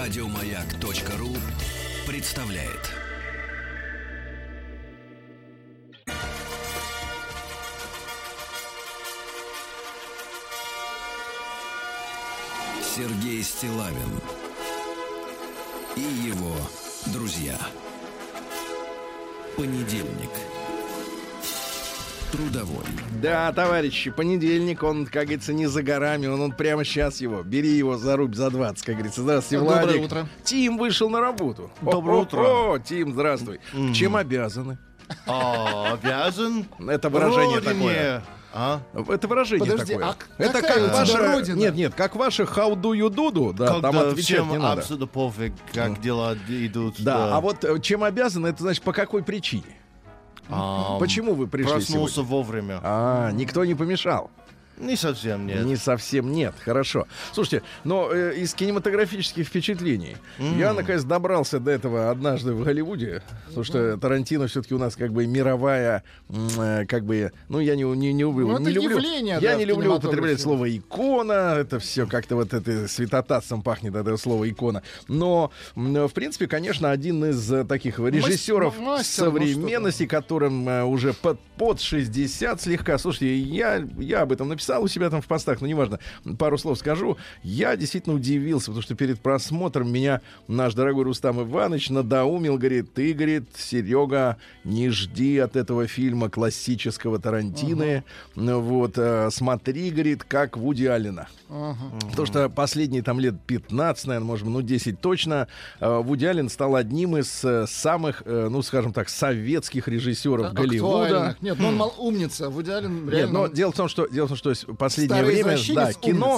Радиомаяк.ру представляет. Сергей Стиллавин и его друзья. Понедельник. Трудовой. Да, товарищи, понедельник, он, как говорится, не за горами, он прямо сейчас его. Бери его за рубь за 20, как говорится. Здравствуйте, Владик. Доброе утро. Тим вышел на работу. Доброе утро. О, Тим, здравствуй. Чем обязаны? Обязан? Это выражение Родине. такое. А? Это выражение Подожди, такое. а Это какая у как тебя ваша... родина? Нет, как ваша how do you do, да, там Когда отвечать всем не надо. абсолютно пофиг, как дела идут. Да, а вот чем обязаны, это значит по какой причине? Почему вы пришли Проснулся сегодня? вовремя. Никто не помешал. Не совсем нет. Не совсем нет, хорошо. Слушайте, но из кинематографических впечатлений я, наконец, добрался до этого однажды в Голливуде, потому что Тарантино все-таки у нас как бы мировая, как бы, ну, я не люблю. Ну, это явление, Я да, не в люблю кинематографе. употреблять слово «икона», это все как-то вот это святотатством пахнет, это слово «икона». Но, в принципе, конечно, один из таких режиссеров мастер, современности, которым уже под 60 слегка. Слушайте, я об этом написал у себя там в постах, но неважно, пару слов скажу. Я действительно удивился, потому что перед просмотром меня наш дорогой Рустам Иванович надоумил, говорит: ты, говорит, Серега, не жди от этого фильма классического Тарантино, вот, смотри, говорит, как Вуди Аллена. Потому что последние там лет 15, наверное, может быть, 10 точно, Вуди Аллен стал одним из самых, ну, скажем так, советских режиссеров Голливуда. Актуальных. Нет, ну он умница. Вуди Аллен реально... Нет, но дело в том, что в последнее Старый время, извращенец, кино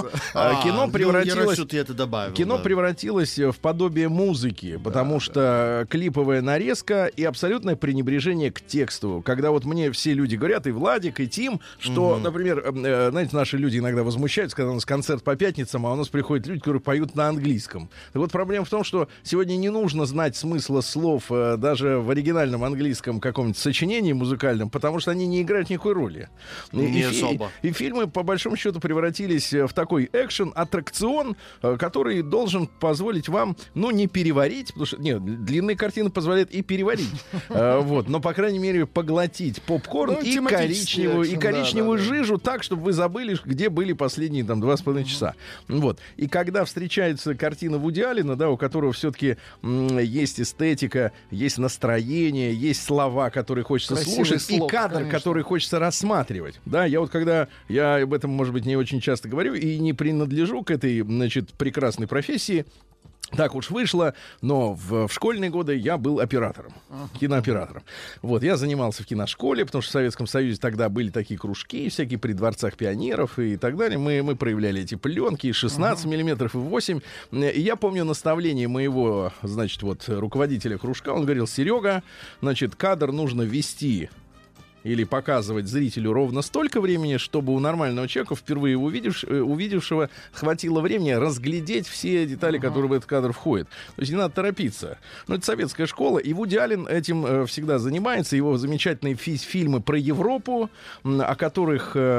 Я превратилось... расчет это добавил. Кино да. превратилось в подобие музыки, потому что клиповая нарезка и абсолютное пренебрежение к тексту. Когда вот мне все люди говорят, и Владик, и Тим, что, например, знаете, наши люди иногда возмущаются, когда у нас концерт по пятницам, а у нас приходят люди, которые поют на английском. Так вот, проблема в том, что сегодня не нужно знать смысла слов даже в оригинальном английском каком-нибудь сочинении музыкальном, потому что они не играют никакой роли. Не особо. И фильмы, по большому счету, превратились в такой экшен-аттракцион, который должен позволить вам, ну, не переварить, потому что, нет, длинные картины позволяют и переварить, вот, но, по крайней мере, поглотить попкорн Ну, и тематический экшен, коричневую да. жижу так, чтобы вы забыли, где были последние, там, 2,5 часа. Вот. И когда встречается картина Вуди Аллена, да, у которого все-таки есть эстетика, есть настроение, есть слова, которые хочется Красивый слушать, слог, и кадр, конечно. который хочется рассматривать. Да, я вот когда, я об этом, может быть, не очень часто говорю и не принадлежу к этой, значит, прекрасной профессии. Так уж вышло, но в школьные годы я был оператором, кинооператором. Вот, я занимался в киношколе, потому что в Советском Союзе тогда были такие кружки всякие при дворцах пионеров и так далее. Мы проявляли эти пленки, 16 миллиметров и 8. И я помню наставление моего, значит, вот, руководителя кружка. Он говорил: Серега, значит, кадр нужно вести или показывать зрителю ровно столько времени, чтобы у нормального человека, впервые увидевшего, хватило времени разглядеть все детали, которые в этот кадр входят. То есть не надо торопиться. Но это советская школа, и Вуди Аллен этим всегда занимается. Его замечательные фильмы про Европу, о которой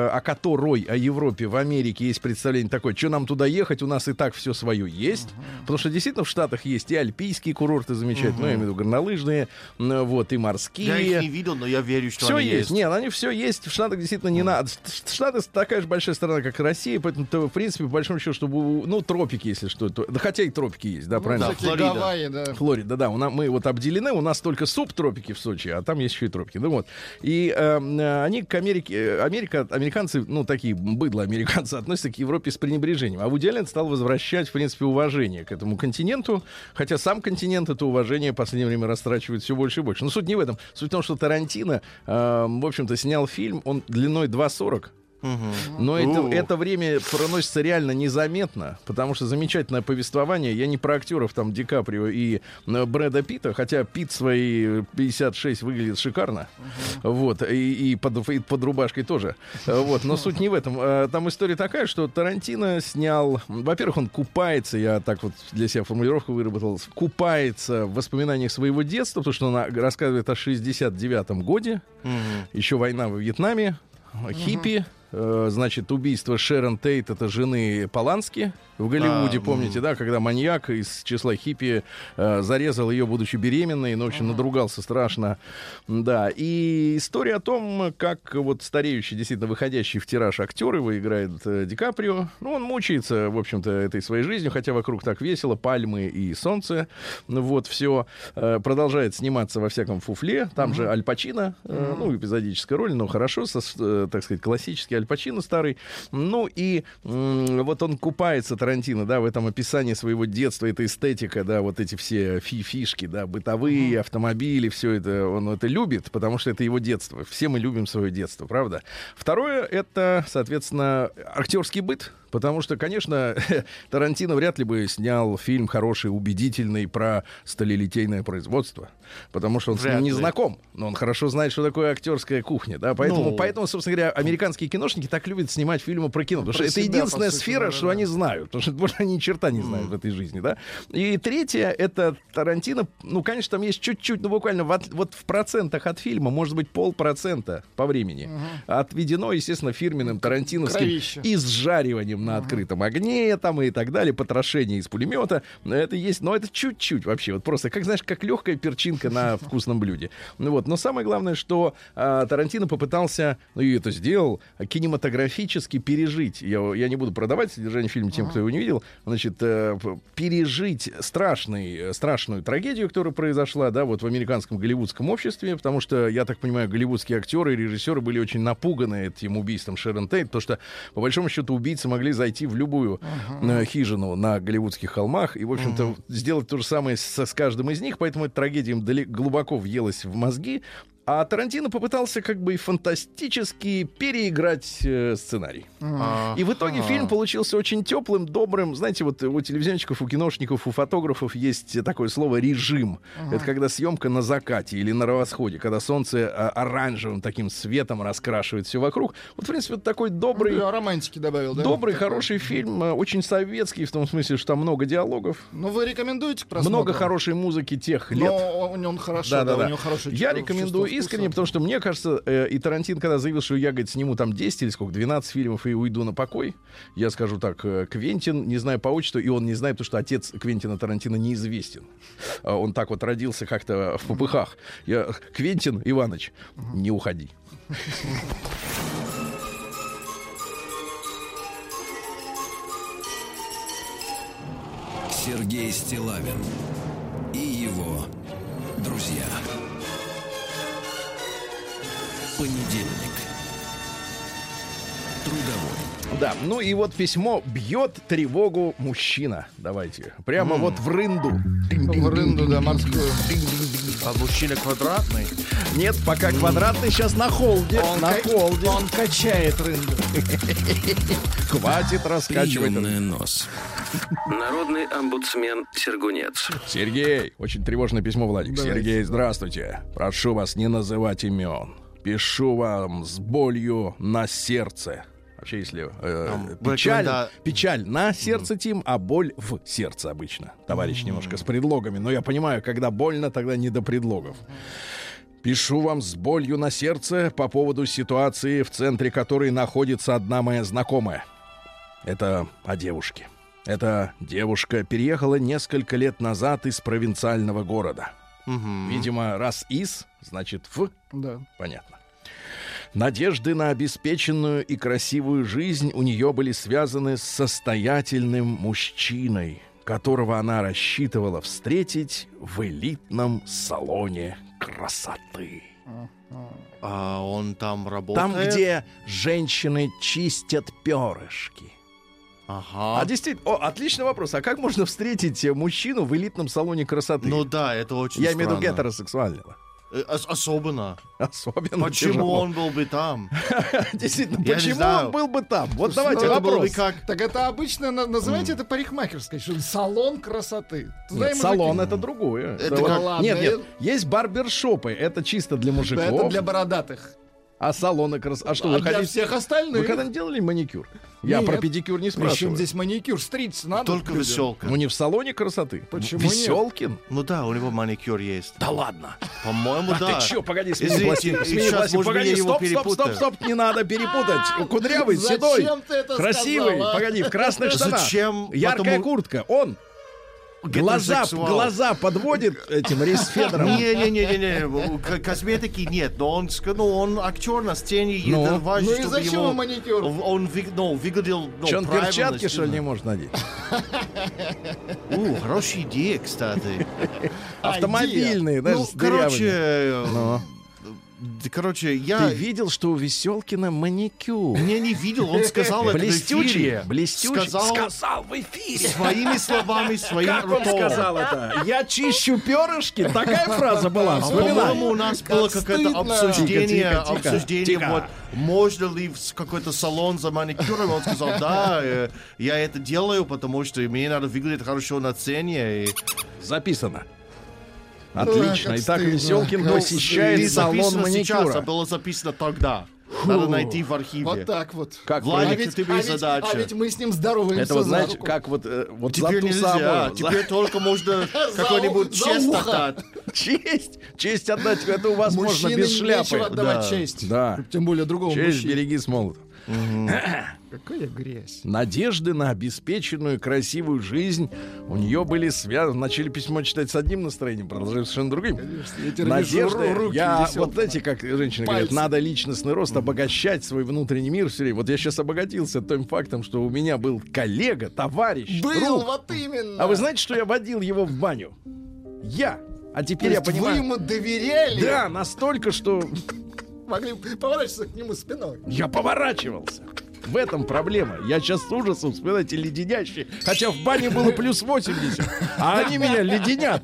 о Европе в Америке есть представление такое: что нам туда ехать, у нас и так все свое есть. Потому что действительно в Штатах есть и альпийские курорты замечательные, ну, я имею в виду горнолыжные, вот, и морские. Я их не видел, но я верю, что Все они есть. Нет, они все есть. В Штатах действительно не надо. Штаты такая же большая страна, как и Россия, поэтому, в принципе, по большому счету, чтобы... Ну, тропики, если что. Да, хотя и тропики есть, да, правильно? да, Всякие Флорида. Гавайи, да. Флорида, да. Мы вот обделены, у нас только субтропики в Сочи, а там есть еще и тропики. Ну вот. И они к американцы, ну, такие быдло-американцы, относятся к Европе с пренебрежением. А Вуди Аллен стал возвращать, в принципе, уважение к этому континенту, хотя сам континент это уважение в последнее время растрачивает все больше и больше. Но суть не в этом. Суть в том, что Тарантино, в общем-то, снял фильм, он длиной 2:40. Но это время проносится реально незаметно, потому что замечательное повествование. Я не про актеров там Ди Каприо и Брэда Питта, хотя Питт свои 56 выглядит шикарно, вот, и под рубашкой тоже. Вот, но суть не в этом. Там история такая, что Тарантино снял... Во-первых, он купается, я так вот для себя формулировку выработал, купается в воспоминаниях своего детства, потому что он рассказывает о 69-м годе, еще война во Вьетнаме, хиппи, значит, убийство Шерон Тейт, это жены Полански в Голливуде, помните, да, когда маньяк из числа хиппи зарезал ее, будучи беременной, ну, в общем, надругался страшно, да, и история о том, как вот стареющий, действительно выходящий в тираж актер, его играет Ди Каприо, ну, он мучается, в общем-то, этой своей жизнью, хотя вокруг так весело, пальмы и солнце, вот, все, продолжает сниматься во всяком фуфле, там же Аль Пачино, ну, эпизодическая роль, но хорошо, так сказать, классический Аль Пачино старый, ну, и вот он купается, Тарантино, да, в этом описании своего детства, эта эстетика, да, вот эти все фишки, да, бытовые, автомобили, все это, он это любит, потому что это его детство. Все мы любим свое детство, правда? Второе, это, соответственно, актерский быт, потому что, конечно, Тарантино вряд ли бы снял фильм хороший, убедительный про сталелитейное производство, потому что он с ним не знаком, но он хорошо знает, что такое актерская кухня, да, поэтому, собственно говоря, американские киношники так любят снимать фильмы про кино, потому что это единственная сфера, что они знают, потому что больше они ни черта не знают в этой жизни, да. И третье, это Тарантино, ну, конечно, там есть чуть-чуть, ну, буквально вот в процентах от фильма, может быть, 0,5% по времени отведено, естественно, фирменным тарантиновским изжариванием на открытом огне, там, и так далее, потрошение из пулемета. Это есть, но это чуть-чуть вообще. Вот просто, как, знаешь, как легкая перчинка на вкусном блюде. Ну, вот. Но самое главное, что Тарантино попытался, ну, и это сделал, кинематографически пережить. Я не буду продавать содержание фильма тем, кто его не видел. Значит, пережить страшную трагедию, которая произошла, да, вот в американском голливудском обществе, потому что, я так понимаю, голливудские актеры и режиссеры были очень напуганы этим убийством Шерон Тейт, потому что, по большому счету, убийцы могли зайти в любую хижину на голливудских холмах и, в общем-то, сделать то же самое с каждым из них, поэтому эта трагедия им глубоко въелась в мозги. А Тарантино попытался как бы и фантастически переиграть сценарий. И в итоге фильм получился очень теплым, добрым. Знаете, вот у телевизионщиков, у киношников, у фотографов есть такое слово «режим». Это когда съемка на закате или на восходе, когда солнце оранжевым таким светом раскрашивает все вокруг. Вот, в принципе, вот такой добрый... Ну, романтики добавил, да? Добрый, хороший фильм, очень советский, в том смысле, что там много диалогов. Ну, вы рекомендуете к просмотру? Много хорошей музыки тех лет. Но он хорошо, да, у него хороший Я рекомендую искренне, потому что мне кажется, и Тарантино, когда заявил, что я, говорит, сниму там 10 или сколько, 12 фильмов и уйду на покой, я скажу так, Квентин, не знаю по отчеству, и он не знает, потому что отец Квентина Тарантино неизвестен. Он так вот родился как-то в попыхах. Квентин Иванович, не уходи. Сергей Стиллавин и его друзья. Понедельник. Трудовой. Да, ну и вот письмо «Бьет тревогу мужчина». Давайте. Прямо вот в рынду. В рынду, да, морскую. А мужчина квадратный? Нет, пока квадратный, сейчас на холде. Он качает рынду. Хватит раскачивать. Приемная нос. Народный омбудсмен Сергунец. Сергей, очень тревожное письмо, Владик. Давайте. Сергей, здравствуйте. Прошу вас не называть имен. Пишу вам с болью на сердце. Вообще, если печаль на сердце, Тим, а боль в сердце обычно. Товарищ немножко с предлогами. Но я понимаю, когда больно, тогда не до предлогов. Пишу вам с болью на сердце по поводу ситуации, в центре которой находится одна моя знакомая. Это о девушке. Эта девушка переехала несколько лет назад из провинциального города. Видимо, раз из, значит в. Да. Понятно. Надежды на обеспеченную и красивую жизнь у нее были связаны с состоятельным мужчиной, которого она рассчитывала встретить в элитном салоне красоты. А он там работает? Там, где женщины чистят перышки. Ага. А действительно, отличный вопрос. А как можно встретить мужчину в элитном салоне красоты? Ну да, это очень Я странно. имею в виду гетеросексуального. Особенно. Особенно Почему тяжело. он был бы там? Действительно, Я не почему знаю. он был бы там? Вот Слушай, давайте ну, Это было бы вопрос. как... Так это обычно, называйте это парикмахерской, что салон красоты. Туда Нет, и салон мужики. это другое. Это вот- как- Ладно, нет, есть барбершопы, это чисто для Да, мужиков. это для бородатых. А салоны красоты? А что, вы для хотите? всех остальных. Вы когда-нибудь делали маникюр? Я Нет. про педикюр не Причем спрашиваю. здесь маникюр? Стричься надо. Только людям. Веселка. Ну не в салоне красоты. Почему нет? Веселкин? Ну да, у него маникюр есть. Да ладно. По-моему, А да. ты чё, погоди, смени Извините, пластинку, смени сейчас, пластинку. может быть, Погоди, я его стоп, перепутаю. стоп, не надо перепутать. Кудрявый, Зачем седой, ты это красивый. сказал, а? Погоди, в красных штанах. Зачем? Яркая Потому- куртка. Он Гетеросексуал. глаза подводит этим рейсфедером. Не, косметики нет, но он актер на сцене, и Ну. важно, Ну и чтобы зачем его- ему маникюр? Он выглядел, Что, он правильно, перчатки, что ли, не стильно. может надеть? Хорошая идея, кстати. Автомобильные, даже Ну, с дырявыми. Ну. Короче, я Ты видел, что у Веселкина маникюр? не видел, он сказал это в Блестючий, эфире. блестючий. Сказал в эфире. своими словами, своим Как он ртом. сказал это? Я чищу перышки? Такая фраза была. А, Вспоминай. по-моему, у нас было какое-то стыдно. обсуждение, Тихо, тихо, обсуждение тихо. вот, можно ли в какой-то салон за маникюром. Он сказал, да, я это делаю, потому что мне надо выглядеть хорошо на сцене. И... Записано. Отлично. как Итак, стыдно. Веселкин Как посещает Не салон записано сейчас, а маникюра. было записано тогда. Надо найти в архиве. Вот так вот. Как Владик, правильно? тебе задача. А ведь мы с ним здороваемся Это вот, за знаете, руку. как вот за Теперь ту нельзя. самую... Теперь только можно какой-нибудь за честь ухо. отдать. Честь отдать, это у вас можно Мужчинам без шляпы. нечего отдавать Да. честь. Да. Тем более другому Честь мужчине. береги с молотом. Какая грязь. Надежды на обеспеченную красивую жизнь у нее были связаны. Начали письмо читать с одним настроением, продолжаем совершенно другим. Я теперь вижу Надежды. руки Я, Веселкина. вот знаете, как женщины говорят, Пальцы. надо личностный рост, обогащать свой внутренний мир все время. Вот я сейчас обогатился тем фактом, что у меня был коллега, товарищ, Был, друг. вот именно. А вы знаете, что я водил его в баню? Я. А То теперь я есть вы понимаю. ему доверяли? Да, настолько, что Могли поворачиваться к нему спиной. я поворачивался. В этом проблема. Я сейчас с ужасом вспоминаю эти леденящие. Хотя в бане было плюс 80, а они меня леденят.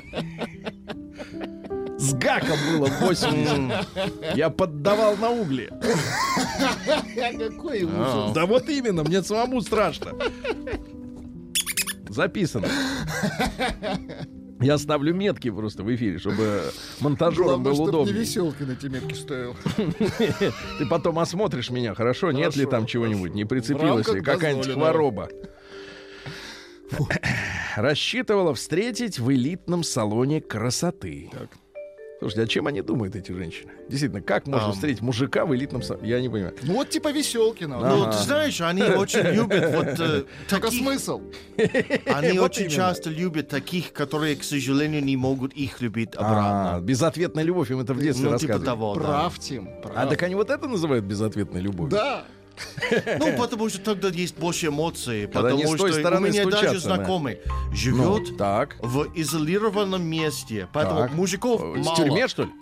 С гаком было 80. Я поддавал на угли. Какой ужас. Да вот именно, мне самому страшно. Записано. Я ставлю метки просто в эфире, чтобы монтажерам Главное, было чтоб не удобнее. Веселки на те метки ставил. Ты потом осмотришь меня, хорошо? Нет ли там чего-нибудь? Не В прицепилось ли? рамках Какая-нибудь дозволенного. хвороба? Рассчитывала встретить в элитном салоне красоты. Слушайте, а чем они думают, эти женщины? Действительно, как можно встретить мужика в элитном салоне? Я не понимаю. Ну вот типа Веселкина. Да. Ну, Ага. ты знаешь, они очень любят вот Только таких. смысл. Они Вот очень именно. часто любят таких, которые, к сожалению, не могут их любить А, обратно. безответная любовь, им это в детстве Ну, типа рассказывали. того, да. Прав, Тим. А Прав. так они вот это называют безответной любовью? Да. Ну, потому что тогда есть больше эмоций. Когда они Потому с той что у стороны меня даже стучатся, да. знакомый Ну, живет так. в изолированном месте. Поэтому Так. мужиков В мало. тюрьме, что ли?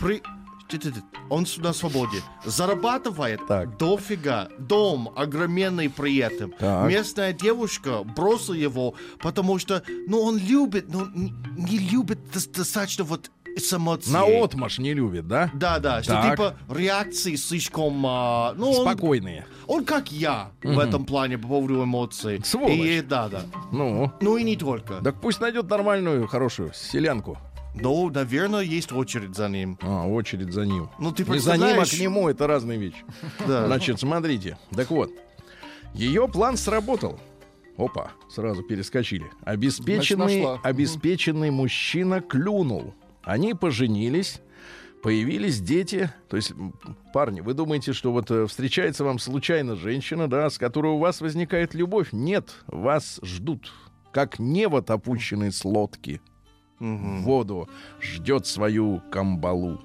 Он на свободе. Зарабатывает Так. дофига. Дом огроменный при этом. Так. Местная девушка бросила его, потому что, он любит, не любит достаточно вот с эмоцией. Наотмашь не любит, да? Да, что Так. типа реакции слишком... Спокойные. Он как я в этом плане по поводу эмоций. Сволочь. И, да. Ну, Ну и не только. так пусть найдет нормальную, хорошую селянку. Но, наверное, есть очередь за ним. А, очередь за ним. Ну, ты Не за ним, а к представляешь? нему, это разные вещи. Да. Значит, смотрите. Так вот, ее план сработал. Опа, сразу перескочили. Обеспеченный, нашла. обеспеченный мужчина клюнул. Они поженились, появились дети. То есть, парни, вы думаете, что вот встречается вам случайно женщина, да, с которой у вас возникает любовь? Нет, вас ждут. Как невод, опущенный с лодки в воду, ждет свою камбалу.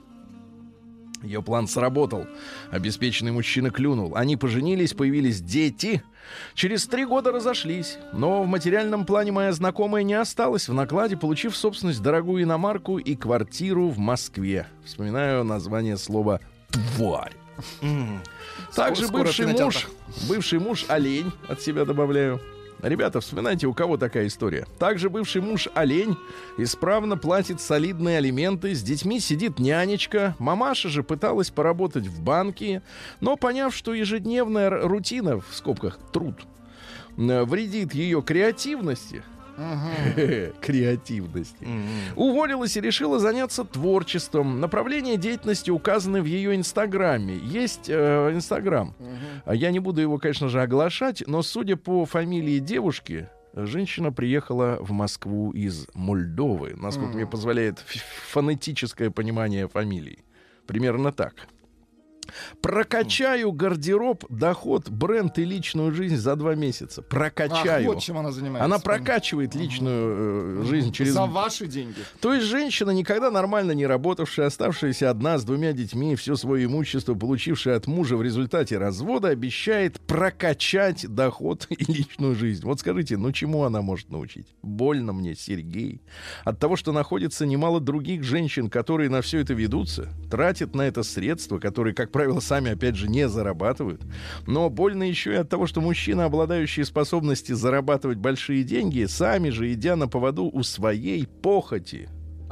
Ее план сработал. Обеспеченный мужчина клюнул. Они поженились, появились дети. Через 3 года разошлись. Но в материальном плане моя знакомая не осталась в накладе, получив в собственность дорогую иномарку и квартиру в Москве. Вспоминаю название слова «тварь». Также Скоро бывший кинотеатр. муж олень, от себя добавляю. Ребята, вспоминайте, у кого такая история. Также бывший муж олень исправно платит солидные алименты, с детьми сидит нянечка, мамаша же пыталась поработать в банке, но поняв, что ежедневная рутина, в скобках труд, вредит ее креативности, Креативности. Уволилась и решила заняться творчеством. Направления деятельности указаны в ее инстаграме. Есть инстаграм. Я не буду его, конечно же, оглашать, но судя по фамилии девушки, женщина приехала в Москву из Молдовы, насколько мне позволяет фонетическое понимание фамилий. Примерно так. Прокачаю гардероб, доход, бренд и личную жизнь за 2 месяца. Прокачаю. Вот чем она занимается. Она прокачивает личную жизнь через... За ваши деньги. То есть женщина, никогда нормально не работавшая, оставшаяся одна с 2 детьми, все свое имущество, получившая от мужа в результате развода, обещает прокачать доход и личную жизнь. Вот скажите, ну чему она может научить? Больно мне, Сергей. От того, что находится немало других женщин, которые на все это ведутся, тратят на это средства, которые, как правило, сами, опять же, не зарабатывают. Но больно еще и от того, что мужчины, обладающие способностью зарабатывать большие деньги, сами же, идя на поводу у своей похоти,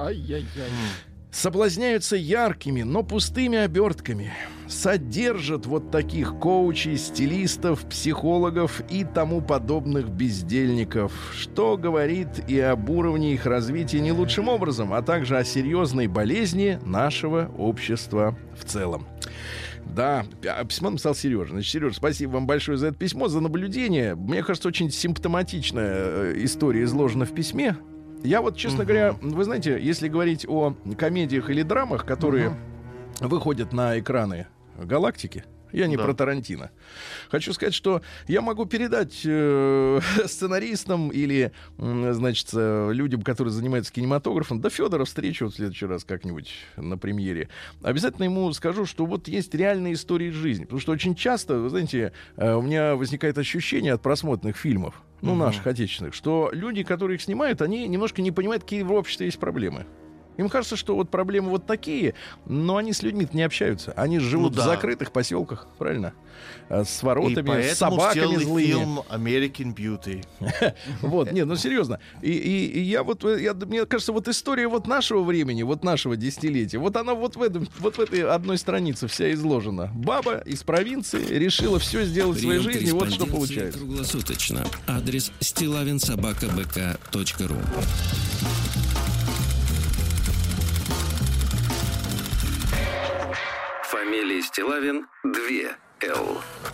соблазняются яркими, но пустыми обертками, содержат вот таких коучей, стилистов, психологов и тому подобных бездельников, что говорит и об уровне их развития не лучшим образом, а также о серьезной болезни нашего общества в целом. Да, письмо написал Сережа. Значит, Сережа, спасибо вам большое за это письмо, за наблюдение. Мне кажется, очень симптоматичная история изложена в письме. Я вот, честно говоря, вы знаете, если говорить о комедиях или драмах, которые выходят на экраны галактики, я не про Тарантино. Хочу сказать, что я могу передать сценаристам или, значит, людям, которые занимаются кинематографом, да Федора встречу вот в следующий раз как-нибудь на премьере. Обязательно ему скажу, что вот есть реальные истории из жизни. Потому что очень часто, вы знаете, у меня возникает ощущение от просмотренных фильмов, ну, наших отечественных, что люди, которые их снимают, они немножко не понимают, какие в обществе есть проблемы. Им кажется, что вот проблемы вот такие, но они с людьми не общаются. Они живут в закрытых поселках, правильно? С воротами, с собаками злыми. Фильм «American Beauty». Вот, нет, ну серьезно. И я вот, мне кажется, вот история вот нашего времени, вот нашего десятилетия, вот она вот в этой одной странице вся изложена. Баба из провинции решила все сделать в своей жизни, вот что получается. Круглосуточно. Адрес stilavinsobaka.bk.ru. Фамилия Стилавин 2Л.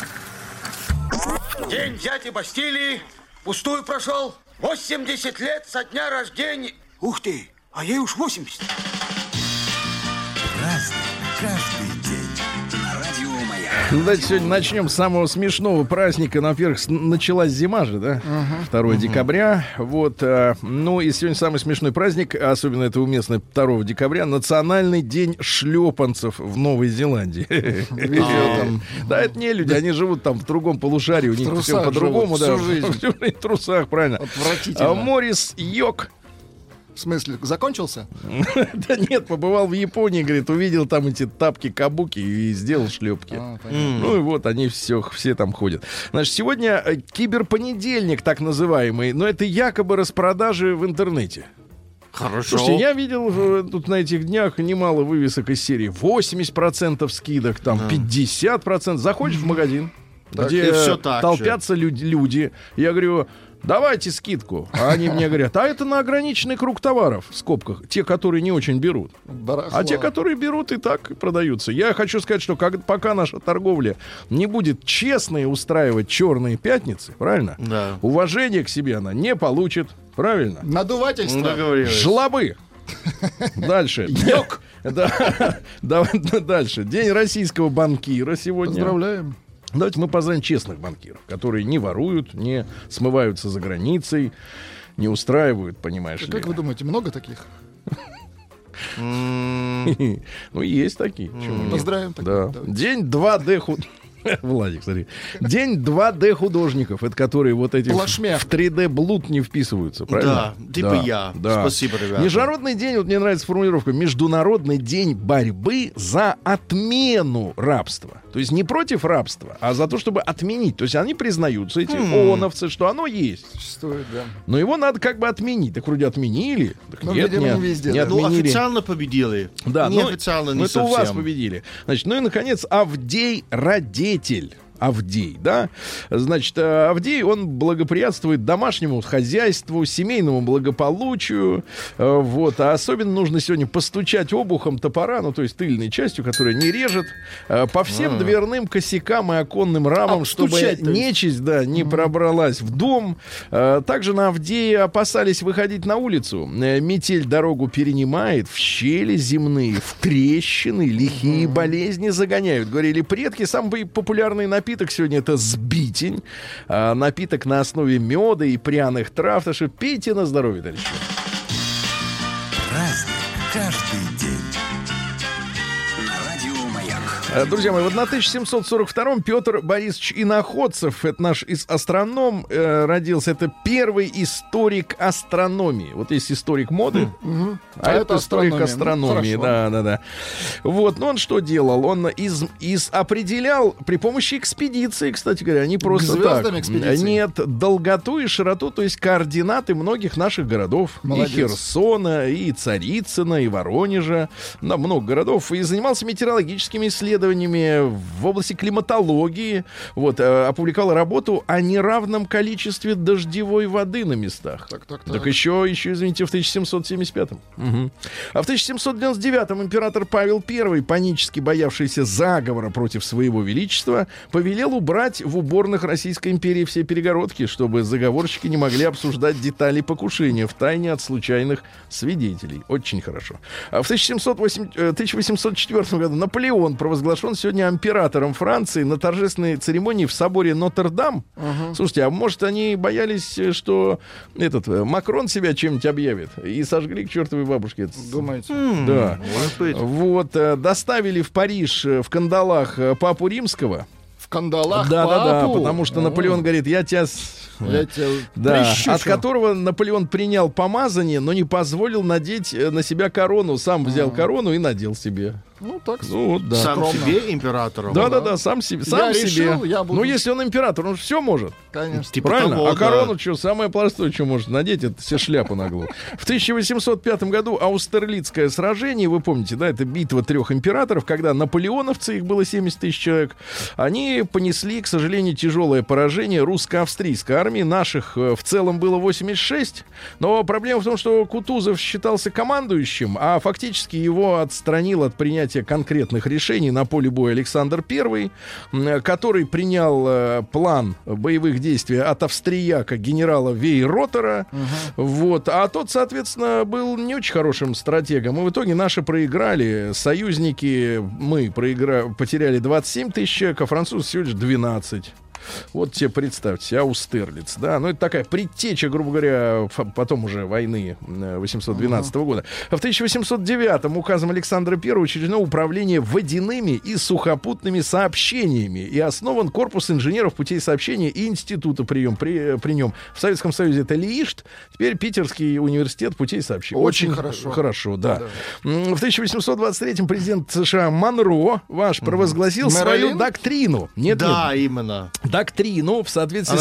День дяди Бастилии пустую прошел. 80 лет со дня рождения. Ух ты, а ей уж 80. Разный, каждый день. На радио Маяк. Ну, давайте сегодня начнем с самого смешного праздника. Ну, во-первых, началась зима же, да? 2 декабря. Вот. Ну, и сегодня самый смешной праздник, особенно это уместно 2 декабря, Национальный день шлепанцев в Новой Зеландии. Да, это не люди, они живут там в другом полушарии, у них все по-другому, да. Всю жизнь в трусах, правильно. Отвратительно. Морис Йок. В смысле, закончился? Да нет, побывал в Японии, говорит, увидел там эти тапки-кабуки и сделал шлепки. Ну и вот они все там ходят. Значит, сегодня киберпонедельник так называемый, но это якобы распродажи в интернете. Хорошо. Слушайте, я видел тут на этих днях немало вывесок из серии 80% скидок, там 50%. Заходишь в магазин, где толпятся люди. Я говорю, давайте скидку. А они мне говорят, а это на ограниченный круг товаров, в скобках, те, которые не очень берут. Барахло. А те, которые берут, и так продаются. Я хочу сказать, что пока наша торговля не будет честно устраивать черные пятницы, правильно? Да. Уважение к себе она не получит, правильно? Надувательство. Жлобы. Дальше. Йок. Дальше. День российского банкира сегодня. Поздравляем. Давайте мы поздравим честных банкиров, которые не воруют, не смываются за границей, не устраивают, понимаешь ли. Как вы думаете, много таких? Ну, есть такие. Поздравим. Да. День 2D Владик, смотри. День 2D художников. Это которые вот эти в 3D блуд не вписываются, правильно? Да, типа я. Спасибо, ребята. Международный день, вот мне нравится формулировка, Международный день борьбы за отмену рабства. То есть не против рабства, а за то, чтобы отменить. То есть они признаются, эти ООНовцы, что оно есть. Существует, да. Но его надо как бы отменить. Так вроде отменили. Так нет, видимо, не везде. Не отменили. Ну, официально победили. Да, неофициально не это совсем. у вас победили. Значит, ну и, наконец, Авдей Радетель. Авдей, да? Значит, Авдей, он благоприятствует домашнему хозяйству, семейному благополучию, вот, а особенно нужно сегодня постучать обухом топора, ну, то есть тыльной частью, которая не режет, по всем дверным косякам и оконным рамам, чтобы нечисть, да, не пробралась в дом. Также на Авдея опасались выходить на улицу. Метель дорогу перенимает, в щели земные, в трещины, лихие болезни загоняют. Говорили предки, самый популярный напиток сегодня это сбитень. Напиток на основе меда и пряных трав. Так что пейте на здоровье, товарищи. Праздник каждый день. Друзья мои, вот на 1742-м Петр Борисович Иноходцев, это наш астроном, родился. Это первый историк астрономии. Вот есть историк моды, а это историк астрономии. Да. Вот, ну он что делал? Он определял при помощи экспедиции, кстати говоря, не просто так. Нет, долготу и широту, то есть координаты многих наших городов. Молодец. И Херсона, и Царицына, и Воронежа. Да, много городов. И занимался метеорологическими исследованиями в области климатологии. Вот, опубликовал работу о неравном количестве дождевой воды на местах. Так еще, извините, в 1775-м. А в 1799-м император Павел I, панически боявшийся заговора против своего величества, повелел убрать в уборных Российской империи все перегородки, чтобы заговорщики не могли обсуждать детали покушения втайне от случайных свидетелей. Очень хорошо. А в 1804 году Наполеон провозглашен сегодня императором Франции на торжественной церемонии в соборе Нотр-Дам. Слушайте, а может они боялись, что Макрон себя чем-нибудь объявит и сожгли к чертовой бабушке? Думаете? Да. Вот, доставили в Париж в кандалах папу римского. В кандалах Да, потому что Наполеон говорит, я тебя от которого Наполеон принял помазание, но не позволил надеть на себя корону. Сам взял корону и надел себе. Ну, так да. Сам себе императором? Да, сам себе. Ну, если он император, он все может. Конечно. Типа правильно? Того, корону что? Самое простое, что может надеть, это себе шляпу на голову. В 1805 году Аустерлицкое сражение, вы помните, да, это битва 3 императоров, когда наполеоновцы, их было 70 тысяч человек, они понесли, к сожалению, тяжелое поражение русско-австрийской армии. Наших в целом было 86, но проблема в том, что Кутузов считался командующим, а фактически его отстранил от принятия конкретных решений на поле боя Александр I, который принял план боевых действий от австрияка генерала Вейротера. Вот. А тот, соответственно, был не очень хорошим стратегом. И в итоге наши проиграли. Союзники, мы потеряли 27 тысяч человек, а французы всего лишь 12. Вот тебе представьте, Аустерлиц, да, ну это такая предтеча, грубо говоря, потом уже войны 812 года. В 1809-м указом Александра I учреждено управление водяными и сухопутными сообщениями и основан корпус инженеров путей сообщения и института при нем. В Советском Союзе это ЛИИШТ, теперь Питерский университет путей сообщения. Очень хорошо, да. В 1823-м президент США Монро провозгласил свою доктрину. Именно. Доктрину, в соответствии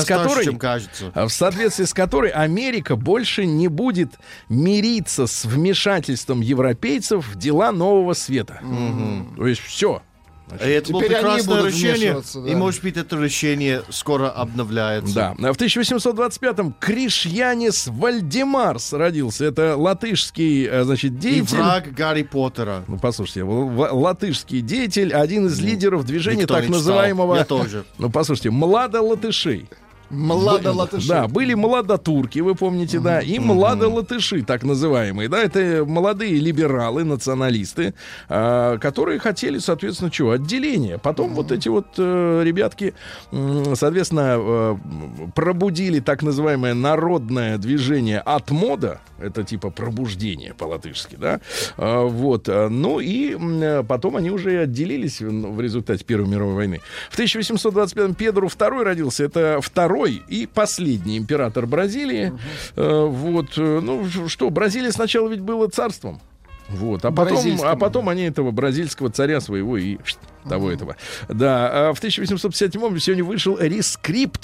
с которой Америка больше не будет мириться с вмешательством европейцев в дела нового света. То есть все. Это было прекрасное решение, и, может быть, это решение скоро обновляется. Да. В 1825-м Кришьянис Вальдемарс родился. Это латышский, деятель. И враг Гарри Поттера. Ну, послушайте, латышский деятель, один из лидеров движения так называемого... Я тоже. Ну, послушайте, младолатышей. Да, были младотурки, вы помните, да, и младолатыши, так называемые, да, это молодые либералы, националисты, которые хотели, соответственно, чего? Отделения. Потом вот эти вот ребятки, соответственно, пробудили так называемое народное движение от мода, это типа пробуждение по-латышски, да, вот, ну и потом они уже отделились в результате Первой мировой войны. В 1825-м Педру II родился, это второй и последний император Бразилии. Вот, ну что, Бразилия сначала ведь была царством. Вот, а потом они этого бразильского царя своего и того этого. Да, в 1857-м сегодня вышел рескрипт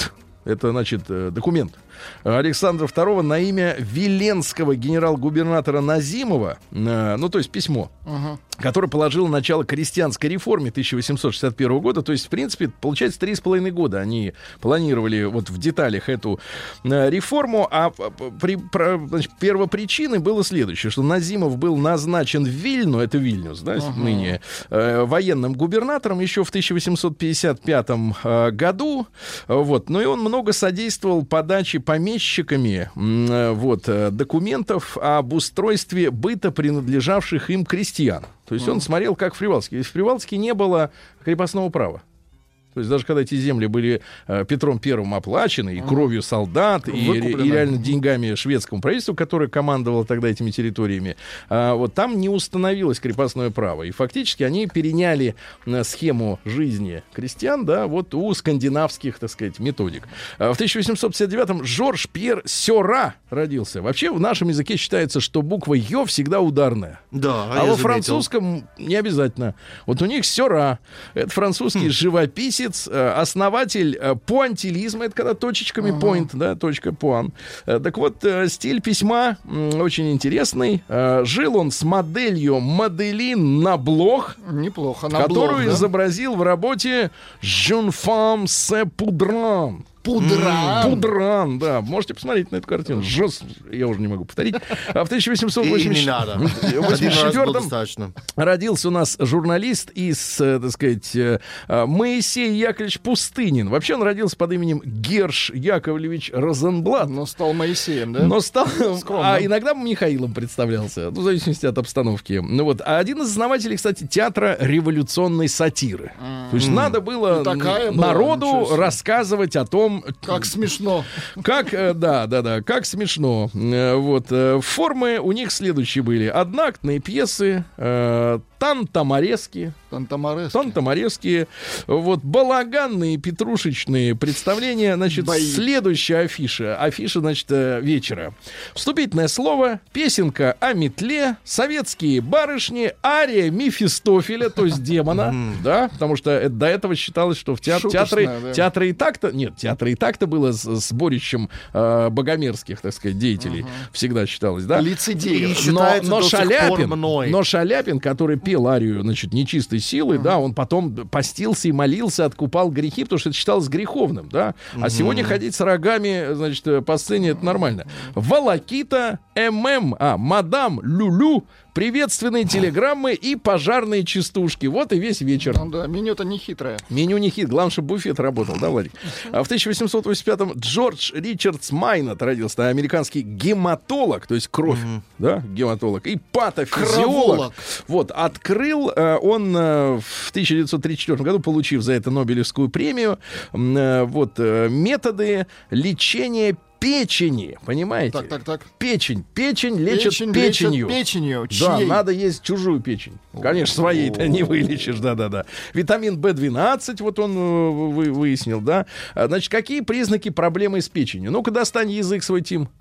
это, значит, документ Александра II на имя Виленского генерал-губернатора Назимова, ну, то есть письмо, который положил начало крестьянской реформе 1861 года. То есть, в принципе, получается, 3,5 года они планировали вот в деталях эту реформу. А значит, первопричиной было следующее, что Назимов был назначен в Вильну, это Вильнюс, да, ныне, военным губернатором еще в 1855 году. Вот. Ну и он много содействовал подаче помещиками документов об устройстве быта принадлежавших им крестьян. То есть он смотрел, как в Прибалтике. В Прибалтике не было крепостного права. То есть даже когда эти земли были Петром Первым оплачены, и кровью солдат, и реально деньгами шведскому правительству, которое командовало тогда этими территориями, вот там не установилось крепостное право. И фактически они переняли схему жизни крестьян, да, вот у скандинавских, так сказать, методик. В 1859-м Жорж Пьер Сёра родился. Вообще в нашем языке считается, что буква «ё» всегда ударная. Да, а во французском не обязательно. Вот у них Сёра. Это французский живописец, основатель пуантилизма, это когда точечками point, да, точка пуан. Так вот, стиль письма очень интересный. Жил он с моделью Маделин Наблох, Неплохо. которую изобразил в работе «Jeune femme se poudran». Пудран, да. Можете посмотреть на эту картину. Я уже не могу повторить. А в 1884-м родился у нас журналист из, так сказать, Моисей Яковлевич Пустынин. Вообще он родился под именем Герш Яковлевич Розенблат. Но стал Моисеем, да? Но стал... А иногда Михаилом представлялся. Ну, в зависимости от обстановки. Ну вот. А один из основателей, кстати, театра революционной сатиры. То есть надо было народу рассказывать о том, как смешно. Как смешно. Вот. Формы у них следующие были. Одноактные пьесы, тантаморески, вот, балаганные петрушечные представления. Значит, следующая афиша, значит, вечера. Вступительное слово, песенка о метле, советские барышни, ария Мефистофеля, то есть демона, да, потому что до этого считалось, что в театры и так-то, нет, театры и так-то было сборищем богомерзких, так сказать, деятелей, всегда считалось, да. Лицедеев. Но Шаляпин, который пел арию, значит, нечистой силы, да, он потом постился и молился, откупал грехи, потому что это считалось греховным, да. А сегодня ходить с рогами, значит, по сцене, это нормально. Волокита, мадам Люлю, приветственные телеграммы и пожарные частушки. Вот и весь вечер. Ну да, меню-то не хитрое. Меню не хитрое. Главное, чтобы буфет работал, да, Владик? А в 1885-м Джордж Ричардс Майнет родился. Американский гематолог, то есть кровь, да, гематолог, и патофизиолог. Вот, открыл он в 1934 году, получив за это Нобелевскую премию, вот, методы лечения печени, понимаете? Так. Печень лечит печенью. Да, надо есть чужую печень. Конечно, своей-то не вылечишь, да. Витамин В12, вот он выяснил, да. Значит, какие признаки проблемы с печенью? Ну-ка, достань язык свой, Тим.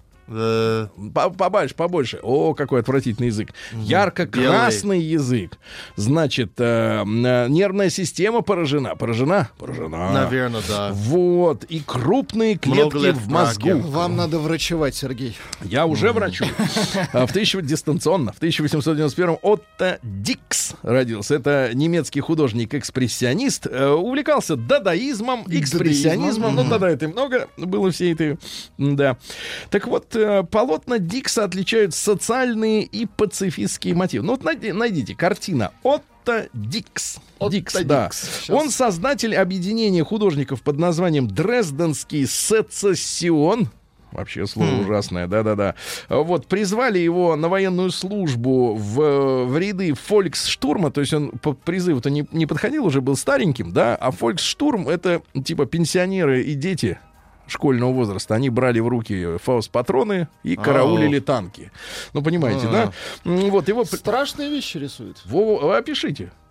Побольше. О, какой отвратительный язык. Ярко-красный язык. Значит, нервная система поражена. Наверное, да. Вот. И крупные клетки в мозгу. Вам надо врачевать, Сергей. Я уже врачу. Дистанционно. В 1891-м Отто Дикс родился. Это немецкий художник-экспрессионист. Увлекался дадаизмом, экспрессионизмом. Ну, тогда это много было всей этой... Да. Так вот, полотна Дикса отличают социальные и пацифистские мотивы. Ну вот найдите картина Отто Дикс. Да. Он создатель объединения художников под названием Дрезденский сецессион. Вообще слово ужасное, да. Вот, призвали его на военную службу в ряды фольксштурма, то есть он по призыву-то не подходил, уже был стареньким, да, а фольксштурм — это типа пенсионеры и дети школьного возраста. Они брали в руки фаустпатроны и караулили танки. Ну, понимаете, да? Вот его... Страшные вещи рисует. Опишите.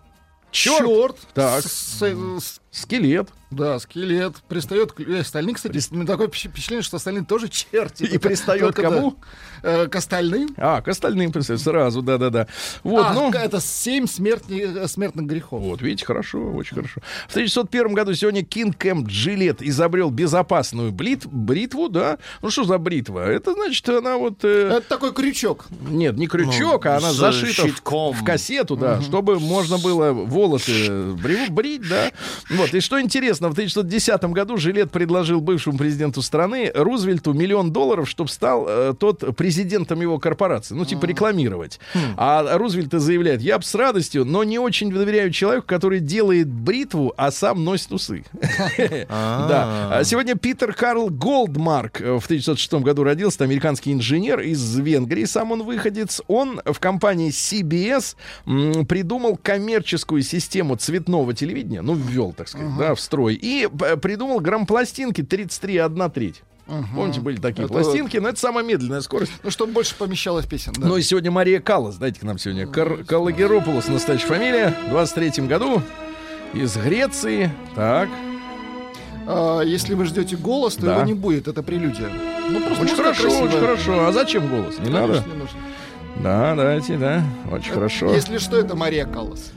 Черт. Так. Скелет. Да, скелет. Пристает к остальным, кстати. Такое впечатление, что остальные тоже черти. И пристает к кому? К остальным. К остальным пристает сразу, да-да-да. Вот, это 7 смертных грехов. Вот, видите, хорошо, очень хорошо. В 1901 году сегодня Кинг-Кэмп Джилетт изобрел безопасную бритву, да. Ну, что за бритва? Это значит, она вот... Это такой крючок. Нет, не крючок, а она зашита в кассету, да, чтобы можно было волосы брить, да. Вот, и что интересно, в 1910 году Джилетт предложил бывшему президенту страны Рузвельту $1 миллион, чтобы стал тот президентом его корпорации. Ну, типа рекламировать. А Рузвельт заявляет: я бы с радостью, но не очень доверяю человеку, который делает бритву, а сам носит усы. Да. Сегодня Питер Карл Голдмарк в 1906 году родился, американский инженер из Венгрии, сам он выходец. Он в компании CBS придумал коммерческую систему цветного телевидения, ну, ввел, так сказать, да, в строй, и придумал грампластинки 33,1/3. Помните, были такие пластинки, но это самая медленная скорость. Ну, чтобы больше помещалось песен, да. Ну и сегодня Мария Каллас, дайте к нам сегодня. Каллагеропулос, настоящая фамилия, в 23-м году, из Греции. Так. Если вы ждете голос, то его не будет, это прелюдия. Ну, просто очень хорошо, красивая. Очень хорошо. А зачем голос? Не надо? Не нужно. Да, давайте, да. Очень хорошо. Если что, это Мария Каллас.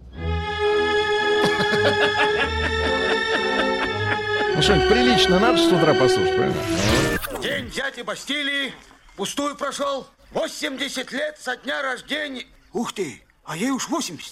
Ну, что-нибудь прилично надо с утра послушать, правильно? День дяди Бастилии пустую прошел. 80 лет со дня рождения. Ух ты, а ей уж 80.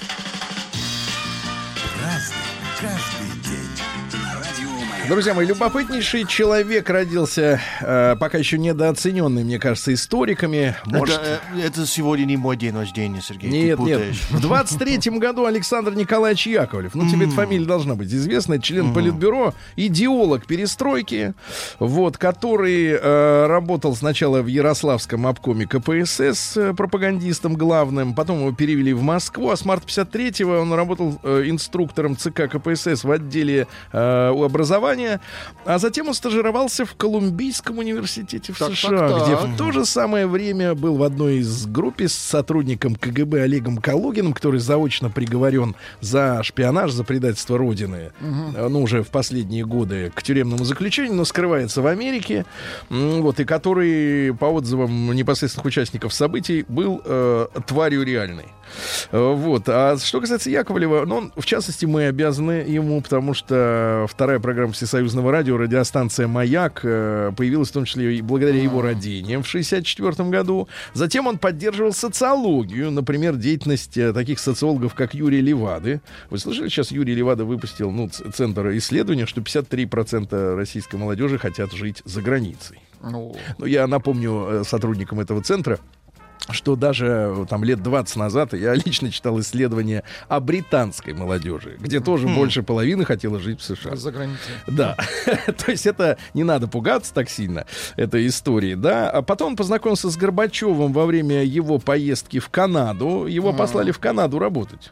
Разный, каждый день. На радио Маяк. Друзья мои, любопытнейший человек родился, пока еще недооцененный, мне кажется, историками. Может... Это сегодня не мой день рождения, Сергей. Нет. В 23-м году Александр Николаевич Яковлев. Ну, тебе эта фамилия должна быть известна. Член Политбюро, идеолог перестройки, вот, который работал сначала в Ярославском обкоме КПСС пропагандистом главным, потом его перевели в Москву, а с марта 53-го он работал инструктором ЦК КПСС в отделе образования, а затем он стажировался в Колумбийском университете в США, где в то же самое время был в одной из группе с сотрудником КГБ Олегом Калугиным, который заочно приговорен за шпионаж, за предательство Родины, ну, уже в последние годы к тюремному заключению, но скрывается в Америке, вот, и который, по отзывам непосредственных участников событий, был тварью реальной. Вот. А что касается Яковлева, ну, в частности, мы обязаны ему, потому что вторая программа Всесоюзного радио, радиостанция «Маяк», появилась в том числе и благодаря его родениям в 1964 году. Затем он поддерживал социологию, например, деятельность таких социологов, как Юрий Левады. Вы слышали, сейчас Юрий Левада выпустил центр исследования, что 53% российской молодежи хотят жить за границей. Ну, я напомню сотрудникам этого центра, что даже там лет 20 назад я лично читал исследования о британской молодежи, где тоже больше половины хотела жить в США. За границей. Да. То есть это не надо пугаться так сильно, этой истории, да. А потом он познакомился с Горбачевым во время его поездки в Канаду. Его послали в Канаду работать.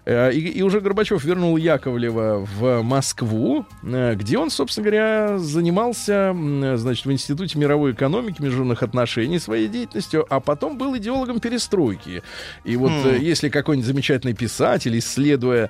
И уже Горбачев вернул Яковлева в Москву, где он, собственно говоря, занимался, значит, в Институте мировой экономики, международных отношений своей деятельностью, а потом был идеологом перестройки. И вот если какой-нибудь замечательный писатель, исследуя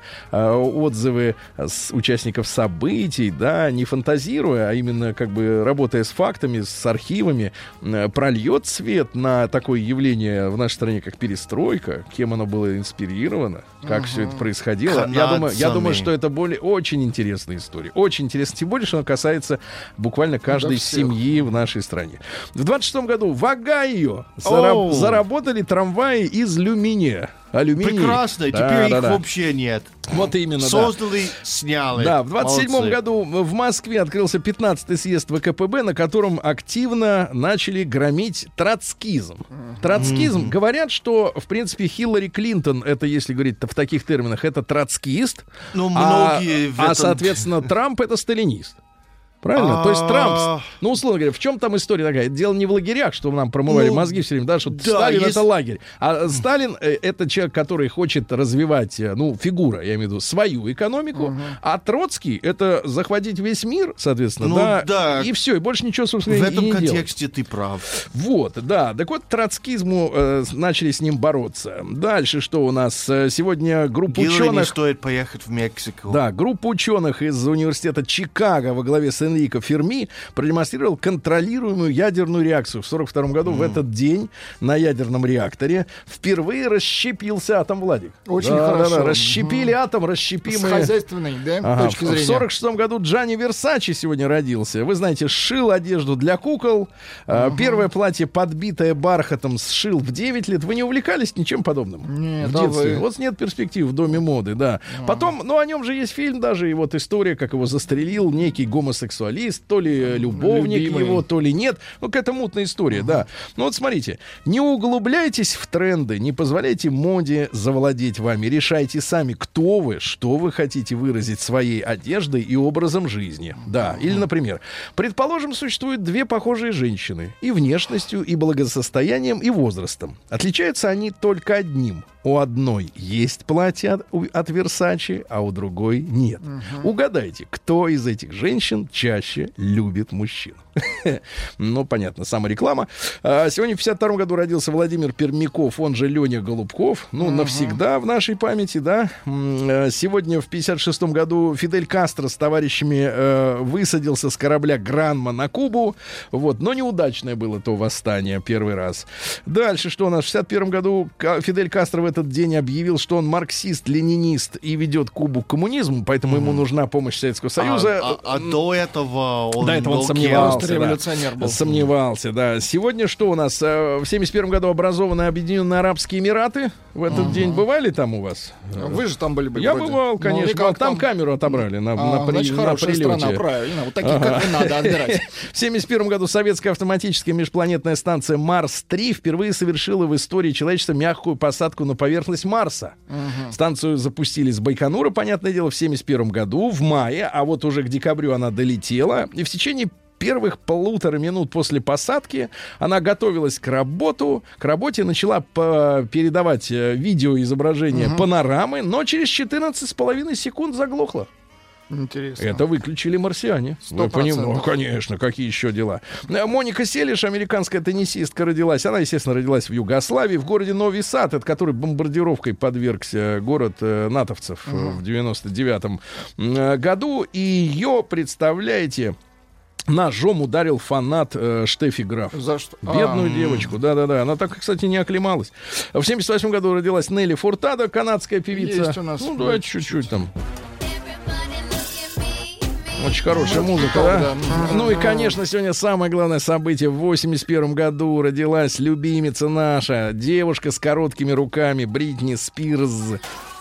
отзывы участников событий, да, не фантазируя, а именно как бы работая с фактами, с архивами, прольет свет на такое явление в нашей стране, как перестройка, кем оно было инспирировано, как все это происходило. Я думаю, что это очень интересная история. Очень интересно, тем более, что она касается буквально каждой семьи в нашей стране. В 26-м году в Огайо заработали трамваи из алюминия. Прекрасно, теперь их вообще нет. Вот именно, создали, сняли. Да, в 27-м году в Москве открылся 15-й съезд ВКПБ, на котором активно начали громить троцкизм. Троцкизм, говорят, что, в принципе, Хиллари Клинтон, это, если говорить в таких терминах, это троцкист, многие а соответственно, Трамп — это сталинист. Правильно? То есть Трамп, ну, условно говоря, в чем там история такая? Дело не в лагерях, что нам промывали мозги все время, да, что Сталин это лагерь. А Сталин это человек, который хочет развивать, ну, фигура, я имею в виду, свою экономику, а Троцкий это захватить весь мир, соответственно, да, и все, и больше ничего, собственно, в этом не контексте делать. ты прав. Вот, да. Так вот, троцкизму начали с ним бороться. Дальше что у нас? Сегодня группа ученых... не стоит поехать в Мексику. Да, группа ученых из университета Чикаго во главе с Энрико Ферми продемонстрировал контролируемую ядерную реакцию. В 1942 году в этот день на ядерном реакторе впервые расщепился атом, Владик. Очень хорошо. Да, расщепили атом, расщепимые... С хозяйственной, да, точки зрения. В 1946 году Джанни Версачи сегодня родился. Вы знаете, сшил одежду для кукол. Первое платье, подбитое бархатом, сшил в 9 лет. Вы не увлекались ничем подобным? Нет, в детстве. Вот нет перспектив в Доме моды, да. Потом, ну, о нем же есть фильм даже, и вот история, как его застрелил некий гомосексуалист, то ли любовник его, то ли нет. Ну, какая-то мутная история, да. Ну, вот смотрите, не углубляйтесь в тренды, не позволяйте моде завладеть вами. Решайте сами, кто вы, что вы хотите выразить своей одеждой и образом жизни. Да, или, например, предположим, существует две похожие женщины и внешностью, и благосостоянием, и возрастом. Отличаются они только одним. У одной есть платье от Версачи, а у другой нет. Угадайте, кто из этих женщин чаще любит мужчин? Ну, понятно, самореклама. Сегодня в 1952 году родился Владимир Пермяков, он же Леня Голубков. Ну, навсегда в нашей памяти, да. Сегодня в 1956 году Фидель Кастро с товарищами высадился с корабля «Гранма» на Кубу. Вот, но неудачное было то восстание первый раз. Дальше, что у нас? В 1961 году Фидель Кастро в этот день объявил, что он марксист, ленинист и ведет Кубу к коммунизму, поэтому ему нужна помощь Советского Союза. А до этого он сомневался. Революционер был. Сомневался, да. Сегодня что у нас? В 1971 году образованы Объединенные Арабские Эмираты. В этот день бывали там у вас? Вы же там были бы. Я бывал, конечно. А там камеру отобрали на хорошая прилете. Страна, правильно. Вот таких, как и надо, отбирать. В 1971 году советская автоматическая межпланетная станция Марс-3 впервые совершила в истории человечества мягкую посадку на поверхность Марса. Станцию запустили с Байконура, понятное дело, в 1971 году, в мае, а вот уже к декабрю она долетела. И в течение первых 1,5 минут после посадки она готовилась к работе, начала передавать видеоизображение панорамы, но через 14,5 секунд заглохла. Интересно. Это выключили марсиане. 100%. Ну, конечно, какие еще дела. Моника Селиш, американская теннисистка, родилась. Она, естественно, родилась в Югославии, в городе Нови Сад, от которой бомбардировкой подвергся город натовцев в 99-м году. И ее, представляете, ножом ударил фанат Штеффи Граф. За что? Бедную девочку, да-да-да. Она так, кстати, не оклемалась. В 1978 году родилась Нелли Фуртадо, канадская певица. Есть у нас. Ну, давайте чуть-чуть там. Очень хорошая музыка, да? Ну и, конечно, сегодня самое главное событие. В 1981 году родилась любимица наша, девушка с короткими руками, Бритни Спирс.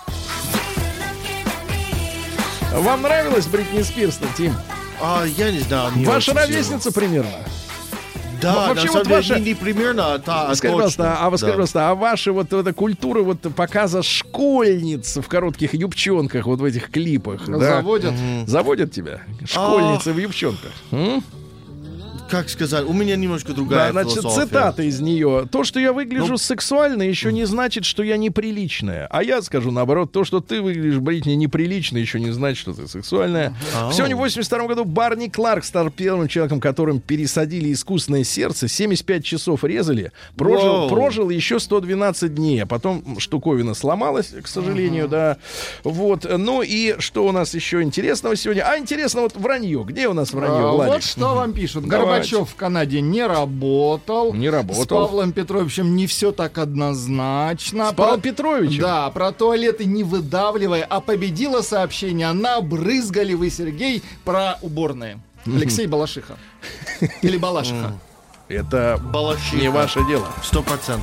Вам нравилась Бритни Спирс, Тим? Я не знаю. Ваша ровесница примерно? Да, вообще на вот самом ваша... деле не примерно, Скажите, пожалуйста, а ваша вот эта культура вот показа школьниц в коротких юбчонках вот в этих клипах, заводят? Заводят тебя? Школьницы в юбчонках? Как сказать, у меня немножко другая значит, философия. цитата из нее. То, что я выгляжу сексуально, еще не значит, что я неприличная. А я скажу наоборот, то, что ты выглядишь, Бритни, неприлично, еще не значит, что ты сексуальная. Сегодня в 1982 году Барни Кларк стал первым человеком, которым пересадили искусственное сердце, 75 часов резали, прожил еще 112 дней, а потом штуковина сломалась, к сожалению, да. Вот. Ну и что у нас еще интересного сегодня? Интересно вот вранье. Где у нас вранье, Владик? Вот что вам пишут. Горбачев в Канаде не работал. С Павлом Петровичем не все так однозначно. С Павлом Петровичем? Да, про туалеты не выдавливая, а победило сообщение. Набрызгали вы, Сергей, про уборные. Алексей Балашиха. Или Балашиха. Это Балашиха. Не ваше дело. 100%.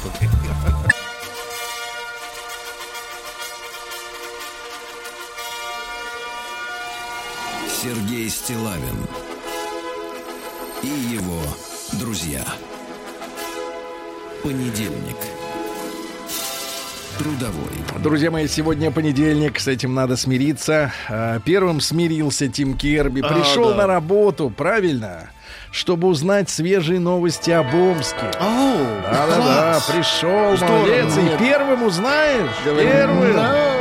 Сергей Стиллавин и его друзья. Понедельник. Трудовой. Друзья мои, сегодня понедельник, с этим надо смириться. Первым смирился Тим Керби. Пришел на работу, правильно? Чтобы узнать свежие новости об Омске. Да-да-да, пришел, молодец. И первым узнаешь. Первым.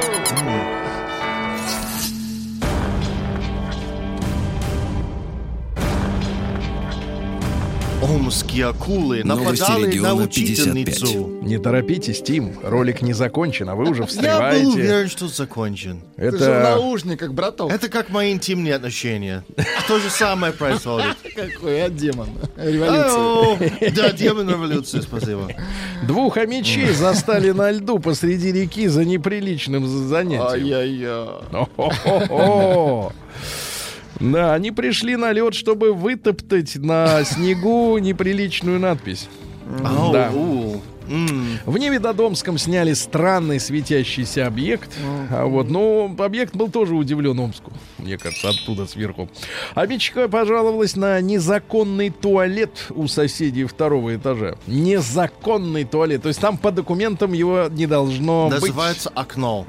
Омские акулы Новости нападали на региона учительницу. Не торопитесь, Тим, ролик не закончен, а вы уже Я был встреваете. уверен, что закончен. Ты же в наушниках, браток. Это как мои интимные отношения. То же самое происходит. Какой, демон. Революция. Да, демон революции, спасибо. Двух хомячей застали на льду посреди реки за неприличным занятием. Ай-яй-яй. О-хо-хо-хо. Да, они пришли на лед, чтобы вытоптать на снегу неприличную надпись. Да. В Невидодомском сняли странный светящийся объект. Но объект был тоже удивлен Омску. Мне кажется, оттуда сверху. Амичка пожаловалась на незаконный туалет у соседей второго этажа. Незаконный туалет. То есть там по документам его не должно быть. Называется окно.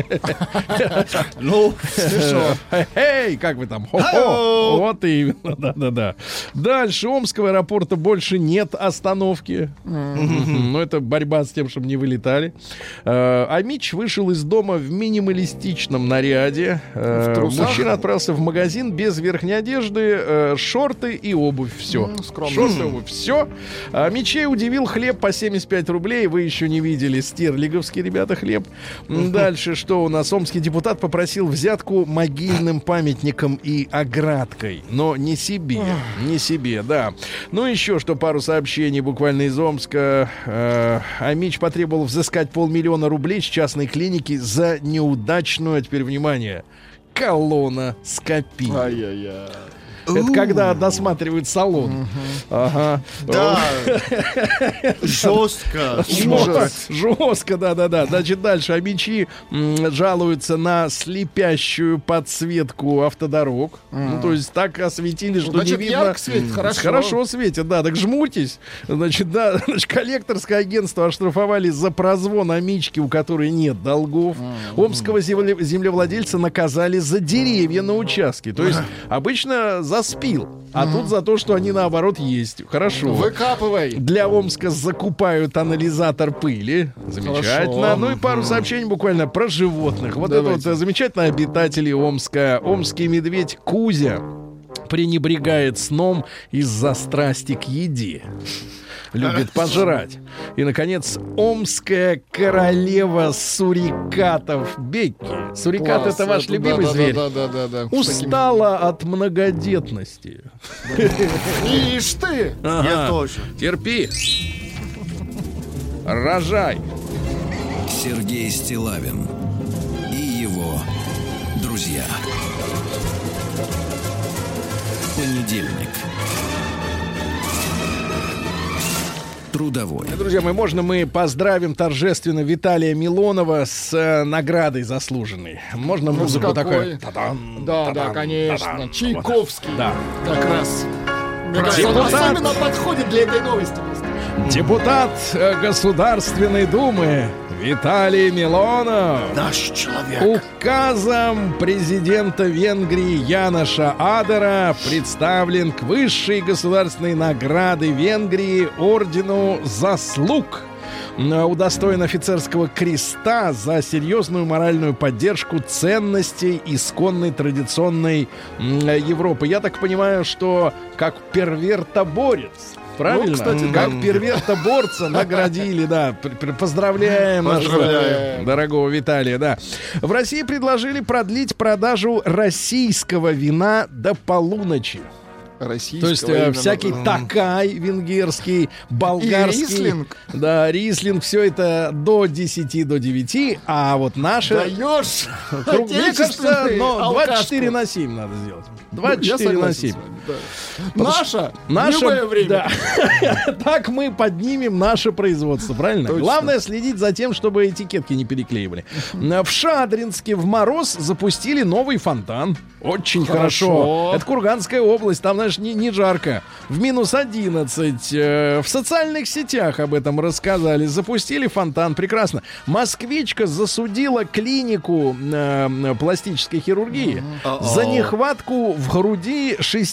Ну, смешно. Эй, как вы там? Хо-хо. Вот именно, да-да-да. Дальше Омского аэропорта больше нет остановки. Но это борьба с тем, чтобы не вылетали. Амич вышел из дома в минималистичном наряде. Мужчина отправился в магазин без верхней одежды, шорты и обувь. Все. Шорты, обувь. Все. Амичей удивил хлеб по 75 рублей. Вы еще не видели стерлиговский, ребята, хлеб. Дальше что у нас? Омский депутат попросил взятку могильным памятником и оградкой. Но не себе. Не себе, да. Ну еще что, пару сообщений буквально из Омска. Амич потребовал взыскать 500 000 рублей с частной клиники за неудачную, а теперь внимание, колоноскопию. Ай-яй-яй. Это когда досматривают салон. Ага. Да. Жестко. Жестко, да-да-да. Значит, дальше амичи жалуются на слепящую подсветку автодорог. Ну, то есть так осветили, что не видно. Ярко светит, хорошо. Хорошо светит, да. Так жмурьтесь. Значит, да, коллекторское агентство оштрафовали за прозвон амички, у которой нет долгов. Омского землевладельца наказали за деревья на участке. То есть обычно заспил, а тут за то, что они наоборот есть. Хорошо. Выкапывай. Для Омска закупают анализатор пыли. Замечательно. Хорошо. Ну и пару сообщений буквально про животных. Вот Давайте. это вот замечательные обитатели Омска. Омский медведь Кузя пренебрегает сном из-за страсти к еде. Любит пожрать. И, наконец, омская королева сурикатов Бекки. Сурикат — это ваш любимый зверь. Да. Устала от многодетности. Ишь ты! Я тоже. Терпи. Рожай. Сергей Стиллавин и его друзья. Понедельник. Трудовой. Друзья мои, можно мы поздравим торжественно Виталия Милонова с наградой заслуженной? Можно музыку такую? Да, конечно. Чайковский. Да. Как раз. Депутат. Особенно подходит для этой новости. Депутат Государственной Думы Виталий Милонов Наш человек. указом президента Венгрии Яноша Адера представлен к высшей государственной награды Венгрии ордену «Заслуг». Удостоен офицерского креста за серьезную моральную поддержку ценностей исконной традиционной Европы. Я так понимаю, что как первертоборец. Правильно? Ну, кстати, как да. первертоборца наградили, да. Поздравляем нашего дорогого Виталия, да. В России предложили продлить продажу российского вина до полуночи. Российского. То есть всякий такай венгерский, болгарский. И рислинг. Да, рислинг, все это до 10, до 9, а вот наши... Даешь Мне кажется, но алкашку. 24 на 7 надо сделать. 24 Я согласен на с 7. вами, да. Наша, любое время. Да. Так мы поднимем наше производство, правильно? Точно. Главное следить за тем, чтобы этикетки не переклеивали. В Шадринске в мороз запустили новый фонтан. Очень хорошо. Это Курганская область. Там, знаешь, значит, не жарко. В минус 11. В социальных сетях об этом рассказали. Запустили фонтан. Прекрасно. Москвичка засудила клинику пластической хирургии за нехватку в груди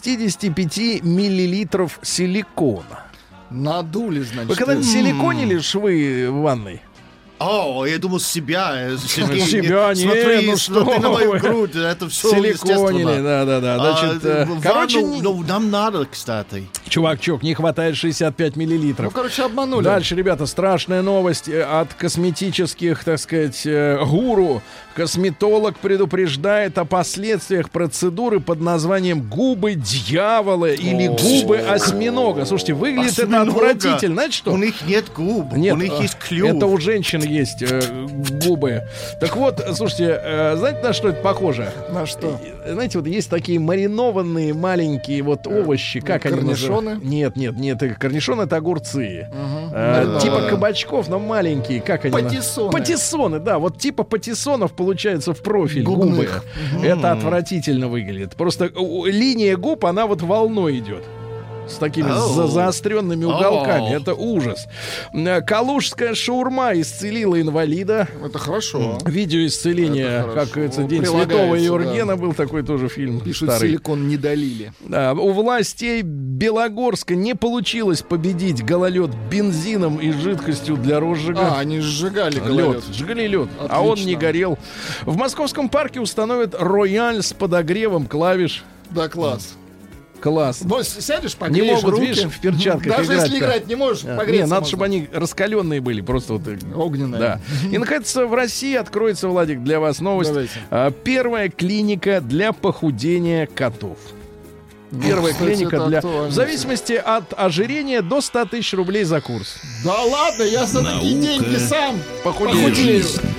65 миллилитров силикона. Надули, значит. Вы когда-нибудь силиконили швы в ванной? О, я думал, себя. Сергей, Себя нет, смотри, ну смотри что на мою вы. грудь, это все Силиконили, да. Значит, короче, нам надо, кстати. чувак, не хватает 65 миллилитров. Ну, короче, обманули. Дальше, ребята, страшная новость от косметических, так сказать, гуру. Косметолог предупреждает о последствиях процедуры под названием губы дьявола или губы осьминога. Слушайте, выглядит это отвратительно. Знаете что? У них нет губ, Нет, у них есть клюв. это у женщин есть губы. Так вот, слушайте, знаете, на что это похоже? На что? Знаете, вот есть такие маринованные маленькие вот овощи. Как они корнишоны? называются? Нет, корнишоны — это огурцы. Маринованные. Типа кабачков, но маленькие. Как они? Патиссоны. Патиссоны, да. Вот типа патиссонов получается в профиль Губных. губы. Это отвратительно выглядит. Просто линия губ, она вот волной идет. С такими заостренными уголками. Это ужас. Калужская шаурма исцелила инвалида. Это хорошо. Видео исцеления, Это как хорошо. говорится, День Прилагается, Святого да. Юргена был такой тоже фильм. Пишут, старый. силикон не долили. Да, у властей Белогорска не получилось победить гололед бензином и жидкостью для розжига. Они сжигали Лед, гололед. сжигали лед, а он не горел. В Московском парке установят рояль с подогревом клавиш. Да, класс. Класс. Вот сядешь, Не погреешь могут, руки. видишь, в перчатках Даже играть-то. если играть не можешь, Не, погреться надо, можно. чтобы они раскаленные были, просто вот. Огненные. Да. И, наконец, в России откроется, Владик, для вас новость. Давайте. Первая клиника для похудения котов. Первая кстати, клиника это для... актуально. В зависимости от ожирения до 100 тысяч рублей за курс. Да ладно, я за такие деньги сам похудею.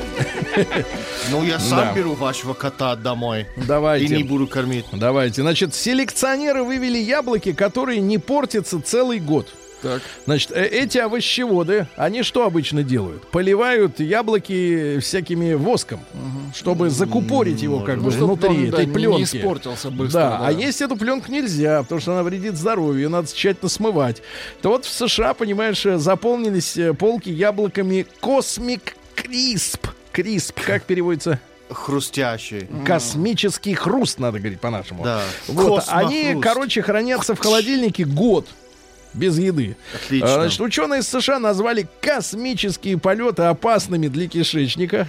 Ну, я сам Да. беру вашего кота домой Давайте. и не буду кормить. Давайте. Значит, селекционеры вывели яблоки, которые не портятся целый год. Так. Значит, эти овощеводы, они что обычно делают? Поливают яблоки всякими воском, чтобы закупорить его как бы чтоб внутри он, этой да, пленки. не испортился быстро. Да, а есть эту пленку нельзя, потому что она вредит здоровью, ее надо тщательно смывать. То вот в США, понимаешь, заполнились полки яблоками Cosmic Crisp. Крисп, как переводится? Хрустящий. Космический хруст, надо говорить по-нашему. Да. Вот, Космохруст. они, короче, хранятся в холодильнике год. Без еды. Отлично. Значит, ученые из США назвали космические полеты опасными для кишечника.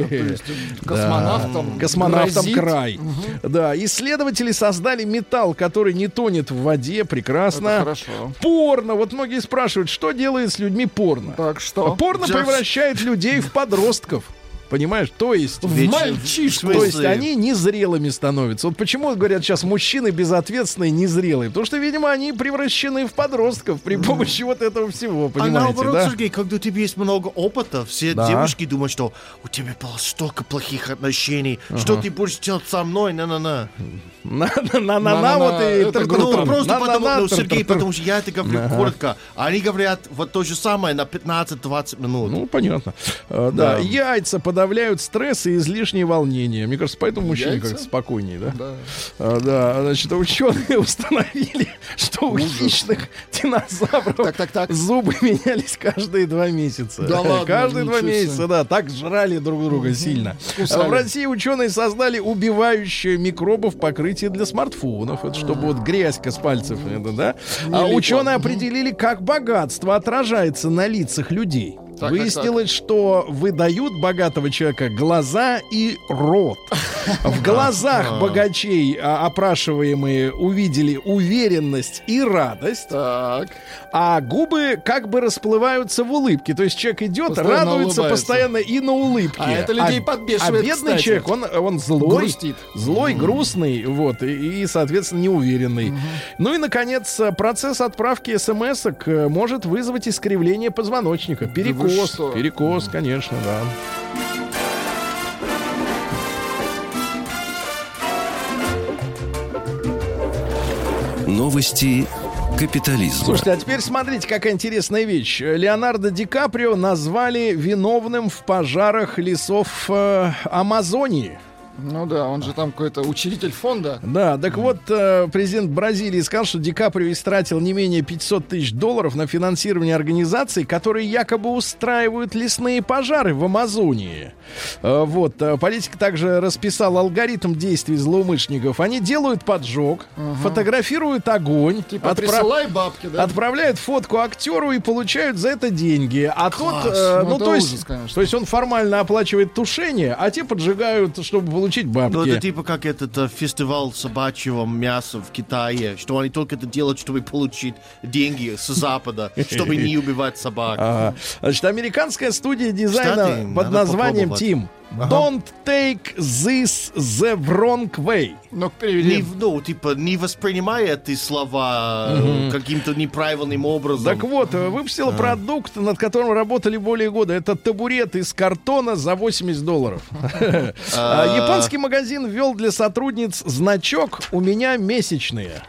Космонавтам Космонавтам грозит. край. Да, исследователи создали металл, который не тонет в воде. Прекрасно. Это хорошо. Порно. Вот многие спрашивают, что делает с людьми порно. Так что? Порно Just- превращает людей в подростков. Понимаешь? То есть... В мальчишку. В То есть смысле? они незрелыми становятся. Вот почему говорят сейчас мужчины безответственные, незрелые. Потому что, видимо, они превращены в подростков при помощи вот этого всего. А Понимаете, наоборот, да? Сергей, когда у тебя есть много опыта, все Да. девушки думают, что у тебя было столько плохих отношений, что ты будешь делать со мной, на-на-на. На-на-на, вот и... это грубо. Ну, просто потому, На-на-на, Сергей, тр-тр-тр. потому что я это говорю коротко. А они говорят вот то же самое на 15-20 минут. Ну, понятно. Да. Да. Яйца подавляют стресс и излишнее волнение. Мне кажется, поэтому мужчине Яйца? как-то спокойнее, да? Да. Да, значит, ученые установили, что у хищных динозавров Так. зубы менялись каждые 2 месяца. Да ладно, Каждые 2 ничего себе. месяца, да, так жрали друг друга сильно. Кусали. В России ученые создали убивающее микробов покрытие для смартфонов. Это чтобы вот грязька с пальцев, это, да? А липла. ученые определили, как богатство отражается на лицах людей. Так. Выяснилось, что выдают богатого человека глаза и рот. В глазах богачей опрашиваемые увидели уверенность и радость, Так. а губы как бы расплываются в улыбке. То есть человек идет, Постоянно радуется улыбается. постоянно и на улыбке. А это людей подбешивает, А бедный кстати. человек, он злой, Грустит. злой, грустный, вот, и, соответственно, неуверенный. Ну и, наконец, процесс отправки смс-ок может вызвать искривление позвоночника. вы Перекос. что? Перекос, конечно, да. Новости капитализма. Слушайте, а теперь смотрите, какая интересная вещь. Леонардо Ди Каприо назвали виновным в пожарах лесов Амазонии. Ну да, он же там какой-то учредитель фонда. Да, так вот, президент Бразилии сказал, что Ди Каприо истратил не менее $500 тысяч на финансирование организаций, которые якобы устраивают лесные пожары в Амазонии. Вот, политик также расписал алгоритм действий злоумышленников. Они делают поджог, фотографируют огонь, Типа присылай бабки, да? отправляют фотку актеру и получают за это деньги. А тот, Ну, это то есть, ужас, конечно. то есть он формально оплачивает тушение, а те поджигают, чтобы получить бабки. Ну, это типа как этот фестиваль собачьего мяса в Китае, что они только это делают, чтобы получить деньги с Запада, чтобы не убивать собак. Ага. Значит, американская студия дизайна Кстати, под надо названием попробовать. Team. Don't take this the wrong way. Ну, перевели. Не воспринимай эти слова каким-то неправильным образом. Так вот, выпустила продукт, над которым работали более года. Это табурет из картона за $80. Японский магазин ввел для сотрудниц значок «У меня месячные».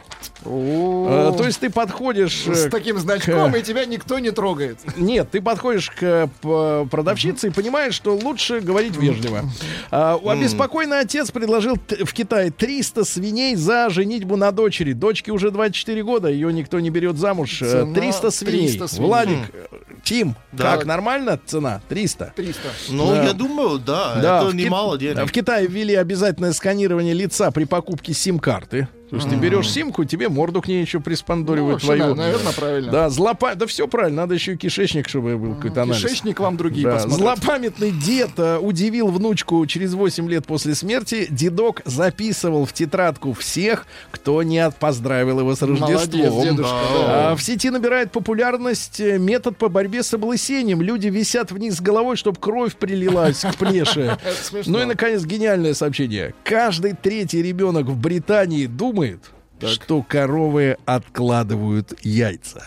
То есть ты подходишь... С таким значком, и тебя никто не трогает. Нет, ты подходишь к продавщице и понимаешь, что лучше говорить вежливо. Обеспокоенный отец предложил в Китае 300 свиней за женитьбу на дочери. Дочке уже 24 года, ее никто не берет замуж. Цена 300 свиней. 300 свиней. Владик, Тим, Да. как, нормально цена? 300? 300. Ну, Да. я думаю, да, Да, это немало денег. В Китае ввели обязательное сканирование лица при покупке сим-карты. То есть ты берешь симку, тебе морду к ней еще приспандоривают твою. Наверное, правильно. Да, да все правильно, надо еще и кишечник, чтобы был какой-то анализ. Кишечник вам другие Да, посмотрят. злопамятный дед удивил внучку через 8 лет после смерти. Дедок записывал в тетрадку всех, кто не поздравил его с Молодец, Рождеством. дедушка, да. В сети набирает популярность метод по борьбе с облысением. Люди висят вниз головой, чтобы кровь прилилась к плеше. Это смешно. Ну и, наконец, гениальное сообщение. Каждый третий ребенок в Британии думает, что коровы откладывают яйца.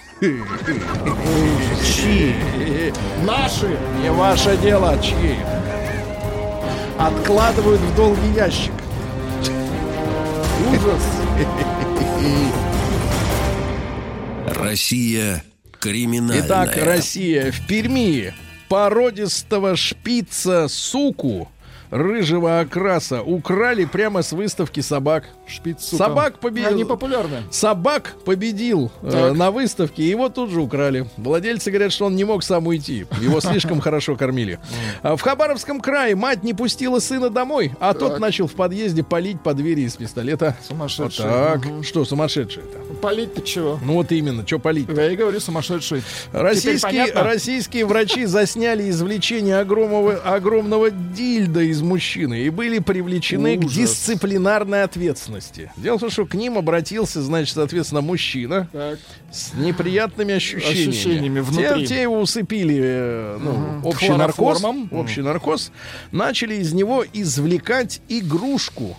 Чьи? Наши. Не ваше дело, чьи. Откладывают в долгий ящик. Ужас. Россия криминальная. Итак, Россия. В Перми породистого шпица суку рыжего окраса украли прямо с выставки собак. Шпиц, сука. Собак победил. Они популярны. Собак победил на выставке, его тут же украли. Владельцы говорят, что он не мог сам уйти. Его слишком хорошо кормили. В Хабаровском крае мать не пустила сына домой, а тот начал в подъезде палить по двери из пистолета. Сумасшедший. Вот так. Что сумасшедший-то? Палить-то чего? Ну вот именно, что палить? Я и говорю, сумасшедший. Российские врачи засняли извлечение огромного дильда из мужчины и были привлечены к Ужас. дисциплинарной ответственности. Дело в том, что к ним обратился, значит, соответственно, мужчина Так. с неприятными ощущениями. Ощущениями внутри. Те его усыпили общий наркоз, Хлороформом. общий наркоз. Начали из него извлекать игрушку.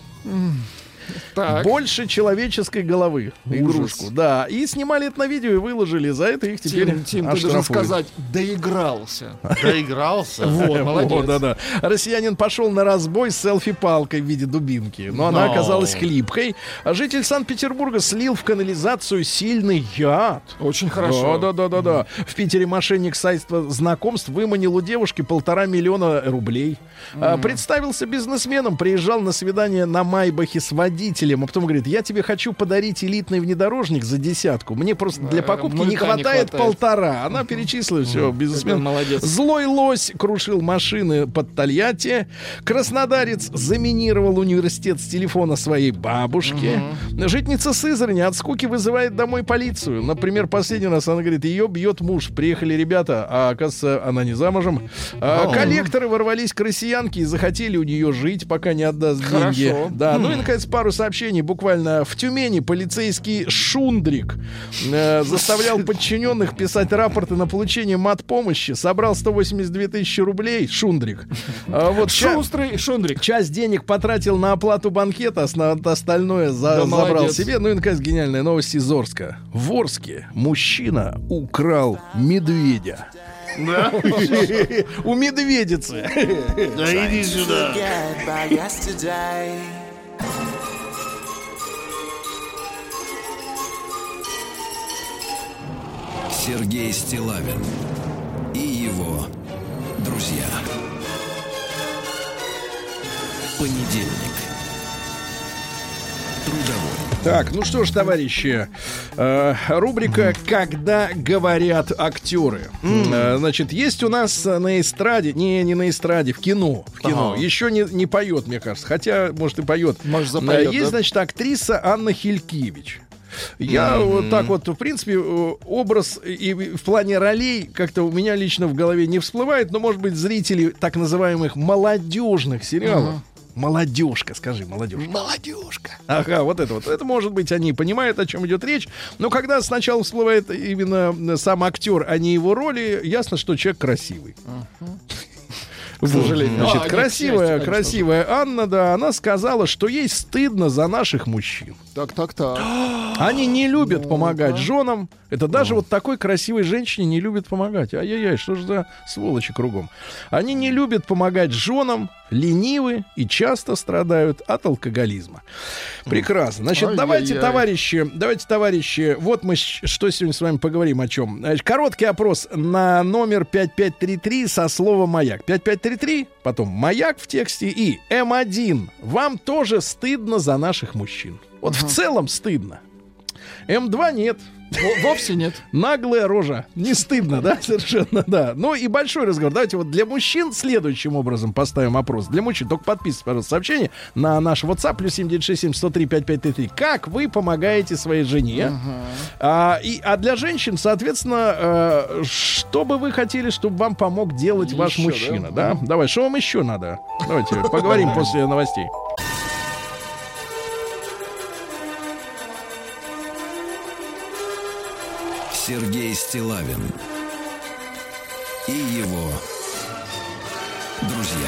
Так. Больше человеческой головы. Игрушку. Да. И снимали это на видео и выложили. За это их теперь Тим, ты должен оштрафуют. сказать, доигрался. Доигрался. Вот, молодец. Да. Россиянин пошел на разбой с селфи-палкой в виде дубинки, но она оказалась хлипкой. А житель Санкт-Петербурга слил в канализацию сильный яд. Очень хорошо. Да. В Питере мошенник сайта знакомств выманил у девушки 1,5 миллиона рублей. Представился бизнесменом, приезжал на свидание на Майбахе с водителем, а потом говорит: я тебе хочу подарить элитный внедорожник за 10. Мне просто для покупки не мулька не хватает хватает. 1,5. Она перечислила все, бизнесмен. Какой молодец. Злой лось крушил машины под Тольятти. Краснодарец заминировал университет с телефона своей бабушки. Житница Сызрани от скуки вызывает домой полицию. Например, последний раз она говорит, ее бьет муж. Приехали ребята, а оказывается, она не замужем. Коллекторы ворвались к россиянке и захотели у нее жить, пока не отдаст деньги. Хорошо. Да, ну и, наконец, пару сообщений. Буквально в Тюмени полицейский Шундрик заставлял подчиненных писать рапорты на получение матпомощи. Собрал 182 тысячи рублей. Шундрик. Шустрый Шундрик. Часть денег потратил на оплату банкета, а остальное забрал молодец. себе. Ну и, наконец, гениальная новость из Орска. В Орске мужчина украл медведя. У медведицы. Да иди сюда. Сергей Стиллавин и его друзья. Понедельник. Трудовой. Так, ну что ж, товарищи, рубрика «Когда говорят актеры». Значит, есть у нас на эстраде, не на эстраде, в кино. Еще не поет, мне кажется. Хотя, может, и поет. Может, запоет, есть, да? значит, актриса Анна Хилькевич. Я вот так вот, в принципе, образ и в плане ролей как-то у меня лично в голове не всплывает, но, может быть, зрители так называемых молодежных сериалов. Молодежка, скажи, молодежка. Молодежка. Ага, вот это вот. Это, может быть, они понимают, о чем идет речь. Но когда сначала всплывает именно сам актер, а не его роли, ясно, что человек красивый. К сожалению. Значит, Нет, красивая, к счастью, красивая Анна, да, она сказала, что ей стыдно за наших мужчин. Так. Они не любят помогать женам. Это даже вот такой красивой женщине не любят помогать. Ай-яй-яй, что же за сволочи кругом. Они не любят помогать женам, ленивы и часто страдают от алкоголизма. Прекрасно. Значит, давайте, товарищи, вот мы что сегодня с вами поговорим о чем. Значит, короткий опрос на номер 5533 со словом «Маяк». 5533, потом «Маяк» в тексте и М1. Вам тоже стыдно за наших мужчин. Вот в целом стыдно. М2 нет. Вовсе нет. Наглая рожа. Не стыдно, да? Совершенно, да. Ну и большой разговор. Давайте вот для мужчин следующим образом поставим опрос. Для мужчин. Только подписывайтесь, пожалуйста, сообщение на наш WhatsApp +7 967 103 5533. Как вы помогаете своей жене? А для женщин, соответственно, что бы вы хотели, чтобы вам помог делать ваш мужчина? Да? Давай, что вам еще надо? Давайте поговорим после новостей. Сергей Стиллавин и его друзья.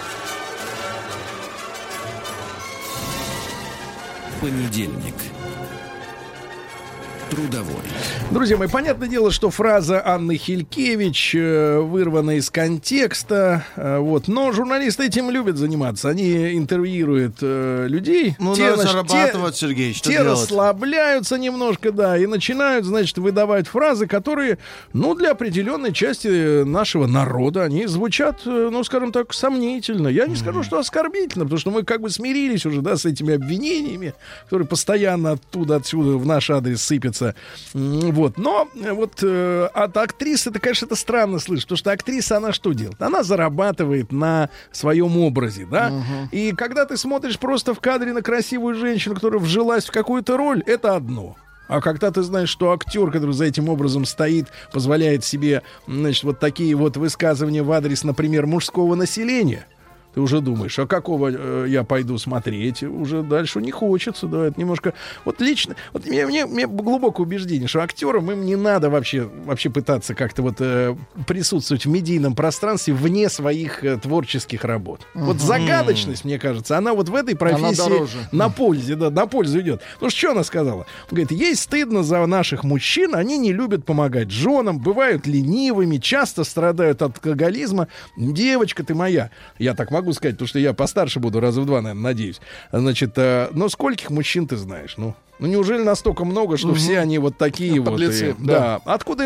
Понедельник. Трудовой. Друзья мои, понятное дело, что фраза Анны Хилькевич вырвана из контекста, вот, но журналисты этим любят заниматься. Они интервьюируют людей. Ну, надо зарабатывать, Сергей, что те делать? расслабляются немножко, да, и начинают, значит, выдавать фразы, которые, ну, для определенной части нашего народа, они звучат, ну, скажем так, сомнительно. Я не скажу, что оскорбительно, потому что мы как бы смирились уже, да, с этими обвинениями, которые постоянно отсюда в наш адрес сыпятся. Вот, но вот от актрисы, это, конечно, это странно слышать, потому что актриса, она что делает? Она зарабатывает на своем образе, да? И когда ты смотришь просто в кадре на красивую женщину, которая вжилась в какую-то роль, это одно. А когда ты знаешь, что актер, который за этим образом стоит, позволяет себе, значит, вот такие вот высказывания в адрес, например, мужского населения, ты уже думаешь, а какого я пойду смотреть? Уже дальше не хочется, да, это немножко... Вот лично, вот мне глубокое убеждение, что актерам им не надо вообще пытаться как-то вот присутствовать в медийном пространстве вне своих творческих работ. Вот загадочность, мне кажется, она вот в этой профессии на пользу идет. Ну что она сказала? Говорит, ей стыдно за наших мужчин, они не любят помогать женам, бывают ленивыми, часто страдают от алкоголизма. Девочка ты моя, я так могу сказать, потому что я постарше буду, раза в два, наверное, надеюсь. Значит, но скольких мужчин ты знаешь? Ну неужели настолько много, что все они вот такие подлецы, вот? Да. Откуда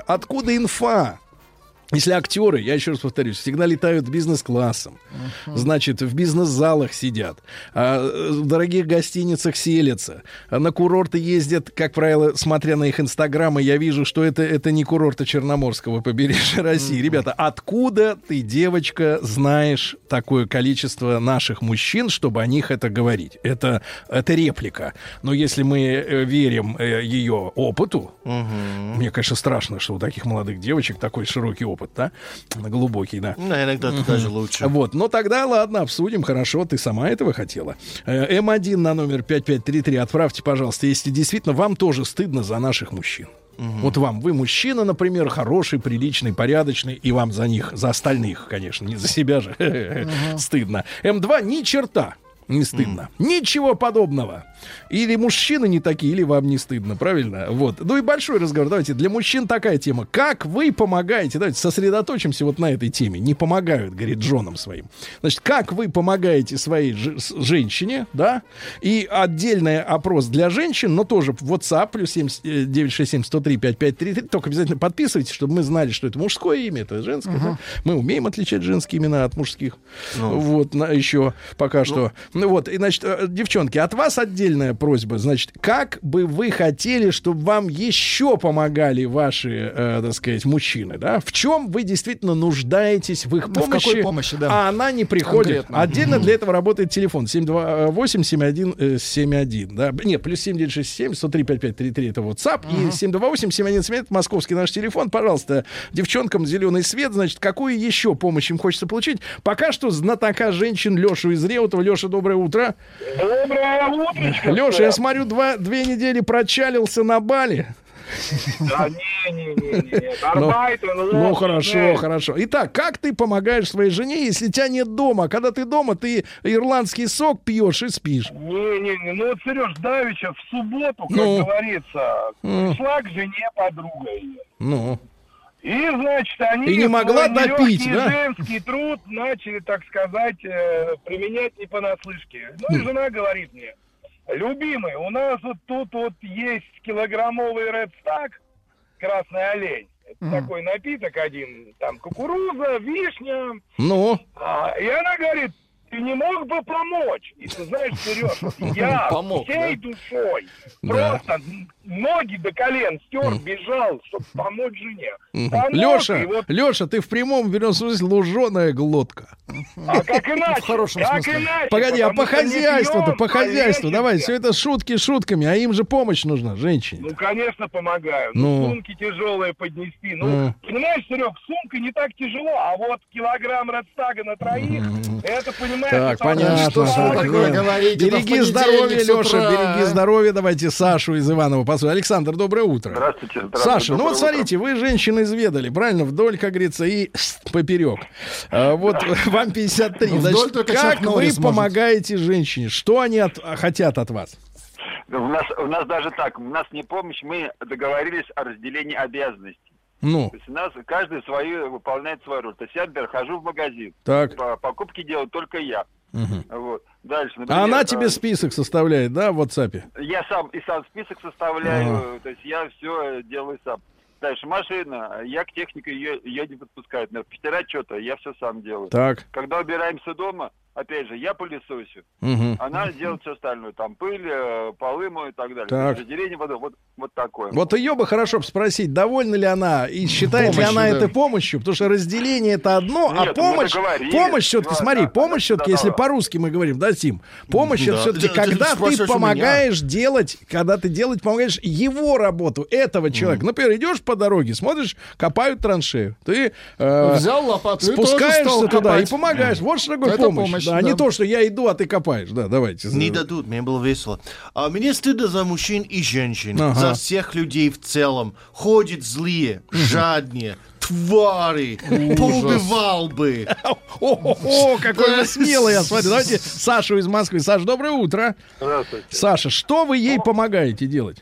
инфа? Если актеры, я еще раз повторюсь, всегда летают бизнес-классом, значит, в бизнес-залах сидят, в дорогих гостиницах селятся, на курорты ездят, как правило, смотря на их инстаграмы, я вижу, что это не курорты Черноморского побережья России. Ребята, откуда ты, девочка, знаешь такое количество наших мужчин, чтобы о них это говорить? Это реплика. Но если мы верим ее опыту, мне, конечно, страшно, что у таких молодых девочек такой широкий опыт, да? Глубокий, да. Ну, иногда это даже лучше. Вот, но тогда, ладно, обсудим, хорошо, ты сама этого хотела. М1 на номер 5533 отправьте, пожалуйста, если действительно вам тоже стыдно за наших мужчин. Вот вам, вы мужчина, например, хороший, приличный, порядочный, и вам за них, за остальных, конечно, не за себя же, стыдно. М2 ни черта. Не стыдно. Ничего подобного. Или мужчины не такие, или вам не стыдно, правильно? Вот. Ну и большой разговор. Давайте, для мужчин такая тема. Как вы помогаете? Давайте сосредоточимся вот на этой теме. Не помогают, говорит, женам своим. Значит, как вы помогаете своей женщине, да? И отдельный опрос для женщин, но тоже в WhatsApp, плюс 7967-103-5533. Только обязательно подписывайтесь, чтобы мы знали, что это мужское имя, это женское. Да? Мы умеем отличать женские имена от мужских. Вот, еще пока что. Ну вот, и, значит, девчонки, от вас отдельная просьба. Значит, как бы вы хотели, чтобы вам еще помогали ваши, так сказать, мужчины, да? В чем вы действительно нуждаетесь в их помощи? В какой помощи, да. А она не приходит. Конкретно. Отдельно для этого работает телефон 728-7171, да? Не, плюс 7967-103-5533 это WhatsApp, и 728-7171 это московский наш телефон. Пожалуйста, девчонкам зеленый свет. Значит, какую еще помощь им хочется получить? Пока что знатока женщин Лешу из Реутова. Леша, доброе утро. Доброе утречко. Леша, я смотрю, 2 недели прочалился на Бали. Да не. Арбайтен, Ну, хорошо. Итак, как ты помогаешь своей жене, если тебя нет дома? Когда ты дома, ты ирландский сок пьешь и спишь. Не. Ну вот, Сереж, давеча в субботу, как говорится, пришла к жене подруга ее. Ну. И, значит, они И не могла свой допить, нелегкий да? женский труд начали, так сказать, применять не понаслышке. Ну и жена говорит мне: любимый, у нас вот тут вот есть килограммовый Red Stag, красный олень. Это такой напиток один, там кукуруза, вишня. Ну. И она говорит: ты не мог бы помочь? И ты знаешь, Сереж, я всей душой просто ноги до колен стер, бежал, чтобы помочь жене. Леша, ты в прямом смысле луженая глотка. А как иначе? В хорошем смысле. Погоди, а по хозяйству-то, полезно. давай, все это шутки шутками, а им же помощь нужна, женщине. Ну, конечно, помогаю. Ну. Сумки тяжелые поднести. Понимаешь, Серег, сумка не так тяжело, а вот килограмм Редстага на троих, это, понимаешь... Так, понятно. Что такое говорите? Береги здоровье, Леша, береги здоровье. Давайте Сашу из Иванова послушаем. Александр, доброе утро. Здравствуйте. Саша, ну вот смотрите, вы женщин изведали, правильно? Вдоль, как говорится, и поперек. Вот вам 53. Вдоль только Значит, как Чак вы Норрис помогаете женщине? Что они хотят от вас? У нас даже так, у нас не помощь, мы договорились о разделении обязанностей. Ну. То есть у нас каждый выполняет свою роль. То есть я, например, хожу в магазин. Так. Покупки делаю только я. Вот. Дальше, например, А она тебе список составляет, да, в WhatsApp? Я сам список составляю, то есть я все делаю сам. Дальше машина, я к технике ее не подпускаю. Например, постирать что-то, я все сам делаю. Так. Когда убираемся дома, опять же, я пылесосю. Она делает все остальное. Там пыль, полы мою и так далее. Так. Разделение вот такое. Вот ее бы хорошо спросить, довольна ли она и считает ли она это помощью, потому что разделение это одно, а помощь все-таки, смотри, помощь все-таки, если по-русски мы говорим, да, Тим, помощь это все-таки, когда ты помогаешь делать, помогаешь его работу, этого человека. Например, идешь по дороге, смотришь, копают траншею, ты взял лопату, спускаешься туда и помогаешь. Вот что такое помощь. Да, да. не то, что я иду, а ты копаешь. Да, давайте. Не дадут, мне было весело. Мне стыдно за мужчин и женщин, за всех людей в целом. Ходят злые, жадные, твари, поубивал бы. О, какой вы смелый, я смотрю. Давайте Сашу из Москвы. Саша, доброе утро. Здравствуйте. Саша, что вы ей помогаете делать?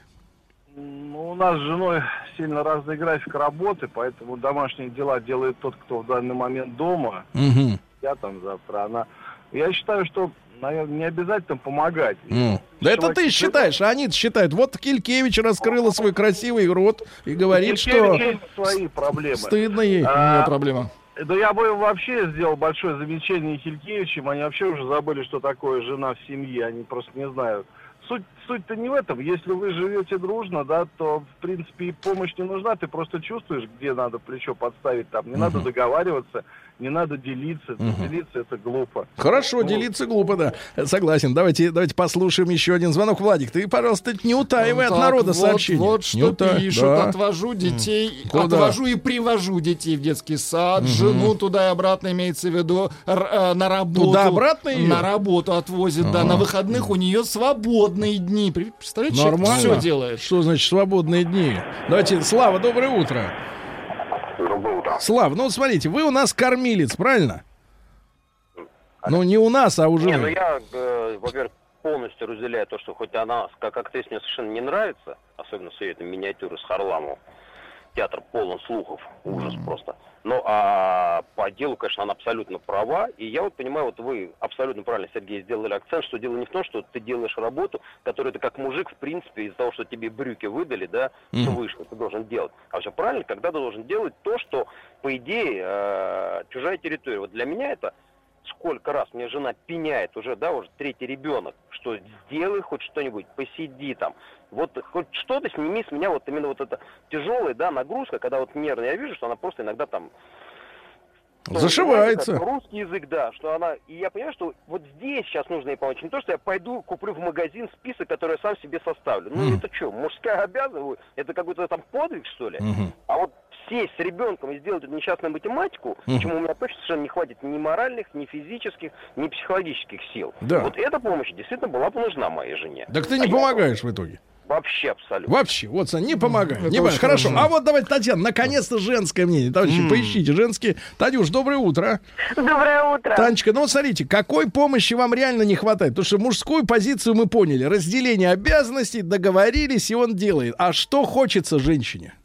Ну, у нас с женой сильно разный график работы, поэтому домашние дела делает тот, кто в данный момент дома. Я там завтра, она... Я считаю, что, наверное, не обязательно помогать. Да это ты считаешь, а они считают. Вот Килькевич раскрыла свой красивый рот и говорит, что свои проблемы. Стыдно ей. У меня проблема. Да я бы вообще сделал большое замечание Хилькевичам. Они вообще уже забыли, что такое жена в семье. Они просто не знают. Суть-то не в этом. Если вы живете дружно, да, то, в принципе, и помощь не нужна. Ты просто чувствуешь, где надо плечо подставить. Там не надо договариваться, не надо делиться. Делиться — это глупо. Хорошо, делиться глупо, да. Согласен. Давайте послушаем еще один звонок. Владик, ты, пожалуйста, не утаивай от народа сообщения. Вот что пишут. Да. Отвожу детей, отвожу и привожу детей в детский сад, жену туда и обратно, имеется в виду, на работу. Туда-обратно ее? На работу отвозит, да. На выходных у нее свободные дни. Представляете, человек все делает. Что значит свободные дни? Давайте, Слава, доброе утро. Доброе утро. Слав, ну смотрите, вы у нас кормилец, правильно? Ну, не у нас, а у жены. Не, ну я, во-первых, полностью разделяю то, что хоть она как актриса мне совершенно не нравится, особенно с ее этой миниатюрой с Харламовым, театр полон слухов, ужас просто. Ну, а по делу, конечно, она абсолютно права. И я вот понимаю, вот вы абсолютно правильно, Сергей, сделали акцент, что дело не в том, что ты делаешь работу, которую ты как мужик, в принципе, из-за того, что тебе брюки выдали, да, что вышло, ты должен делать. А все правильно, когда ты должен делать то, что, по идее, чужая территория. Вот для меня это... Сколько раз мне жена пеняет уже, да, уже третий ребенок, что сделай хоть что-нибудь, посиди там. Вот хоть что-то сними с меня, вот именно вот эта тяжелая, да, нагрузка, когда вот нервно я вижу, что она просто иногда там... Зашивается. Русский язык, да, что она... И я понимаю, что вот здесь сейчас нужно ей помочь. Не то, что я пойду, куплю в магазин список, который я сам себе составлю. Ну, это что, мужская обязанность? Это какой-то там подвиг, что ли? А вот сесть с ребенком и сделать эту несчастную математику, чему у меня точно совершенно не хватит ни моральных, ни физических, ни психологических сил. Да. Вот эта помощь действительно была бы нужна моей жене. Так ты не помогаешь в итоге. Вообще абсолютно. Вообще, вот, Сань, не помогает. Не помогает. Хорошо. А вот давайте, Татьяна, наконец-то женское мнение. Товарищи, поищите женские. Танюш, доброе утро. Доброе утро. Танечка, ну вот смотрите, какой помощи вам реально не хватает? Потому что мужскую позицию мы поняли. Разделение обязанностей, договорились, и он делает. А что хочется женщине?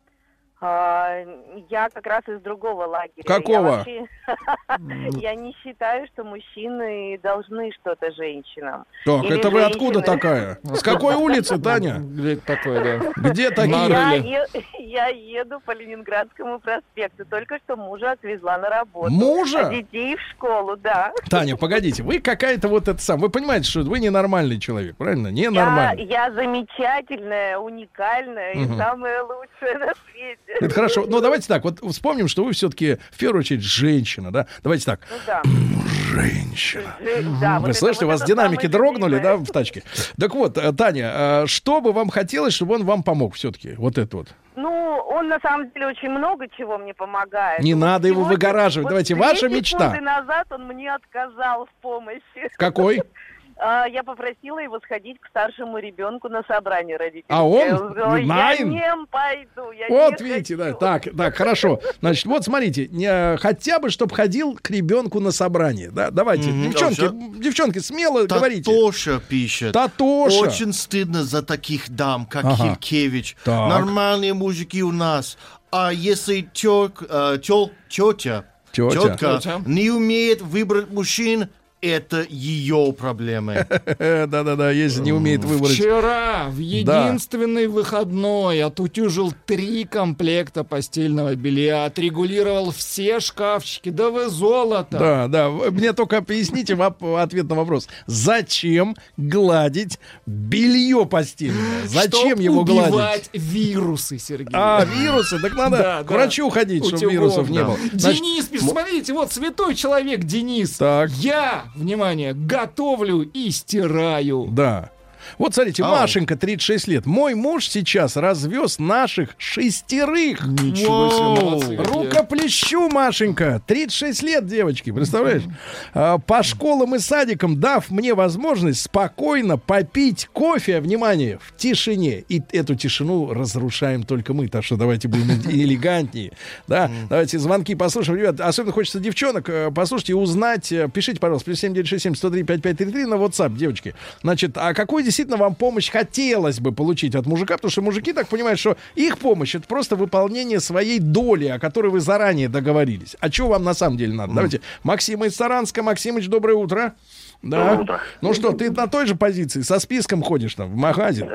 Я как раз из другого лагеря. Какого? Я не считаю, что мужчины должны что-то женщинам. Так, это вы откуда такая? С какой улицы, Таня? Где такое, да? Где такие? Я еду по Ленинградскому проспекту. Только что мужа отвезла на работу. Мужа? А детей в школу, да. Таня, погодите, вы какая-то вот это сам. Вы понимаете, что вы ненормальный человек, правильно? Ненормальный. Я замечательная, уникальная и самая лучшая на свете. Это хорошо. Но давайте так, вот вспомним, что вы все-таки в первую очередь женщина, да? Давайте так. Ну, да. Женщина. Да, Вы слышите, у вас динамики дрогнули, да, в тачке? Так вот, Таня, что бы вам хотелось, чтобы он вам помог все-таки? Вот это вот. Ну, он на самом деле очень много чего мне помогает. Не надо его выгораживать. Вот Давайте, ваша мечта. 2 секунды назад он мне отказал в помощи. Какой? Я попросила его сходить к старшему ребенку на собрание родителей. А он? Я не пойду. Вот видите, да. Так, хорошо. Значит, вот смотрите, хотя бы, чтобы ходил к ребенку на собрание. Да, давайте, девчонки, смело говорите. Татоша пишет. Татоша. Очень стыдно за таких дам, как Хилькевич. Так. Нормальные мужики у нас. А если тетка не умеет выбрать мужчин, это ее проблемы. Да-да-да, если не умеет выбрать. Вчера в единственный выходной отутюжил 3 комплекта постельного белья, отрегулировал все шкафчики. Да вы золото! Да. Мне только поясните ответ на вопрос. Зачем гладить белье постельное? Зачем его гладить? Убивать вирусы, Сергей. Вирусы? Так надо к врачу ходить, чтобы вирусов не было. Денис пишет, смотрите, вот святой человек Денис. Так. Я, внимание, готовлю и стираю. Да. Вот смотрите, Машенька, 36 лет. Мой муж сейчас развез наших 6. Ничего себе, молодцы. Рукоплещу, Машенька. 36 лет, девочки, представляешь? По школам и садикам, дав мне возможность спокойно попить кофе, внимание, в тишине. И эту тишину разрушаем только мы, так что давайте будем элегантнее. Да? Давайте звонки послушаем. Ребят, особенно хочется девчонок послушать и узнать. Пишите, пожалуйста, +7 967 103 5533 на WhatsApp, девочки. Значит, а какой действительно вам помощь хотелось бы получить от мужика, потому что мужики так понимают, что их помощь — это просто выполнение своей доли, о которой вы заранее договорились. А что вам на самом деле надо? Давайте, Максим из Саранска. Максимыч, доброе утро. Да. Доброе утро. Ну что, ты на той же позиции, со списком ходишь там в магазин?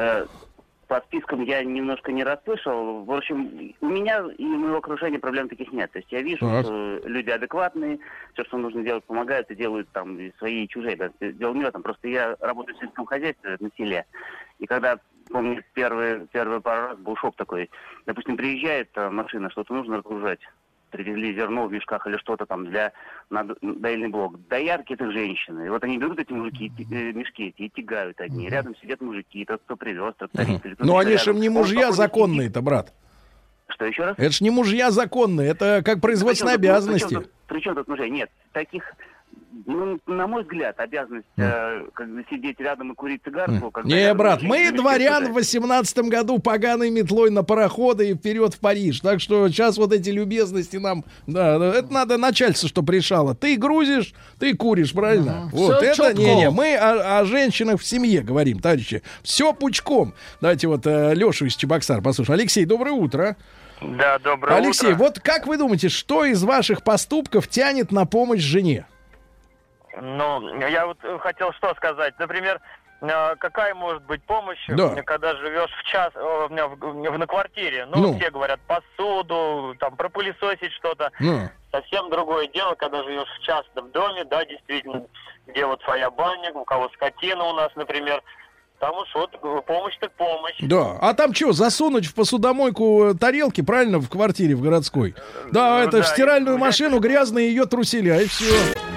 По спискам я немножко не расслышал. В общем, у меня и моего окружения проблем таких нет. То есть я вижу, что люди адекватные, все, что нужно делать, помогают и делают там и свои, и чужие. Да, дело не в этом. Просто я работаю в сельском хозяйстве на селе. И когда, помню, первый пару раз был шок такой. Допустим, приезжает машина, что-то нужно разгружать. Привезли зерно в мешках или что-то там на доильный блок. Доярки — это женщины. И вот они берут эти мужики, мешки эти и тягают одни. Рядом сидят мужики, тот, кто привез, тракторист. Но они же не мужья законные-то, брат. Что, еще раз? Это ж не мужья законные, это как производственные обязанности. При чем тут мужья? Нет, таких ну, на мой взгляд, обязанность как бы сидеть рядом и курить цигарку. Не, брат, мы дворян в 18-м году поганой метлой на пароходы и вперед в Париж. Так что сейчас вот эти любезности нам... Да, это надо начальство, что решало. Ты грузишь, ты куришь, правильно? Вот Всё это... чётко. Не-не, мы о женщинах в семье говорим, товарищи. Все пучком. Давайте вот Лешу из Чебоксар послушаем. Алексей, доброе утро. Да, доброе Алексей, утро. вот как вы думаете, что из ваших поступков тянет на помощь жене? Ну, я вот хотел что сказать. Например, какая может быть помощь, когда живешь на квартире? Ну, все говорят, посуду, там, пропылесосить что-то. Совсем другое дело, когда живешь в частном доме, да, действительно, где вот своя баня, у кого скотина у нас, например. Там уж вот помощь так помощь. Да, а там что, засунуть в посудомойку тарелки, правильно, в квартире, в городской? Да, это в стиральную машину грязные ее труселя, и все.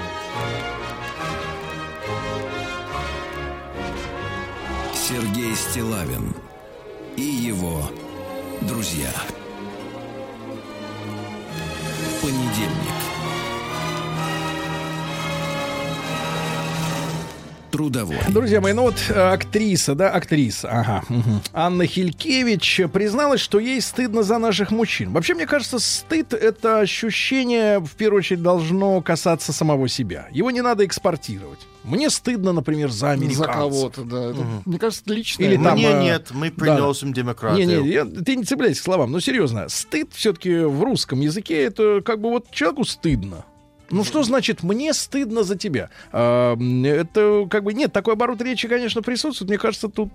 Сергей Стиллавин и его друзья. Понедельник. Трудовой. Друзья мои, ну вот актриса, Анна Хилькевич призналась, что ей стыдно за наших мужчин. Вообще, мне кажется, стыд — это ощущение, в первую очередь, должно касаться самого себя. Его не надо экспортировать. Мне стыдно, например, за американцев. За кого-то, да. Это, мне кажется, лично. Или там, нет, мы приносим демократию. Ты не цепляйся к словам, но серьезно, стыд все-таки в русском языке, это как бы вот человеку стыдно. Ну, что значит «мне стыдно за тебя»? Это как бы... Нет, такой оборот речи, конечно, присутствует. Мне кажется, тут,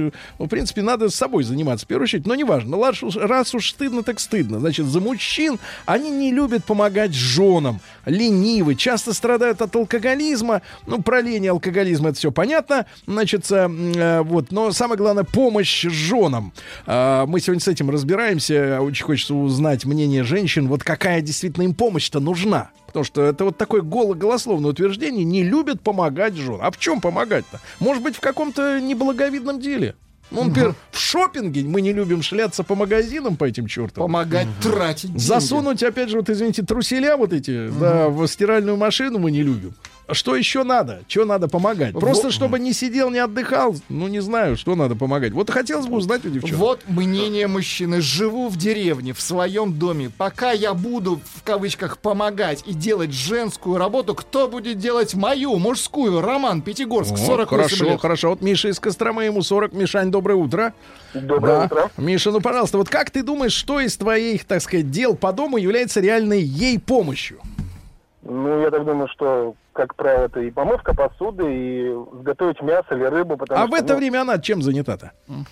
в принципе, надо с собой заниматься в первую очередь. Но неважно. Раз уж стыдно, так стыдно. Значит, за мужчин они не любят помогать женам. Ленивы, часто страдают от алкоголизма. Ну, про лень и алкоголизм — это все понятно. Значит, вот. Но самое главное — помощь женам. Мы сегодня с этим разбираемся. Очень хочется узнать мнение женщин. Вот какая действительно им помощь-то нужна. Потому что это вот такое голословное утверждение: не любят помогать женам. А в чем помогать-то? Может быть, в каком-то неблаговидном деле. Ну, например, в шопинге мы не любим шляться по магазинам, по этим чертам. Помогать тратить деньги. Засунуть, опять же, вот, извините, труселя вот эти, да, в стиральную машину мы не любим. Что еще надо? Чего надо помогать? Просто чтобы не сидел, не отдыхал. Ну, не знаю, что надо помогать. Вот хотелось бы узнать у девчонок. Вот мнение мужчины. Живу в деревне, в своем доме. Пока я буду, в кавычках, помогать и делать женскую работу, кто будет делать мою, мужскую? Роман, Пятигорск, 48 лет. Хорошо. Вот Миша из Костромы, ему 40. Мишань, доброе утро. Доброе утро. Миша, ну, пожалуйста, вот как ты думаешь, что из твоих, так сказать, дел по дому является реальной ей помощью? Ну, я так думаю, что, как правило, это и помывка посуды, и сготовить мясо или рыбу. А в это время она чем занята-то?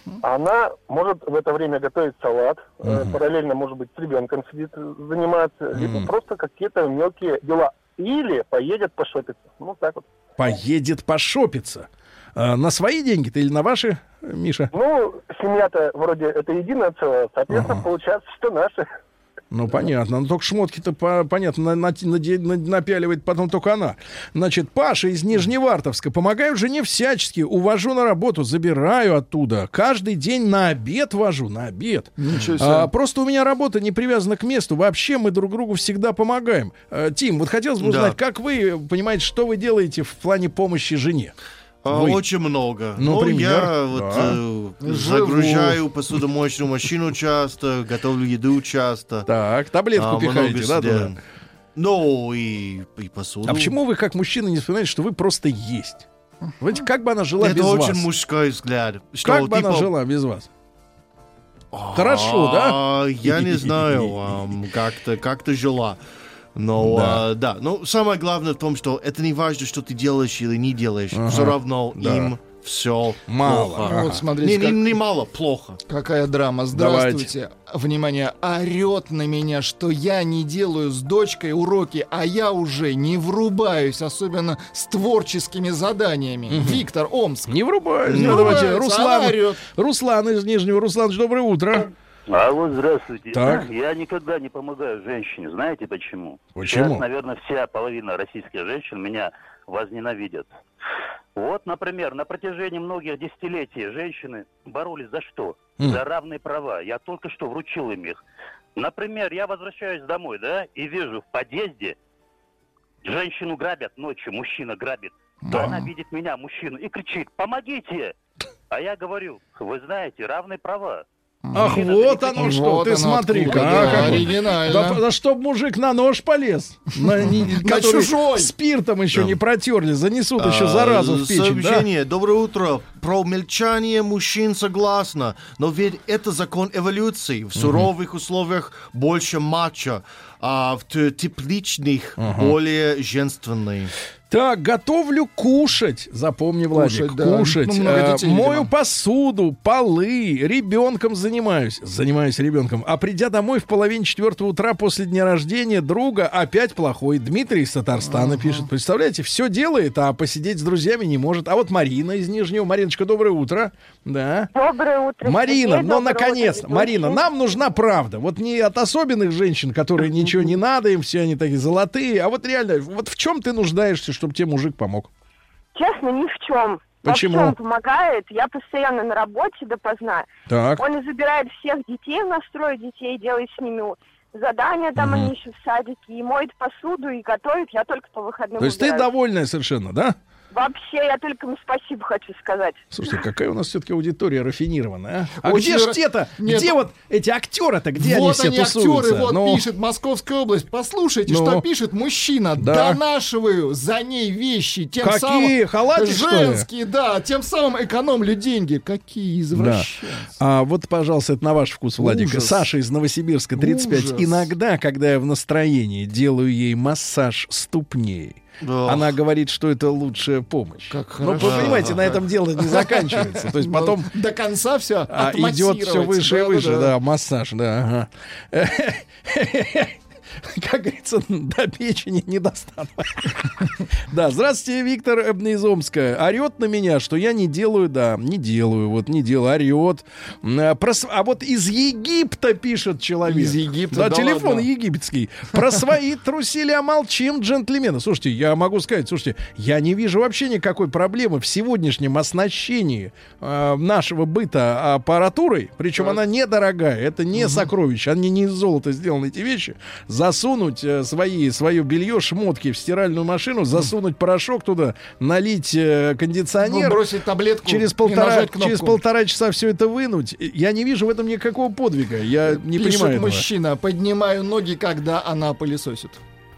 Она может в это время готовить салат, параллельно, может быть, с ребенком сидит, заниматься, либо просто какие-то мелкие дела. Или поедет пошопиться. Ну, так вот. Поедет пошопиться. На свои деньги-то или на ваши, Миша? Ну, семья-то вроде это единое целое, соответственно, получается, что наши. Ну, понятно. Но только шмотки-то, понятно, напяливает потом только она. Значит, Паша из Нижневартовска. Помогаю жене всячески. Увожу на работу, забираю оттуда. Каждый день на обед вожу. На обед. Ничего себе. Просто у меня работа не привязана к месту. Вообще мы друг другу всегда помогаем. Тим, вот хотелось бы узнать, как вы понимаете, что вы делаете в плане помощи жене? Очень много. Например, я вот загружаю посудомоечную машину часто, готовлю еду часто. Так, таблетку пихаете, да? Ну, и посуду. А почему вы, как мужчина, не вспоминаете, что вы просто есть? Знаете, как бы она жила без вас? Это очень мужской взгляд. Как бы она жила без вас? Хорошо, да? Я не знаю, как-то жила. Но, да. Но самое главное в том, что это не важно, что ты делаешь или не делаешь. Все равно им все мало. Плохо. Вот смотрите, не мало, плохо. Какая драма. Здравствуйте. Внимание, орет на меня, что я не делаю с дочкой уроки, а я уже не врубаюсь, особенно с творческими заданиями. Виктор, Омск. Не врубаюсь. Ну, давайте, Руслан из Нижнего. Руслан, доброе утро. Алло, здравствуйте. Так. Я никогда не помогаю женщине. Знаете почему? Почему? Сейчас, наверное, вся половина российских женщин меня возненавидят. Вот, например, на протяжении многих десятилетий женщины боролись за что? За равные права. Я только что вручил им их. Например, я возвращаюсь домой, да, и вижу в подъезде женщину грабят ночью, мужчина грабит. Да. Она видит меня, мужчину, и кричит: помогите! А я говорю: вы знаете, равные права. Ах, вот оно что, Вот ты оно смотри, откуда, как да, оригинально. Да чтоб мужик на нож полез, который чужой. спиртом еще не протерли, занесут еще заразу в печень. Сообщение. Доброе утро. Про умельчание мужчин согласна, но ведь это закон эволюции. В суровых условиях больше мачо, а в тепличных более женственный. Так, готовлю кушать. Запомни, Владик, Кушать, да. кушать. Ну, мою посуду, полы, ребенком занимаюсь. Занимаюсь ребенком. А придя домой в 3:30 утра после дня рождения друга, опять плохой. Дмитрий из Татарстана пишет. Представляете, все делает, а посидеть с друзьями не может. А вот Марина из Нижнего. Мариночка, доброе утро. Да. Доброе утро. Марина, Сергей, но наконец, утро, Марина, нам нужна правда. Вот не от особенных женщин, которые ничего не надо, им все они такие золотые, а вот реально, вот в чем ты нуждаешься, чтобы тебе мужик помог? Честно, ни в чем. Почему? Во всем помогает. Я постоянно на работе допоздна. Так. Он и забирает всех детей, настроит детей, делает с ними задания, там они еще в садике, и моет посуду, и готовит. Я только по выходным То есть ты довольная совершенно, да? Вообще, я только ему спасибо хочу сказать. Слушайте, какая у нас все-таки аудитория рафинированная, а? А Очень где ж те-то? Где вот эти актеры-то? Где вот они все тусуются? актеры, вот пишет Московская область. Послушайте, что пишет мужчина. Да. Донашиваю за ней вещи. Тем какие? Самым Халатик, женские, да. Тем самым экономлю деньги. Какие извращенцы. Да. А вот, пожалуйста, это на ваш вкус, Владик. Ужас. Саша из Новосибирска, 35. Ужас. Иногда, когда я в настроении, делаю ей массаж ступней. Она говорит, что это лучшая помощь. Как Но вы понимаете, на этом дело не заканчивается. То есть потом до конца все идет все выше и выше. Да, массаж, да. Как говорится, до печени не достану. Да, здравствуйте, Виктор из Омска. Орет на меня, что я не делаю, орет. А вот из Египта пишет человек. Из Египта, да, да телефон ладно. египетский. Про свои труселя молчим, джентльмены. Слушайте, я могу сказать, я не вижу вообще никакой проблемы в сегодняшнем оснащении нашего быта аппаратурой. Причем она недорогая, это не сокровище, они не из золота сделаны, эти вещи. Засунуть свое белье, шмотки в стиральную машину, засунуть порошок туда, налить кондиционер, бросить таблетку через полтора часа все это вынуть. Я не вижу в этом никакого подвига. Я не Пишет понимаю этого. мужчина: поднимаю ноги, когда она пылесосит.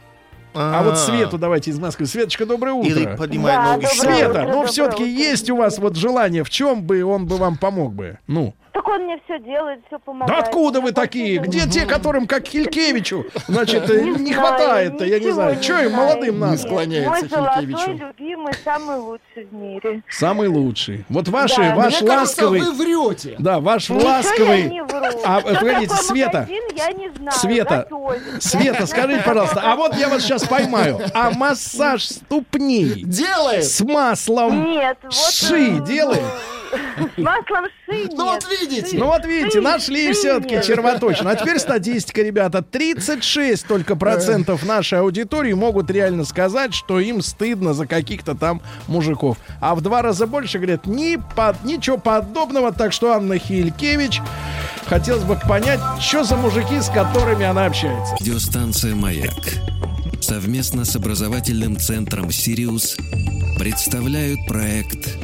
А вот Свету давайте из Москвы. Светочка, доброе утро. Или поднимай ноги. Света, но все-таки есть у вас вот желание, в чем бы он бы вам помог бы? Ну. Так он мне все делает, все помогает. Да откуда вы такие? Где те, которым, как Хилькевичу, значит, не хватает-то? Я не знаю. Что им молодым надо? Не склоняется Мой золотой, Хилькевичу. любимый, самый лучший в мире. Самый лучший. Вот ваш Мне ласковый... кажется, вы врете. Да, ваш Ничего ласковый... я не вру. А, Что погодите, такое Света. магазин, я не знаю. Света, Готовить. Света, скажите, пожалуйста, а вот я вас сейчас поймаю. А массаж ступней Делает. с маслом Нет, вот, ши делает? С маслом ши Ну вот нет. видите. Ну вот видите, нашли все-таки червоточину. А теперь статистика, ребята. 36 только процентов нашей аудитории могут реально сказать, что им стыдно за каких-то там мужиков. А в 2 раза больше говорят, ничего подобного. Так что Анна Хилькевич, хотелось бы понять, что за мужики, с которыми она общается. Радиостанция «Маяк» совместно с образовательным центром «Сириус» представляют проект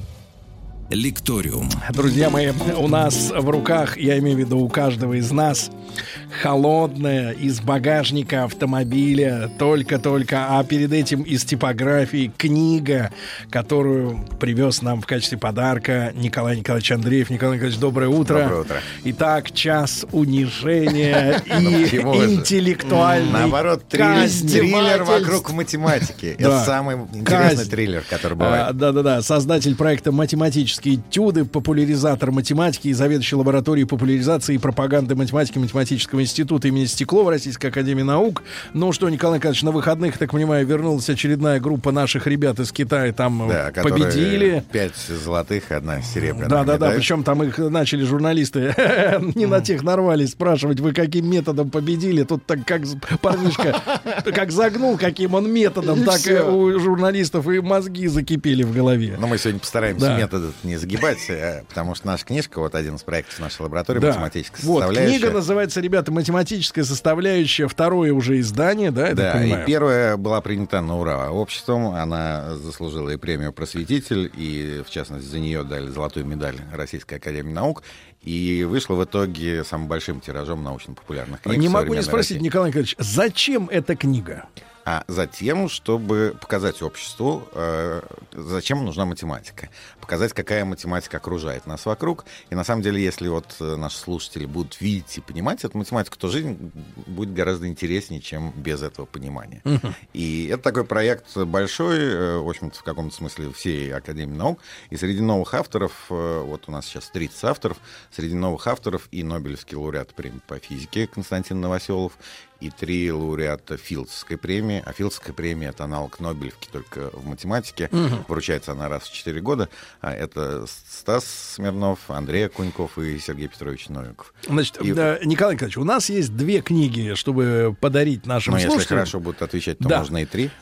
«Лекториум». Друзья мои, у нас в руках, я имею в виду у каждого из нас, холодная из багажника автомобиля, только-только, а перед этим из типографии книга, которую привез нам в качестве подарка Николай Николаевич Андреев. Николай Николаевич, доброе утро. Доброе утро. Итак, час унижения и интеллектуальной наоборот, триллер вокруг математики. Это самый интересный триллер, который бывает. Да-да-да, создатель проекта «Математические этюды», популяризатор математики и заведующий лабораторией популяризации и пропаганды математики Математического института имени Стеклова Российской академии наук. Ну что, Николай Николаевич, на выходных, так понимаю, вернулась очередная группа наших ребят из Китая, там победили. 5 золотых и 1 серебряная. Да-да-да, причем там их начали журналисты не на тех нарвались спрашивать, вы каким методом победили. Тут так как парнишка как загнул, каким он методом, так и у журналистов и мозги закипели в голове. Но мы сегодня постараемся метод не загибать, потому что наша книжка, вот один из проектов нашей лаборатории математической вот, составляющая. книга называется, ребята, это математическая составляющая, второе уже издание, да, я так понимаю? И первая была принята на ура обществом. Она заслужила и премию «Просветитель», и, в частности, за нее дали золотую медаль Российской академии наук. И вышла в итоге самым большим тиражом научно-популярных книг. Не могу не спросить, России. Николай Николаевич, зачем эта книга? А затем, чтобы показать обществу, зачем нужна математика. Показать, какая математика окружает нас вокруг. И на самом деле, если вот наши слушатели будут видеть и понимать эту математику, то жизнь будет гораздо интереснее, чем без этого понимания. И это такой проект большой, в общем-то, в каком-то смысле всей Академии наук. И среди новых авторов, вот у нас сейчас 30 авторов, среди новых авторов и Нобелевский лауреат премии по физике Константин Новоселов, и 3 лауреата Филдсовской премии. А Филдсовская премия — это аналог Нобелевки, только в математике. Вручается она раз в 4 года. Это Стас Смирнов, Андрей Окуньков и Сергей Петрович Новиков. Значит, Николай Николаевич, у нас есть 2 книги, чтобы подарить нашим слушателям. Если хорошо будут отвечать, то можно и 3.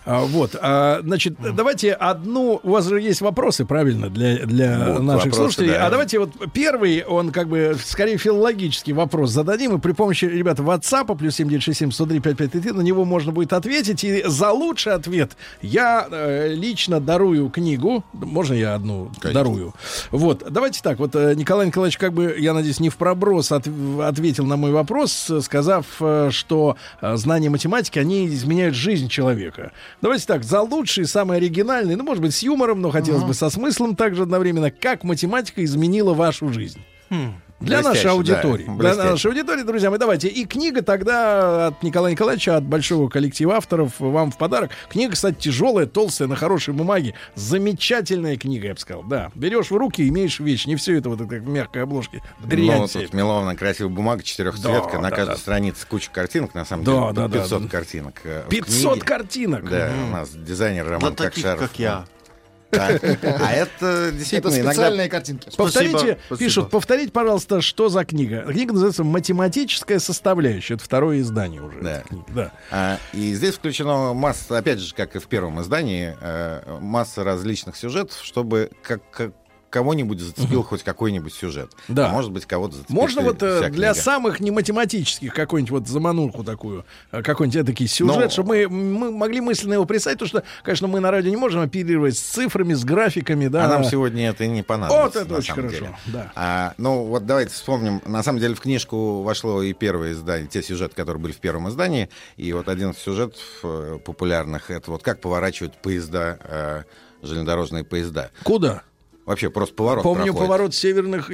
Значит, давайте одну... У вас же есть вопросы, правильно, для наших слушателей. Да. А давайте вот первый, он как бы скорее филологический вопрос зададим. И при помощи, ребята, WhatsApp +7 967 103 5533 на него можно будет ответить. И за лучший ответ я лично дарую книгу. Можно я одну дарую? Вот. Давайте так. Вот Николай Николаевич, как бы, я надеюсь, не в проброс ответил на мой вопрос, сказав, что знания математики, они изменяют жизнь человека. Давайте так. За лучший, самый оригинальный, ну, может быть, с юмором, но хотелось бы со смыслом также одновременно. Как математика изменила вашу жизнь? Для нашей аудитории. Да, для нашей аудитории, друзья мои, давайте. И книга тогда от Николая Николаевича, от большого коллектива авторов, вам в подарок. Книга, кстати, тяжелая, толстая, на хорошей бумаге. Замечательная книга, я бы сказал. Да. Берешь в руки, имеешь вещь. Не все это вот как в мягкой обложке. Ну, тут мелованная красивая бумага, 4-цветка. На каждой странице куча картинок, на самом деле. 500 картинок. 500 картинок? Да, у нас дизайнер Роман Кокшаров. Как я. А это действительно это специальные картинки. Повторите, пишут, повторите, пожалуйста, что за книга. Книга называется «Математическая составляющая». Это второе издание уже. Да. И здесь включено масса, опять же, как и в первом издании, масса различных сюжетов, чтобы кого-нибудь зацепил хоть какой-нибудь сюжет. Да. А может быть, кого-то зацепил. Можно вот для самых нематематических какую-нибудь вот замануху такую, какой-нибудь такой сюжет, чтобы мы могли мысленно его представить, потому что, конечно, мы на радио не можем оперировать с цифрами, с графиками. Да. А нам сегодня это и не понадобится. Вот это очень хорошо. Да. Ну вот давайте вспомним. На самом деле в книжку вошло и первое издание, те сюжеты, которые были в первом издании. И вот один из сюжетов популярных — это вот как поворачивают поезда, железнодорожные поезда. Куда? Вообще просто поворот Помню проходит. Поворот северных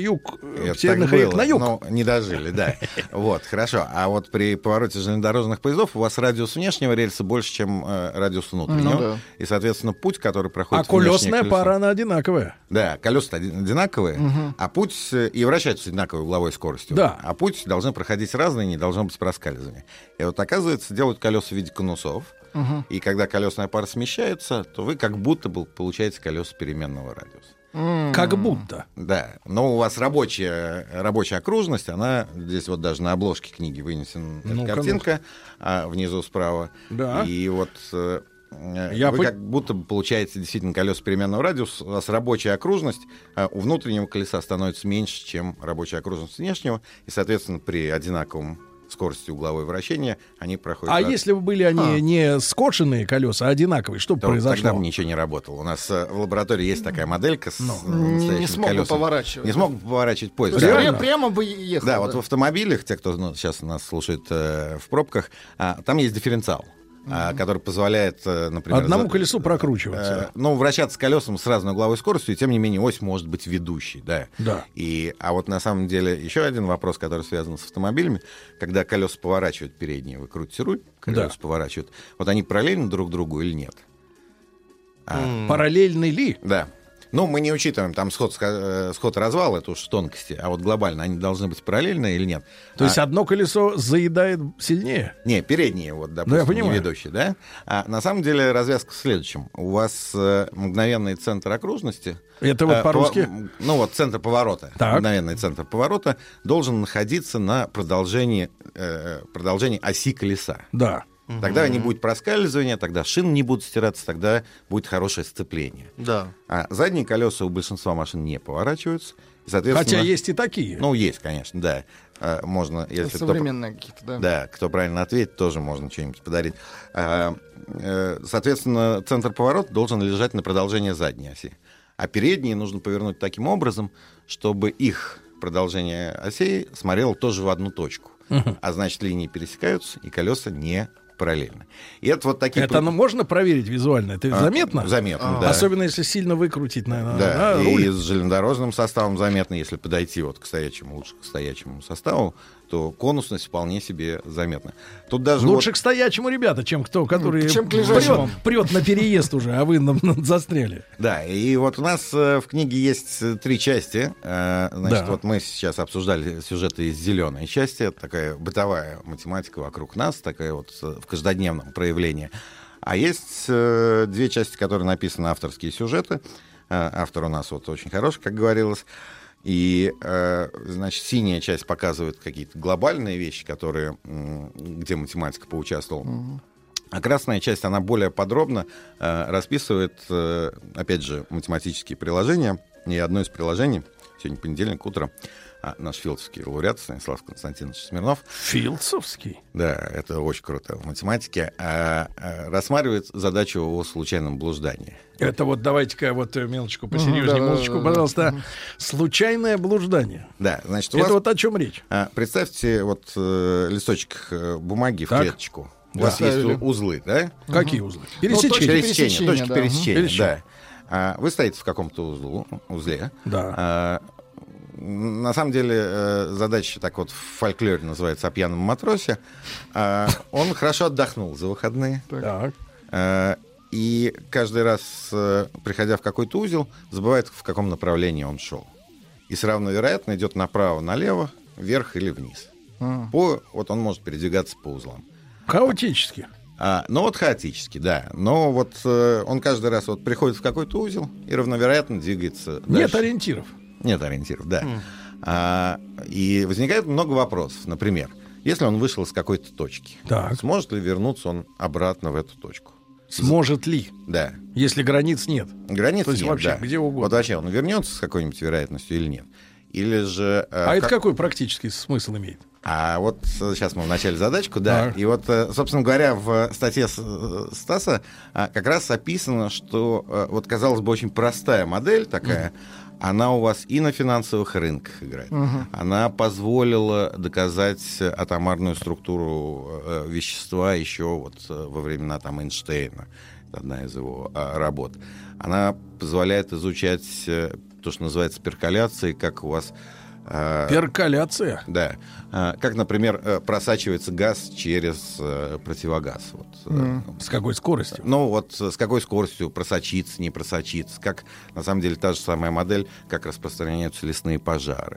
рек на юг. Но не дожили, да. Вот, хорошо. А вот при повороте железнодорожных поездов у вас радиус внешнего рельса больше, чем радиус внутреннего. И, соответственно, путь, который проходит... А колесная пара, она одинаковая. Да, колеса одинаковые, а путь... И вращаются одинаковой угловой скоростью. Да. А путь должны проходить разные, не должно быть проскальзывания. И вот, оказывается, делают колеса в виде конусов. И когда колесная пара смещается, то вы как будто бы получаете колеса переменного радиуса. Как будто. Да. Но у вас рабочая окружность, она здесь вот даже на обложке книги вынесена эта картинка, внизу справа. Да. И вот вы как будто бы получаете действительно колеса переменного радиуса, у вас рабочая окружность, у внутреннего колеса становится меньше, чем рабочая окружность внешнего, и, соответственно, при одинаковом скорости угловое вращение, они проходят... А если бы были они не скошенные колеса, а одинаковые, что бы произошло? Тогда бы ничего не работало. У нас в лаборатории есть такая моделька с не смог бы поворачивать. Не смог бы поворачивать поезд. Прямо бы ехал. Да, вот в автомобилях, те, кто сейчас нас слушает в пробках, там есть дифференциал, который позволяет, например... Одному колесу прокручиваться. Вращаться колесом с разной угловой скоростью, и тем не менее ось может быть ведущей. Да. А вот на самом деле еще один вопрос, который связан с автомобилями, когда колеса поворачивают передние, вы крутите руль, колеса поворачивают, вот они параллельны друг другу или нет? Параллельны ли? Да. Мы не учитываем там сход-развал, это уж тонкости, а вот глобально они должны быть параллельны или нет. То есть одно колесо заедает сильнее? Не, передние, вот, допустим, не ведущие, да? А на самом деле развязка в следующем. У вас мгновенный центр окружности... Это вот по-русски? Центр поворота. Так. Мгновенный центр поворота должен находиться на продолжении оси колеса. Да. Тогда не будет проскальзывания, тогда шины не будут стираться, тогда будет хорошее сцепление. Да. А задние колеса у большинства машин не поворачиваются. Соответственно, хотя есть и такие. Есть, конечно, да. можно, если современные какие-то, да. Да, кто правильно ответит, тоже можно что-нибудь подарить. Соответственно, центр поворота должен лежать на продолжении задней оси. А передние нужно повернуть таким образом, чтобы их продолжение осей смотрело тоже в одну точку. А значит, линии пересекаются, и колеса не параллельно. И это вот такие... Это можно проверить визуально? Это заметно? Заметно, да. Особенно, если сильно выкрутить, наверное, да, руль. И с железнодорожным составом заметно, если подойти вот к стоячему, лучше к стоячему составу, то конусность вполне себе заметна. Тут даже лучше к стоячему, ребята, чем который чем к лежачему. Прет на переезд уже, а вы застряли. Да, и вот у нас в книге есть 3 части. Значит, вот мы сейчас обсуждали сюжеты из зеленой части. Это такая бытовая математика вокруг нас, такая вот в каждодневном проявлении. А есть 2 части, которые написаны авторские сюжеты. Автор у нас вот очень хороший, как говорилось. И, значит, синяя часть показывает какие-то глобальные вещи, где математика поучаствовала. А красная часть, она более подробно расписывает, опять же, математические приложения. И одно из приложений, сегодня понедельник, утро, наш филдсовский лауреат Станислав Константинович Смирнов. Филдсовский? Да, это очень круто в математике. Рассматривает задачу о случайном блуждании. Это вот давайте-ка вот мелочку посерьезнее, музычку, пожалуйста. Случайное блуждание. Да, значит, это вот о чем речь? Представьте вот листочек бумаги в клеточку. У вас есть узлы, да? Какие узлы? Пересечения. Точки пересечения, да. Вы стоите в каком-то узле. Да. На самом деле задача так вот в фольклоре называется «О пьяном матросе». Он хорошо отдохнул за выходные. Так. И каждый раз, приходя в какой-то узел, забывает, в каком направлении он шел. И с равной вероятно идет направо, налево, вверх или вниз. Вот он может передвигаться по узлам. Хаотически. Ну вот хаотически, да. Но вот он каждый раз вот приходит в какой-то узел и равновероятно двигается дальше. Нет ориентиров. Нет ориентиров, да. И возникает много вопросов. Например, если он вышел из какой-то точки, сможет ли вернуться он обратно в эту точку? Сможет ли? Да. Если границ нет. Границ то есть нет, вообще да. где угодно. Вот вообще он вернется с какой-нибудь вероятностью или нет? Или же... это какой практический смысл имеет? А вот сейчас мы в начале задачку, да. И вот, собственно говоря, в статье Стаса как раз описано, что вот, казалось бы, очень простая модель такая, она у вас и на финансовых рынках играет. Она позволила доказать атомарную структуру вещества еще вот во времена там Эйнштейна. Это одна из его работ. Она позволяет изучать то, что называется перколяцией, как у вас... Перколяция? Да. Как, например, просачивается газ через противогаз. Вот. С какой скоростью? Ну, вот с какой скоростью просочиться, не просочиться. Как, на самом деле, та же самая модель, как распространяются лесные пожары.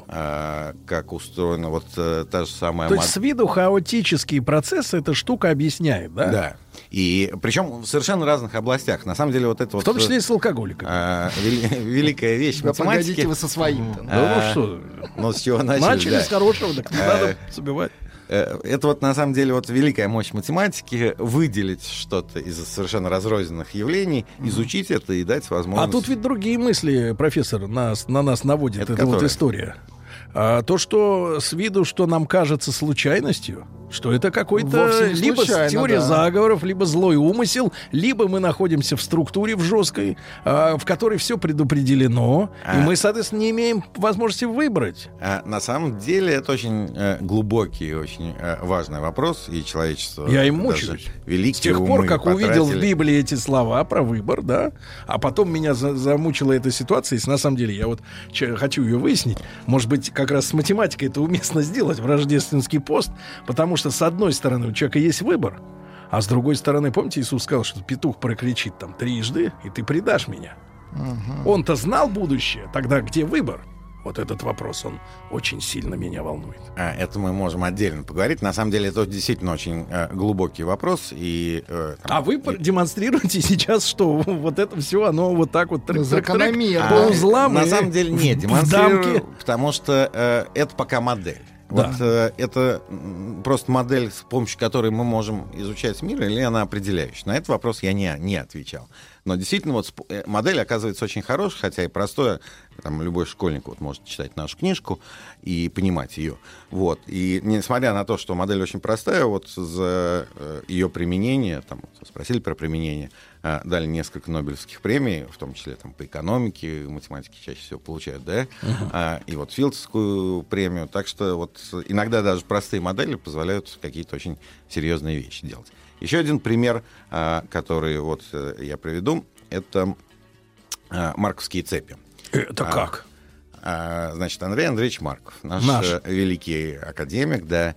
Как устроена вот та же самая модель. То есть с виду хаотические процессы эта штука объясняет, да? Да. И причем в совершенно разных областях. На самом деле вот это в том числе и с алкоголиками. Великая вещь в математике. Погодите вы со своим-то. Ну что? Ну, с чего начали? Начали с хорошего, так надо забивать. Это вот на самом деле вот великая мощь математики — выделить что-то из совершенно разрозненных явлений, изучить это и дать возможность... А тут ведь другие мысли, профессор, на нас наводит эта вот история. То, что с виду, что нам кажется случайностью, что это какой-то либо теория заговоров, либо злой умысел, либо мы находимся в структуре в жесткой, в которой все предопределено, и мы, соответственно, не имеем возможности выбрать. На самом деле это очень глубокий и очень важный вопрос, и человечество... Я им мучаюсь. С тех пор, как увидел в Библии эти слова про выбор, да, а потом меня замучила эта ситуация, и на самом деле я вот хочу ее выяснить, может быть, как раз с математикой это уместно сделать в рождественский пост, потому что, с одной стороны, у человека есть выбор, а с другой стороны, помните, Иисус сказал, что петух прокричит там трижды, и ты предашь меня. Он-то знал будущее, тогда где выбор? Вот этот вопрос, он очень сильно меня волнует. Это мы можем отдельно поговорить. На самом деле, это действительно очень глубокий вопрос. И, вы демонстрируете сейчас, что вот это все, оно вот так вот закономерно по узлам. На самом деле, нет, демонстрирую, потому что это пока модель. Вот это просто модель, с помощью которой мы можем изучать мир, или она определяющая? На этот вопрос я не отвечал. Но действительно, вот модель оказывается очень хорошая, хотя и простая. Там любой школьник вот может читать нашу книжку и понимать ее. Вот. И несмотря на то, что модель очень простая, вот за ее применение, там, спросили про применение, дали несколько Нобелевских премий, в том числе там, по экономике, математики чаще всего получают, да, и вот Филдскую премию. Так что вот иногда даже простые модели позволяют какие-то очень серьезные вещи делать. Еще один пример, который вот я приведу, это марковские цепи. Это как? Значит, Андрей Андреевич Марков, наш великий академик, да.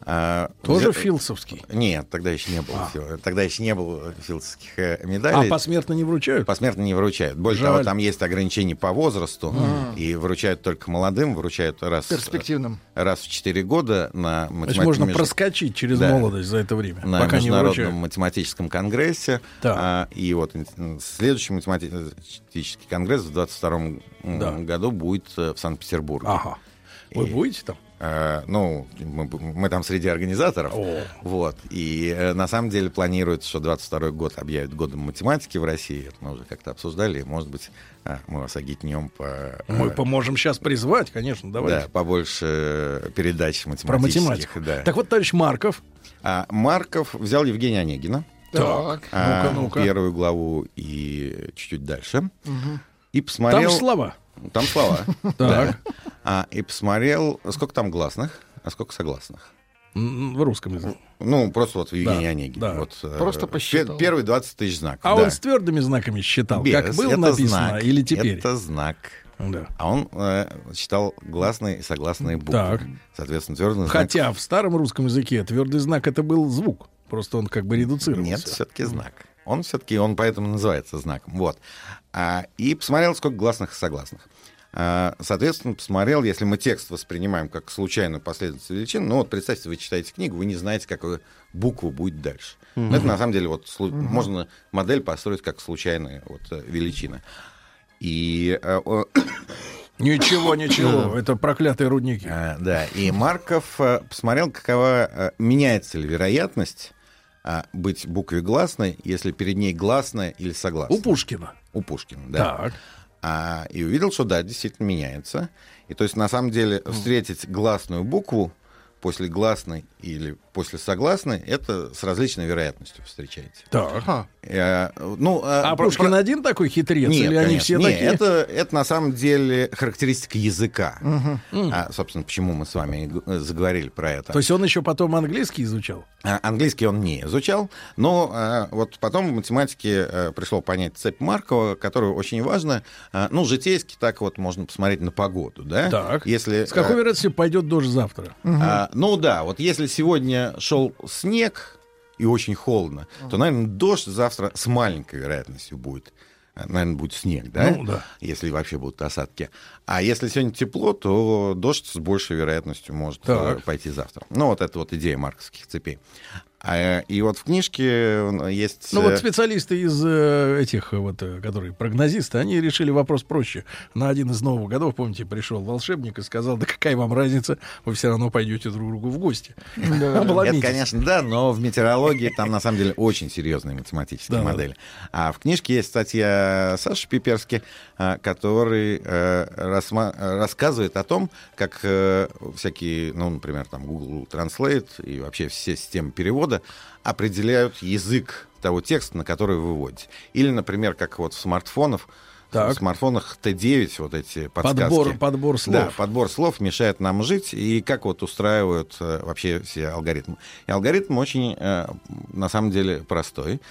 Тоже филдсовский? Нет, тогда еще не было. Тогда еще не было филдсовских медалей. А посмертно не вручают? Посмертно не вручают. Более того, там есть ограничения по возрасту, и вручают только молодым, вручают перспективным. Раз в 4 года на математическом... То есть можно проскочить через молодость за это время, на пока Международном математическом конгрессе. И вот следующий математический конгресс в 2022 году будет в Санкт-Петербурге. Ага. Вы будете там? Ну, мы там среди организаторов. Вот. И на самом деле планируется, что 22 год объявят годом математики в России. Это мы уже как-то обсуждали. Может быть, мы вас огитнем по... Мы поможем сейчас призвать, конечно, давайте. Да, побольше передач математических. Про математику. Да. Так вот, товарищ Марков. Марков взял Евгения Онегина. Так, ну-ка. Первую главу и чуть-чуть дальше. И посмотрел... Там слова. Там слова. Так. И посмотрел, сколько там гласных, а сколько согласных. В русском языке. Ну, просто вот в Евгении Онегине. Да. Вот, просто посчитал. Первые 20 тысяч знаков. А он с твердыми знаками считал, как было написано, знак, или теперь? Это знак. Да. А он считал гласные и согласные буквы. Так. Соответственно, твердый знак. Хотя в старом русском языке твердый знак — это был звук. Просто он как бы редуцировался. Нет, все-таки знак. Он поэтому называется знаком. Вот. И посмотрел, сколько гласных и согласных. Соответственно, посмотрел, если мы текст воспринимаем как случайную последовательность величин, ну вот представьте, вы читаете книгу, вы не знаете, какая буква будет дальше. Это на самом деле вот можно модель построить как случайные вот величины. И Ничего, это проклятые рудники. Да, и Марков посмотрел, какова меняется ли вероятность быть букве гласной, если перед ней гласная или согласная. У Пушкина, да. Так. И увидел, что да, действительно меняется. И то есть, на самом деле, встретить гласную букву после гласной или после согласной, это с различной вероятностью встречаете. Так. А Пушкин один такой хитрец? Нет, или они все такие? Это на самом деле характеристика языка. Собственно, почему мы с вами заговорили про это. То есть он еще потом английский изучал? Английский он не изучал, но вот потом в математике пришло понятие цепь Маркова, которое очень важно. Житейски так вот можно посмотреть на погоду, да? Так. Если, с какой вероятностью пойдет дождь завтра? Вот если сегодня шел снег и очень холодно, то, наверное, дождь завтра с маленькой вероятностью будет. Наверное, будет снег, да? Да. Если вообще будут осадки. А если сегодня тепло, то дождь с большей вероятностью может пойти завтра. Вот это вот идея марковских цепей. И вот в книжке есть... специалисты из этих, которые прогнозисты, они решили вопрос проще. На один из Новых годов, помните, пришел волшебник и сказал, да какая вам разница, вы все равно пойдете друг к другу в гости. Это, конечно, да, но в метеорологии там, на самом деле, очень серьезные математические модели. А в книжке есть статья Саши Пиперски, который рассказывает о том, как всякие, например, там Google Translate и вообще все системы перевода определяют язык того текста, на который вы выводите. Или, например, как вот в смартфонах Т9 вот эти подсказки. Подбор слов. Да, подбор слов мешает нам жить. И как вот устраивают вообще все алгоритмы. И алгоритм очень, на самом деле, простой.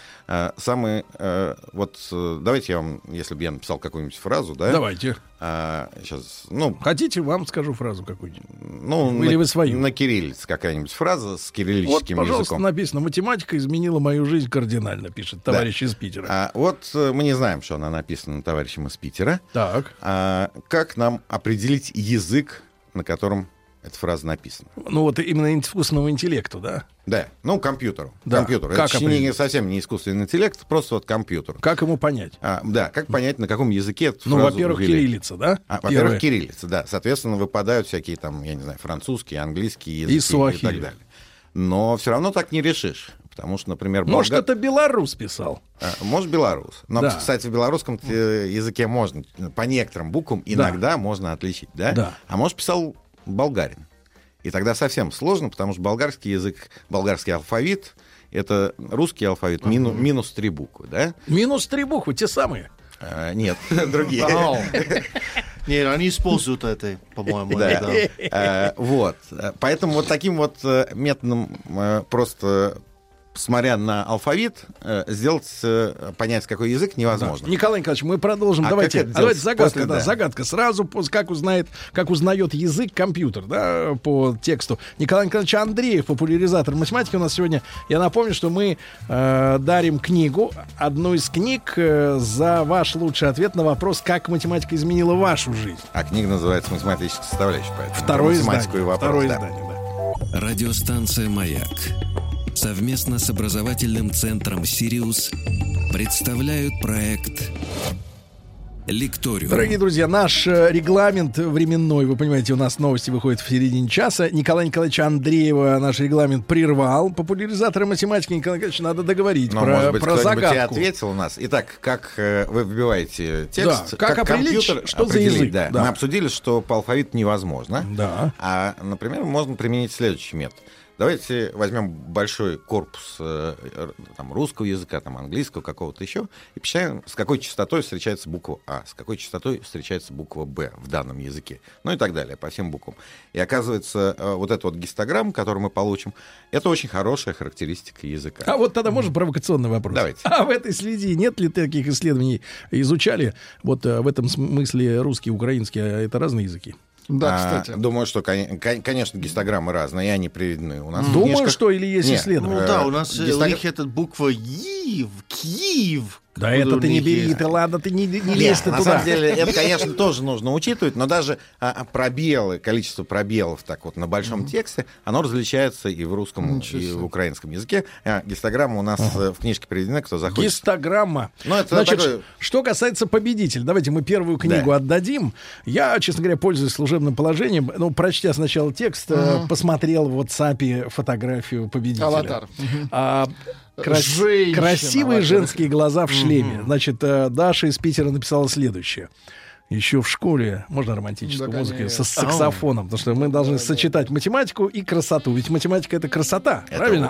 Давайте я вам, если бы я написал какую-нибудь фразу, да? Давайте. Сейчас, хотите, вам скажу фразу какую-нибудь? Или вы свою? На кириллице какая-нибудь фраза с кириллическим пожалуйста, языком. Написано: математика изменила мою жизнь кардинально, пишет товарищ из Питера. Мы не знаем, что она написана товарищем из Питера. Так. Как нам определить язык, на котором Эта фраза написана. Ну вот именно искусственному интеллекту, да? Да, компьютеру. Да. Компьютеру. Как это совсем не искусственный интеллект, просто вот компьютер. Как ему понять? Как понять, на каком языке эту фразу во-первых, ввели. кириллица, да? Во-первых, кириллица, да. Соответственно, выпадают всякие там, я не знаю, французские, английские языки и суахили. И так далее. Но все равно так не решишь. Потому что, например... Может, это белорус писал? Может, белорус. Но, кстати, в белорусском языке можно, по некоторым буквам иногда можно отличить, да? Да. А может, писал болгарин. И тогда совсем сложно, потому что болгарский язык, болгарский алфавит, это русский алфавит минус 3 буквы, да? Минус 3 буквы, те самые? Нет, другие. Нет, они используют это, по-моему. Вот. Поэтому вот таким вот методом просто... Смотря на алфавит, понять, какой язык, невозможно. Да. Николай Николаевич, мы продолжим. Давайте загадка. Загадка. Сразу, как узнает язык компьютер, да, по тексту. Николай Николаевич Андреев, популяризатор математики у нас сегодня. Я напомню, что мы дарим книгу, одну из книг за ваш лучший ответ на вопрос, как математика изменила вашу жизнь. А книга называется «Математическая составляющая». Второе издание. Радиостанция «Маяк» совместно с образовательным центром «Сириус» представляют проект «Лекториум». Дорогие друзья, наш регламент временной, вы понимаете, у нас новости выходят в середине часа. Николай Николаевич Андреева наш регламент прервал. Популяризаторы математики, Николай Николаевич, надо договорить про загадку. Я ответил у нас. Итак, как вы вбиваете текст, да, как определить, компьютер что за язык. Да. Мы обсудили, что по алфавиту невозможно. Да. А, например, можно применить следующий метод. Давайте возьмем большой корпус русского языка, английского, какого-то еще, и посчитаем, с какой частотой встречается буква А, с какой частотой встречается буква Б в данном языке, ну и так далее, по всем буквам. И оказывается, вот эта вот гистограмма, которую мы получим, это очень хорошая характеристика языка. А вот тогда можно провокационный вопрос. Давайте. А в этой среде нет ли таких исследований? Изучали вот в этом смысле русский, украинский, а это разные языки? Да, кстати. Думаю, что, конечно, гистограммы разные, и они приведены у нас. Думаю, что или есть исследования. Ну да, у нас у них эта буква Киев. Да это ты не бери, ты ладно, ты не лезь ты туда. На самом деле, это, конечно, тоже нужно учитывать, но даже пробелы, количество пробелов так вот на большом тексте, оно различается и в русском, и в украинском языке. Гистограмма у нас в книжке приведена, кто захочет. Гистограмма. Это значит, такой... что касается победителя, давайте мы первую книгу отдадим. Я, честно говоря, пользуюсь служебным положением, прочтя сначала текст, посмотрел в WhatsApp фотографию победителя. Аватар. Красивые женские глаза в шлеме. Значит, Даша из Питера написала следующее. Еще в школе можно романтическую музыку со саксофоном, потому что мы должны сочетать математику и красоту. Ведь математика — это красота, это правильно?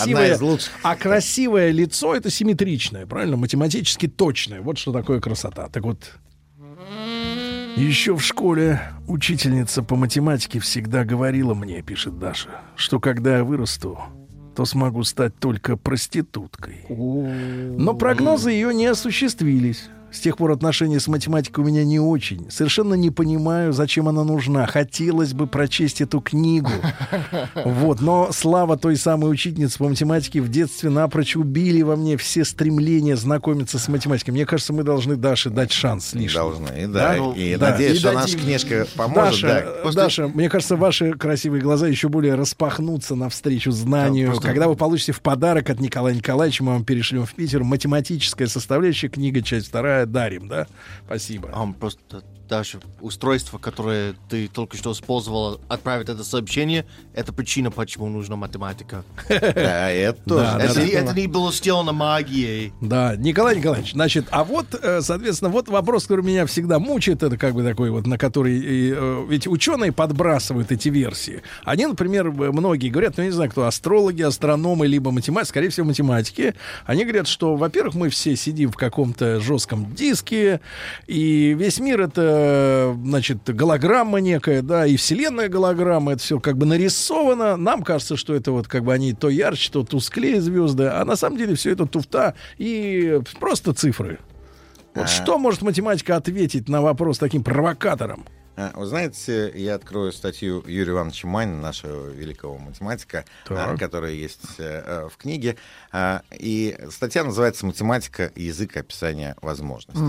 А красивое лицо — это симметричное, правильно? Математически точное. Вот что такое красота. Так вот, еще в школе учительница по математике всегда говорила мне, пишет Даша, что когда я вырасту, то смогу стать только проституткой. Но прогнозы ее не осуществились. С тех пор отношения с математикой у меня не очень. Совершенно не понимаю, зачем она нужна. Хотелось бы прочесть эту книгу. Вот. Но слава той самой учительницы по математике в детстве напрочь убили во мне все стремления знакомиться с математикой. Мне кажется, мы должны Даше дать шанс лишний. Должны, да. И надеюсь, что наша книжка поможет. Даша, мне кажется, ваши красивые глаза еще более распахнутся навстречу знанию. Когда вы получите в подарок от Николая Николаевича, мы вам перешлем в Питер математическая составляющая, книга, часть 2, дарим, да? Спасибо. Просто Даша, устройство, которое ты только что использовала, отправить это сообщение, это причина, почему нужна математика. Да, это тоже. Это не было сделано магией. Да, Николай Николаевич, значит, а вот, соответственно, вот вопрос, который меня всегда мучает, это как бы такой вот, на который, ведь ученые подбрасывают эти версии. Они, например, многие говорят, ну, не знаю, кто, астрологи, астрономы, либо математики, скорее всего, математики, они говорят, что, во-первых, мы все сидим в каком-то жестком диске, и весь мир — это, значит, голограмма некая, да, и вселенная голограмма, это все как бы нарисовано. Нам кажется, что это вот как бы они то ярче, то тусклее звезды, а на самом деле все это туфта и просто цифры. Вот что может математика ответить на вопрос таким провокатором? Вы знаете, я открою статью Юрия Ивановича Майна, нашего великого математика, которая есть в книге. И статья называется «Математика. Язык описания возможностей».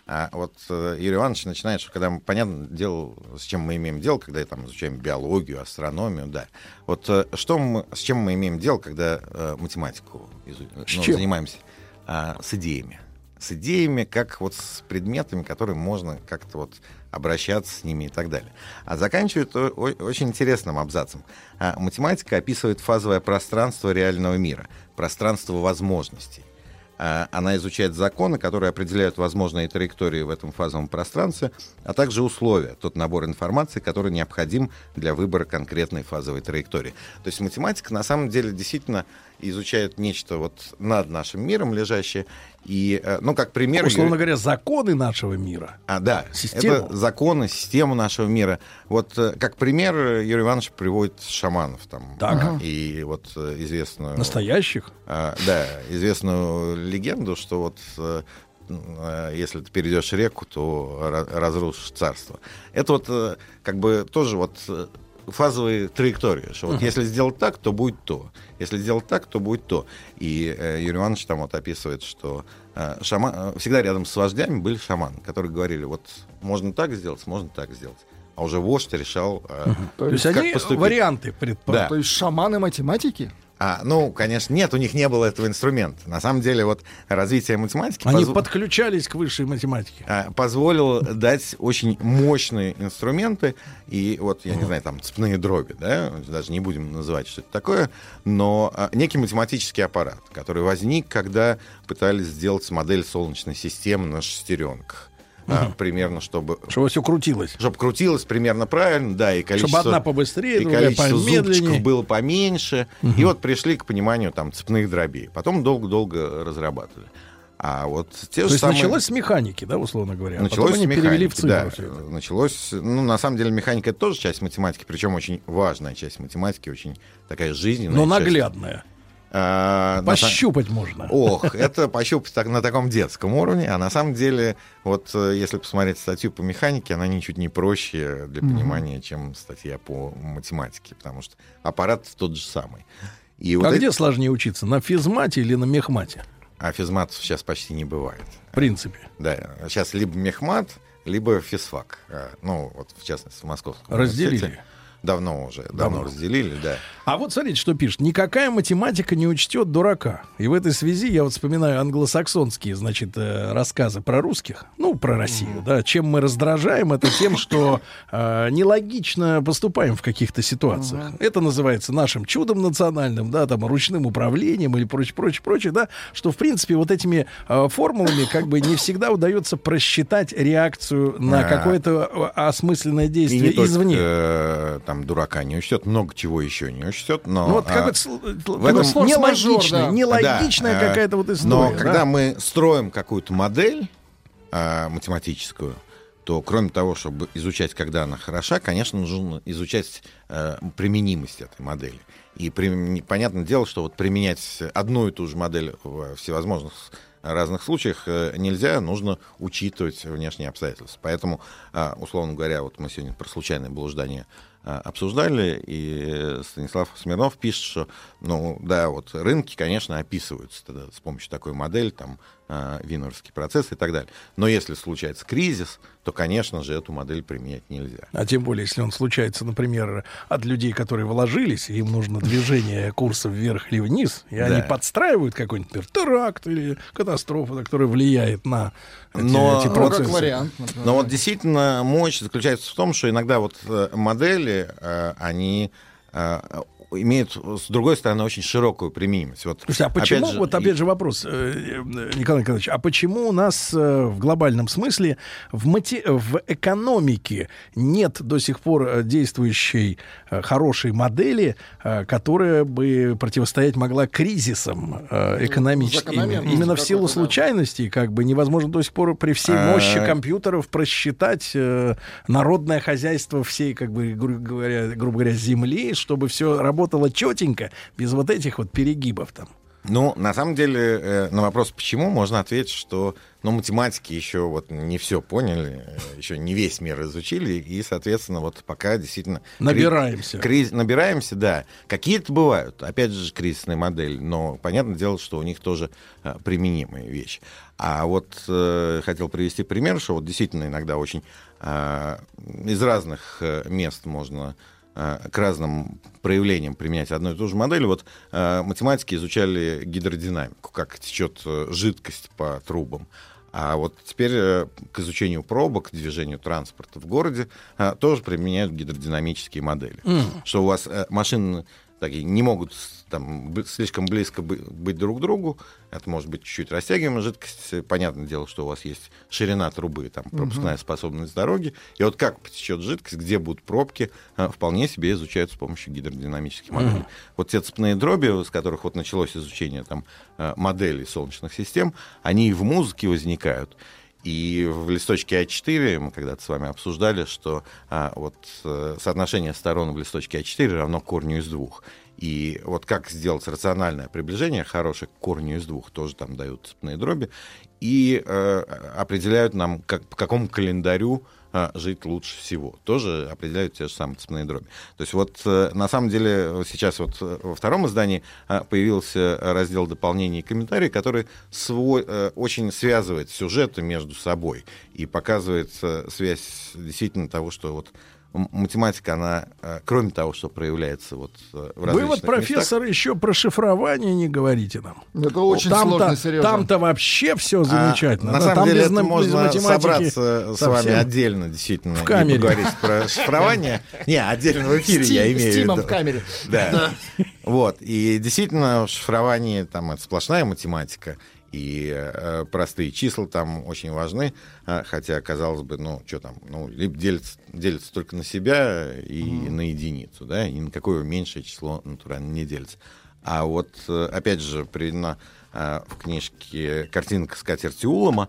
А вот Юрий Иванович начинает, что когда мы, понятно дело, с чем мы имеем дело, когда там изучаем биологию, астрономию, да. Вот с чем мы имеем дело, когда математику занимаемся? С идеями. С идеями, как вот с предметами, которые можно как-то вот обращаться с ними и так далее. А заканчивает очень интересным абзацем. Математика описывает фазовое пространство реального мира, пространство возможностей. Она изучает законы, которые определяют возможные траектории в этом фазовом пространстве, а также условия, тот набор информации, который необходим для выбора конкретной фазовой траектории. То есть математика на самом деле действительно изучает нечто вот над нашим миром лежащее. И, как пример... Условно говоря, законы нашего мира. Да, систему. Это законы, систему нашего мира. Вот как пример Юрий Иванович приводит шаманов. Там, и вот известную... Настоящих? Да, известную легенду, что вот если ты перейдешь реку, то разрушишь царство. Это вот как бы тоже вот... фазовые траектории, что вот если сделать так, то будет то. Если сделать так, то будет то. И Юрий Иванович там вот описывает, что всегда рядом с вождями были шаманы, которые говорили, вот можно так сделать, можно так сделать. А уже вождь решал, то есть как они поступить. Варианты предполагают. Да. То есть шаманы математики? Конечно, нет, у них не было этого инструмента. На самом деле, вот развитие математики... Они подключались к высшей математике. Позволило дать очень мощные инструменты. И вот, я не знаю, там, цепные дроби, да, даже не будем называть, что это такое, но некий математический аппарат, который возник, когда пытались сделать модель Солнечной системы на шестеренках. Примерно, чтобы все крутилось. Чтобы крутилось примерно правильно, да, и количество... Чтобы одна побыстрее, и количество зубчиков было поменьше. И вот пришли к пониманию там цепных дробей. Потом долго-долго разрабатывали. А вот те То есть началось с механики, да, условно говоря? Началось с механики, перевели в цифры. Да, началось... на самом деле, механика — это тоже часть математики, причем очень важная часть математики, очень такая жизненная. Но наглядная. Пощупать можно. Это пощупать на таком детском уровне. А на самом деле, вот если посмотреть статью по механике, она ничуть не проще для понимания, чем статья по математике, потому что аппарат тот же самый. И вот где сложнее учиться, на физмате или на мехмате? А физматов сейчас почти не бывает. В принципе. Да, сейчас либо мехмат, либо физфак. Вот в частности в Московском разделили. Университете. Давно разделили, да. А вот смотрите, что пишет. Никакая математика не учтет дурака. И в этой связи я вот вспоминаю англосаксонские, рассказы про русских, про Россию, да. Чем мы раздражаем, это тем, что нелогично поступаем в каких-то ситуациях. Это называется нашим чудом национальным, да, там, ручным управлением или прочее, да, что, в принципе, вот этими формулами как бы не всегда удается просчитать реакцию на какое-то осмысленное действие извне. Дурака не учтет, много чего еще не учтет, но... в этом нелогичная какая-то вот история. Но когда мы строим какую-то модель математическую, то кроме того, чтобы изучать, когда она хороша, конечно, нужно изучать применимость этой модели. И понятное дело, что вот применять одну и ту же модель в всевозможных разных случаях нельзя, нужно учитывать внешние обстоятельства. Поэтому, условно говоря, вот мы сегодня про случайное блуждание обсуждали, и Станислав Смирнов пишет, что, рынки, конечно, описываются тогда с помощью такой модели, там, Винерский процесс и так далее. Но если случается кризис, то, конечно же, эту модель применять нельзя. А тем более, если он случается, например, от людей, которые вложились, и им нужно движение курса вверх или вниз, и они подстраивают какой-нибудь, например, теракт или катастрофу, которая влияет на эти процессы. Как вариант, но вот действительно мощь заключается в том, что иногда вот модели, они имеют, с другой стороны, очень широкую применимость. Слушайте, а почему, опять же вопрос, Николай Николаевич, а почему у нас в глобальном смысле в экономике нет до сих пор действующей хорошей модели, которая бы противостоять могла кризисам экономическим? Именно в силу случайностей, невозможно до сих пор при всей мощи компьютеров просчитать народное хозяйство всей, грубо говоря, земли, чтобы все работало четенько, без вот этих вот перегибов там. Ну, на самом деле, на вопрос «почему?» можно ответить, что математики еще вот не все поняли, еще не весь мир изучили, и, соответственно, вот пока действительно... Набираемся. Набираемся, да. Какие-то бывают, опять же, кризисные модели, но понятное дело, что у них тоже применимые вещи. А вот хотел привести пример, что вот действительно иногда очень из разных мест можно... к разным проявлениям применять одну и ту же модель. Вот математики изучали гидродинамику, как течет жидкость по трубам. А вот теперь к изучению пробок, к движению транспорта в городе тоже применяют гидродинамические модели. Что у вас машины такие не могут там слишком близко быть друг к другу. Это может быть чуть-чуть растягиваемая жидкость. Понятное дело, что у вас есть ширина трубы, там, пропускная способность дороги. И вот как потечет жидкость, где будут пробки, вполне себе изучают с помощью гидродинамических моделей. Вот те цепные дроби, с которых вот началось изучение там, моделей солнечных систем, они и в музыке возникают. И в листочке А4 мы когда-то с вами обсуждали, что соотношение сторон в листочке А4 равно корню из 2. И вот как сделать рациональное приближение, хорошее к корню из 2, тоже там дают цепные дроби, и определяют нам, по какому календарю жить лучше всего. Тоже определяют те же самые цепные дроби. То есть вот на самом деле сейчас вот во втором издании появился раздел дополнений и комментарий, который очень связывает сюжеты между собой и показывает связь действительно того, что вот математика, она, кроме того, что проявляется вот в различных Вы вот, профессор, местах, еще про шифрование не говорите нам. Это очень сложно, Сережа. Там-то вообще все замечательно. На самом деле это можно собраться с вами отдельно, действительно, в камере. И поговорить про шифрование. Не, отдельно в эфире я имею в виду. в камере. Да. Вот. И действительно, в шифровании там это сплошная математика. И простые числа там очень важны, хотя, казалось бы, либо делится только на себя и на единицу, да, и на какое меньшее число натурально не делится. А вот, опять же, приведена в книжке картинка скатерти Улама,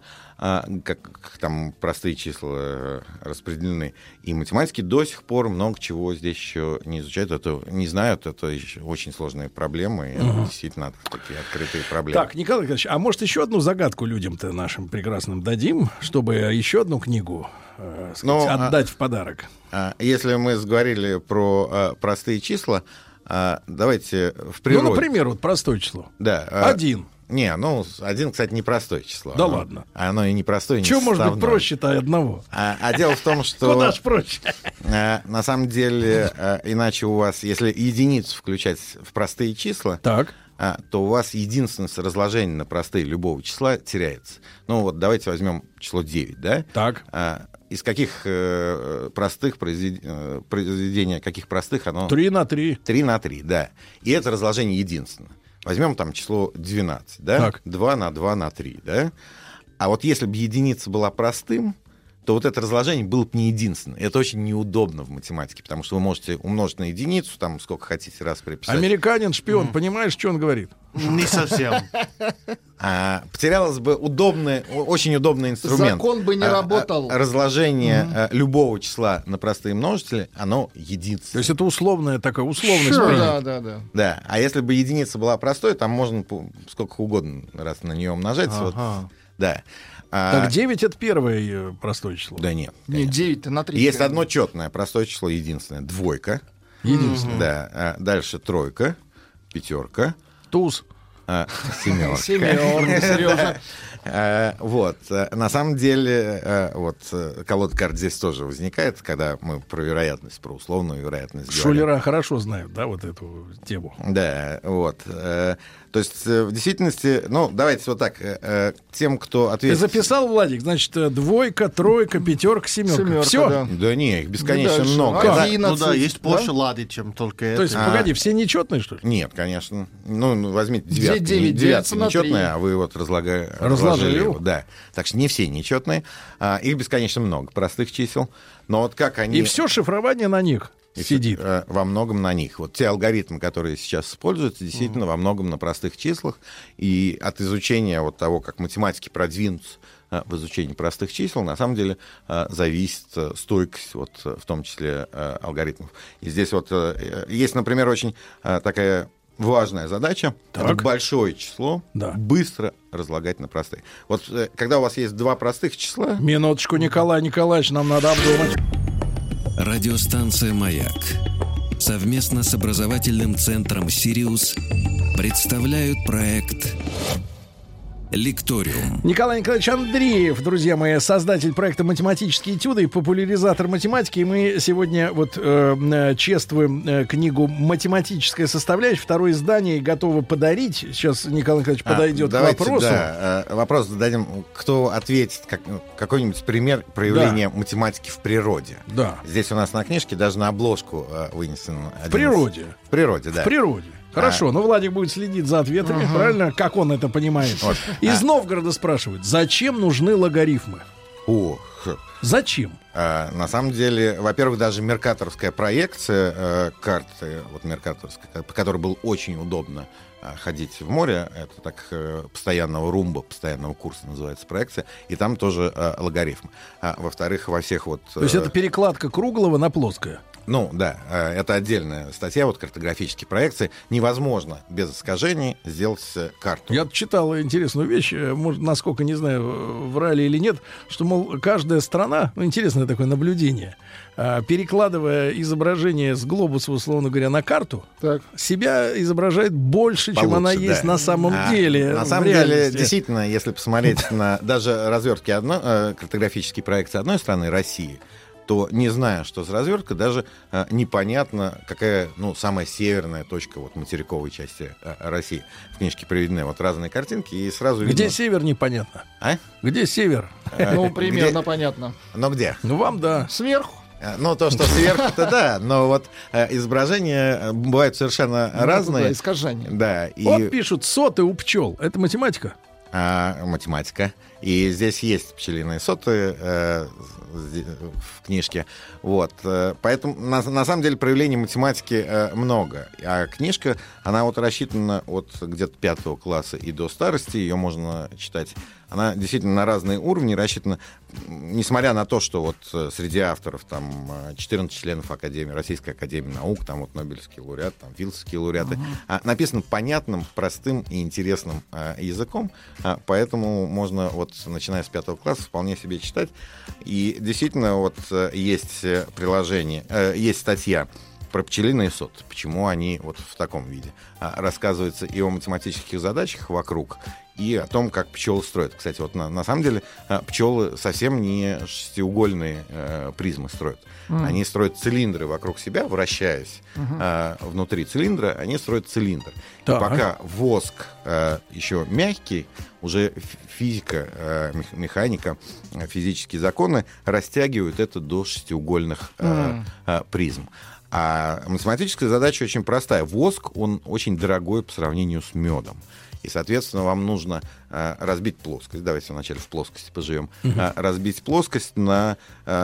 как там простые числа распределены. И математики до сих пор много чего здесь еще не изучают, это не знают, это еще очень сложные проблемы, и это действительно такие открытые проблемы. Так, Николай Николаевич, а может еще одну загадку людям-то нашим прекрасным дадим, чтобы еще одну книгу отдать в подарок? Если мы заговорили про простые числа, давайте в природе... Ну, например, вот простое число. Да. 1. Не, 1, кстати, непростое число. Да ладно. Оно и непростое, и Чего несоставное. может быть проще-то одного? А дело в том, что... Куда ж проще? На самом деле, иначе у вас, если единицу включать в простые числа, так, то у вас единственность разложения на простые любого числа теряется. Ну вот давайте возьмем число 9, да? Так. Из каких простых произведения, каких простых оно... 3 на 3. 3 на 3, да. И это разложение единственное. Возьмем там число 12, да? Так. 2 на 2 на 3, да? А вот если бы единица была простым, то вот это разложение было бы не единственное. Это очень неудобно в математике, потому что вы можете умножить на единицу, там сколько хотите раз приписать. Американин, шпион, понимаешь, что он говорит? Не совсем. Потерялось бы очень удобный инструмент. Закон бы не работал. Разложение любого числа на простые множители, оно единственное. То есть это условное такое, условность. Да. Да, а если бы единица была простой, там можно сколько угодно раз на нее умножать. Вот, да. Так 9 это первое простое число. Да нет. Нет, 9 на 3. Есть одно четное простое число, единственное. 2. Единственное. Да. Дальше 3, 5. Туз. 7. Сережа. Вот. На самом деле, вот колода карт здесь тоже возникает, когда мы про вероятность, про условную вероятность говорим. Шулера хорошо знают, да, вот эту тему. Да, вот. То есть, в действительности, давайте вот так, тем, кто ответит... Ты записал, Владик, значит, 2, 3, 5, 7. Все? Да не, их бесконечно много. 11, есть больше лады, чем только это. То есть, погоди, все нечетные, что ли? Нет, конечно. Возьмите девятку. 9 девятка на 3. нечетная, а вы вот разложили его. Да. Так что не все нечетные. Их бесконечно много простых чисел. Но вот как они... И все шифрование на них сидит. Во многом на них. Вот те алгоритмы, которые сейчас используются, действительно во многом на простых числах. И от изучения вот того, как математики продвинутся в изучении простых чисел, на самом деле зависит стойкость, вот, в том числе алгоритмов. И здесь вот есть, например, очень такая важная задача — это большое число быстро разлагать на простые. Вот когда у вас есть два простых числа... Минуточку, Николай Николаевич, нам надо обдумать. Радиостанция «Маяк» совместно с образовательным центром «Сириус» представляют проект «Лекториум». Николай Николаевич Андреев, друзья мои, создатель проекта «Математические этюды» и популяризатор математики. И мы сегодня чествуем книгу «Математическая составляющая», второе издание, готовы подарить. Сейчас Николай Николаевич подойдет к вопросу. Да, вопрос зададим, кто ответит, какой-нибудь пример проявления математики в природе. Да. Здесь у нас на книжке даже на обложку вынесен. В природе. В природе, да. В природе. Хорошо, но Владик будет следить за ответами, правильно? Как он это понимает. Вот. Из Новгорода спрашивают, зачем нужны логарифмы? Зачем? На самом деле, во-первых, даже меркаторская проекция карты, вот меркаторская, по которой было очень удобно ходить в море, это так постоянного румба, постоянного курса называется проекция, и там тоже логарифм. Во-вторых, во всех вот... То есть это перекладка круглого на плоское? Ну, да, это отдельная статья, вот картографические проекции. Невозможно без искажений сделать карту. Я читал интересную вещь, может, насколько, не знаю, врали или нет, что, мол, каждая страна, ну, интересное такое наблюдение, перекладывая изображение с глобуса, условно говоря, на карту, себя изображает больше, чем она есть на самом деле. На самом деле, действительно, если посмотреть на даже развертки картографические проекции одной страны, России, то, не зная, что за развертка, даже непонятно, какая самая северная точка вот, материковой части России. В книжке приведены вот разные картинки, и сразу Где видно... север, непонятно. А? Где север? Ну, примерно понятно. Но где? Ну, вам да. Сверху. Ну, то, что сверху-то да, но вот изображения бывают совершенно разные. Да, искажения. Да. Вот пишут, соты у пчел. Это математика? Математика. И здесь есть пчелиные соты в книжке. Вот. Поэтому, на самом деле, проявлений математики много. А книжка, она вот рассчитана от где-то 5 класса и до старости. Ее можно читать. Она действительно на разные уровни рассчитана, несмотря на то, что вот среди авторов там 14 членов Академии, Российской Академии Наук, там вот Нобелевский лауреат, там Филдсовские лауреаты, написано понятным, простым и интересным языком, поэтому можно вот начиная с 5 класса вполне себе читать. И действительно вот есть приложение, есть статья про пчелиные соты, почему они вот в таком виде. Рассказывается и о математических задачах вокруг, и о том, как пчелы строят. Кстати, вот на самом деле пчелы совсем не шестиугольные призмы строят. Они строят цилиндры вокруг себя, вращаясь внутри цилиндра, они строят цилиндр. И пока воск еще мягкий, уже физика, механика, физические законы растягивают это до шестиугольных призм. А математическая задача очень простая. Воск, он очень дорогой по сравнению с медом. И, соответственно, вам нужно разбить плоскость. Давайте вначале в плоскости поживем. Разбить плоскость на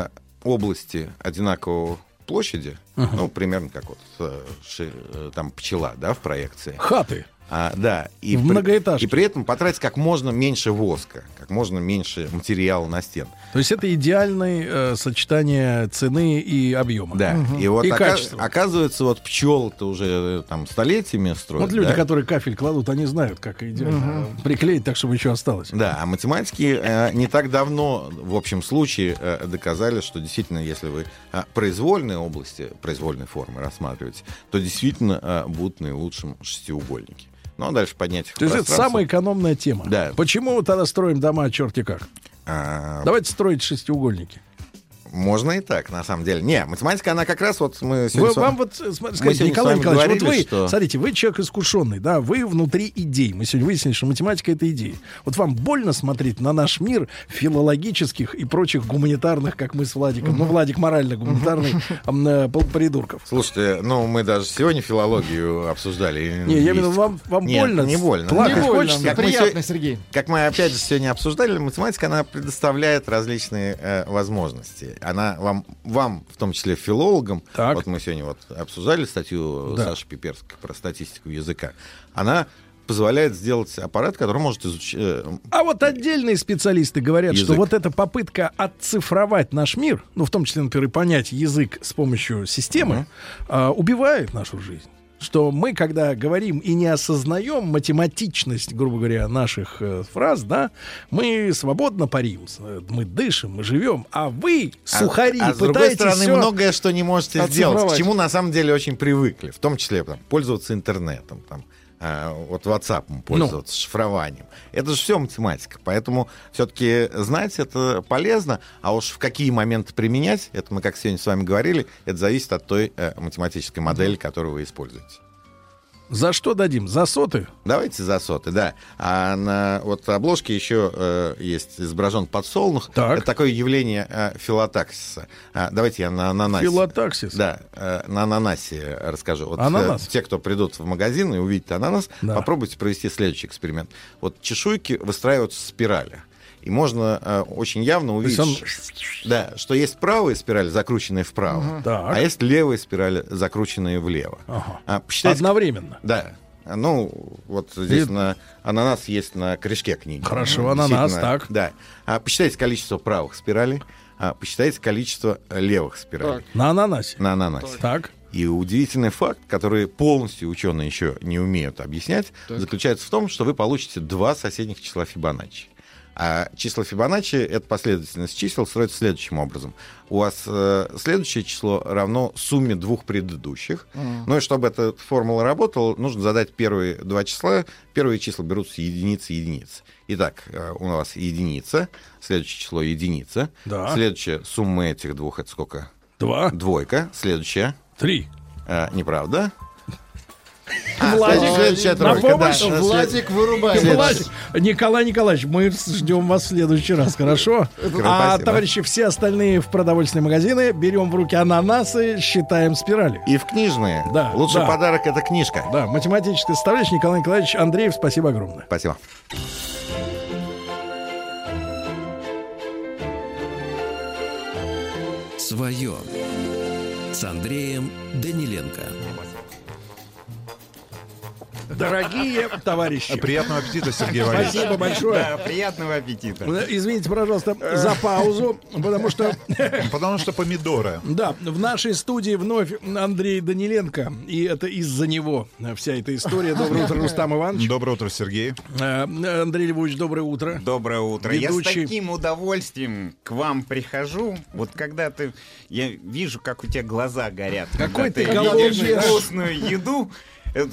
области одинакового площади. Ну, примерно как вот там пчела, да, в проекции. Хаты. Да, и при этом потратить как можно меньше воска, как можно меньше материала на стен. То есть это идеальное сочетание цены и объема. Да, и вот и качества. Оказывается, вот пчел-то уже там столетиями строят. Вот люди, которые кафель кладут, они знают, как идеально приклеить так, чтобы еще осталось. Да, а математики не так давно, в общем случае, доказали, что действительно, если вы произвольные области, произвольные формы рассматриваете, то действительно будут наилучшим шестиугольники. Ну, а дальше поднять их в пространство. То есть это самая экономная тема. Да. Почему тогда строим дома черти как? Давайте строить шестиугольники. Можно и так, на самом деле. Не, математика, она как раз вот мы сегодня... Вам вот, скажите, Николай Николаевич, вот вы, что... смотрите, вы человек искушенный, да, вы внутри идей. Мы сегодня выяснили, что математика — это идеи. Вот вам больно смотреть на наш мир филологических и прочих гуманитарных, как мы с Владиком, ну, Владик морально-гуманитарный, придурков. Слушайте, ну, мы даже сегодня филологию обсуждали. Не, я имею в виду, вам больно? Не больно. Плакать хочется? Приятно, Сергей. Как мы опять же сегодня обсуждали, математика, она предоставляет различные возможности. Она вам, в том числе филологам, вот мы сегодня вот обсуждали статью Саши Пиперской про статистику языка, она позволяет сделать аппарат, который может изучить... А вот отдельные специалисты говорят, язык. Что вот эта попытка отцифровать наш мир, ну, в том числе, например, и понять язык с помощью системы, убивает нашу жизнь. что мы, когда говорим и не осознаем математичность, грубо говоря, наших фраз, да, мы свободно парим, мы дышим, мы живем, а вы, сухари, с другой стороны, всё многое, что не можете сделать, к чему на самом деле очень привыкли, в том числе там, пользоваться интернетом, там, вот WhatsApp пользоваться, шифрованием. Это же все математика. Поэтому все-таки знать это полезно, а уж в какие моменты применять, это мы, как сегодня с вами говорили, это зависит от той математической модели, которую вы используете. За что дадим? За соты? Давайте за соты, да. А на вот обложке еще есть изображен подсолнух. Так. Это такое явление филотаксиса. Давайте я на ананасе. Филотаксис? Да, на ананасе расскажу. Вот, ананас? Те, кто придут в магазин и увидят ананас, попробуйте провести следующий эксперимент. Вот чешуйки выстраиваются в спирали. И можно очень явно увидеть, да, что есть правая спираль, закрученная вправо, а есть левая спираль, закрученная влево. Одновременно? Да. Ну, вот здесь на ананас есть на корешке книги. Хорошо, ананас, так. Да. Посчитайте количество правых спиралей, посчитайте количество левых спиралей. На ананасе? На ананасе. Так. И удивительный факт, который полностью ученые еще не умеют объяснять, заключается в том, что вы получите два соседних числа Фибоначчи. А числа Фибоначчи — это последовательность чисел, строится следующим образом. У вас следующее число равно сумме двух предыдущих. Ну и чтобы эта формула работала, нужно задать первые два числа. Первые числа берутся единицы. Итак, у вас единица, следующее число единица. Да. Следующая сумма этих двух — это сколько? 2. Двойка. Следующая? 3. Неправда. Владик, на помощь? Владик, вырубай. Николай Николаевич, мы ждем вас в следующий раз, хорошо? Спасибо. Товарищи, все остальные в продовольственные магазины, берем в руки ананасы, считаем спирали. И в книжные. Да, Лучший подарок — это книжка. Да, математическая составляющая. Николай Николаевич Андреев, спасибо огромное. Спасибо. Свое с Андреем Даниленко. Дорогие товарищи. Приятного аппетита, Сергей Валерьевич. Спасибо большое. Да, приятного аппетита. Извините, пожалуйста, за паузу, потому что... Потому что помидоры. Да, в нашей студии вновь Андрей Даниленко, и это из-за него вся эта история. Доброе утро, Рустам Иванович. Доброе утро, Сергей. Андрей Львович, доброе утро. Доброе утро. Ведущий. Я с таким удовольствием к вам прихожу. Вот когда я вижу, как у тебя глаза горят. Какой ты голодный. голодный. Вкусную еду. Это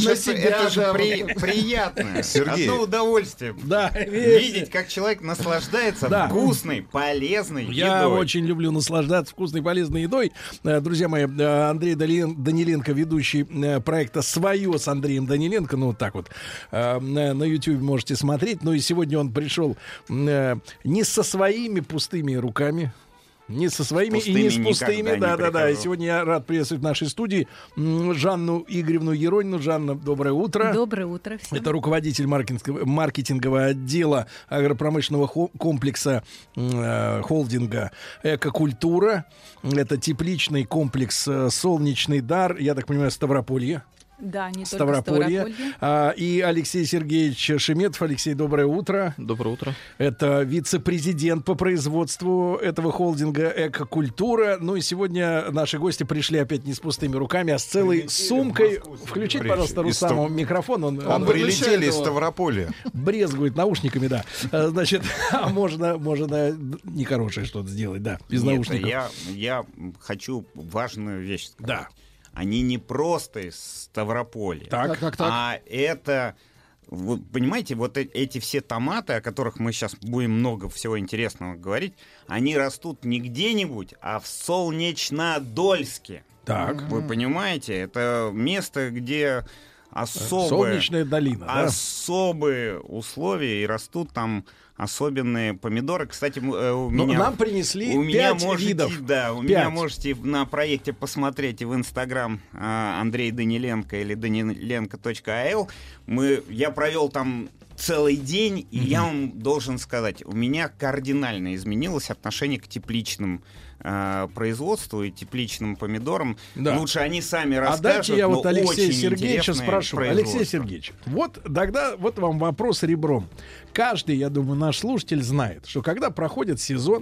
же приятно. Сергей. Одно удовольствие. Да, видеть, как человек наслаждается вкусной, полезной едой. Я очень люблю наслаждаться вкусной, полезной едой. Друзья мои, Андрей Даниленко, ведущий проекта «Свое» с Андреем Даниленко. Ну, вот так вот. На YouTube можете смотреть. Ну, и сегодня он пришел не со своими пустыми руками. Не со своими и не с пустыми. Да. И сегодня я рад приветствовать в нашей студии Жанну Игоревну Еронину. Жанна, доброе утро. Доброе утро всем. Это руководитель маркетингового отдела агропромышленного комплекса холдинга «Экокультура». Это тепличный комплекс «Солнечный дар». Я так понимаю, Ставрополье. Да, не Ставрополье. только Ставрополье. И Алексей Сергеевич Шеметов. Алексей, доброе утро. Доброе утро. Это вице-президент по производству этого холдинга «Экокультура». Ну и сегодня наши гости пришли опять не с пустыми руками, а с целой сумкой. Включите, пожалуйста, Рустаму микрофон. Он прилетели из Ставрополья. Брезгует наушниками, да. Значит, можно нехорошее что-то сделать, да, без наушников. Я хочу важную вещь сказать. Да. Они не просто из Ставрополья, так. А это, вы понимаете, вот эти все томаты, о которых мы сейчас будем много всего интересного говорить, они растут не где-нибудь, а в Солнечнодольске. Так. Вы понимаете, это место, где Солнечная долина, да? Особые условия, и растут там особенные помидоры. Кстати, нам принесли 5 видов. Да, у меня можете на проекте посмотреть и в Инстаграм Андрей Даниленко или danilenko.al. Я провел там целый день, и я вам должен сказать, у меня кардинально изменилось отношение к тепличным производству и тепличным помидорам. Да. Лучше они сами расскажут. А дайте я вот Алексея Сергеевича спрошу. Алексей Сергеевич, вот тогда вот вам вопрос ребром. Каждый, я думаю, наш слушатель знает, что когда проходит сезон,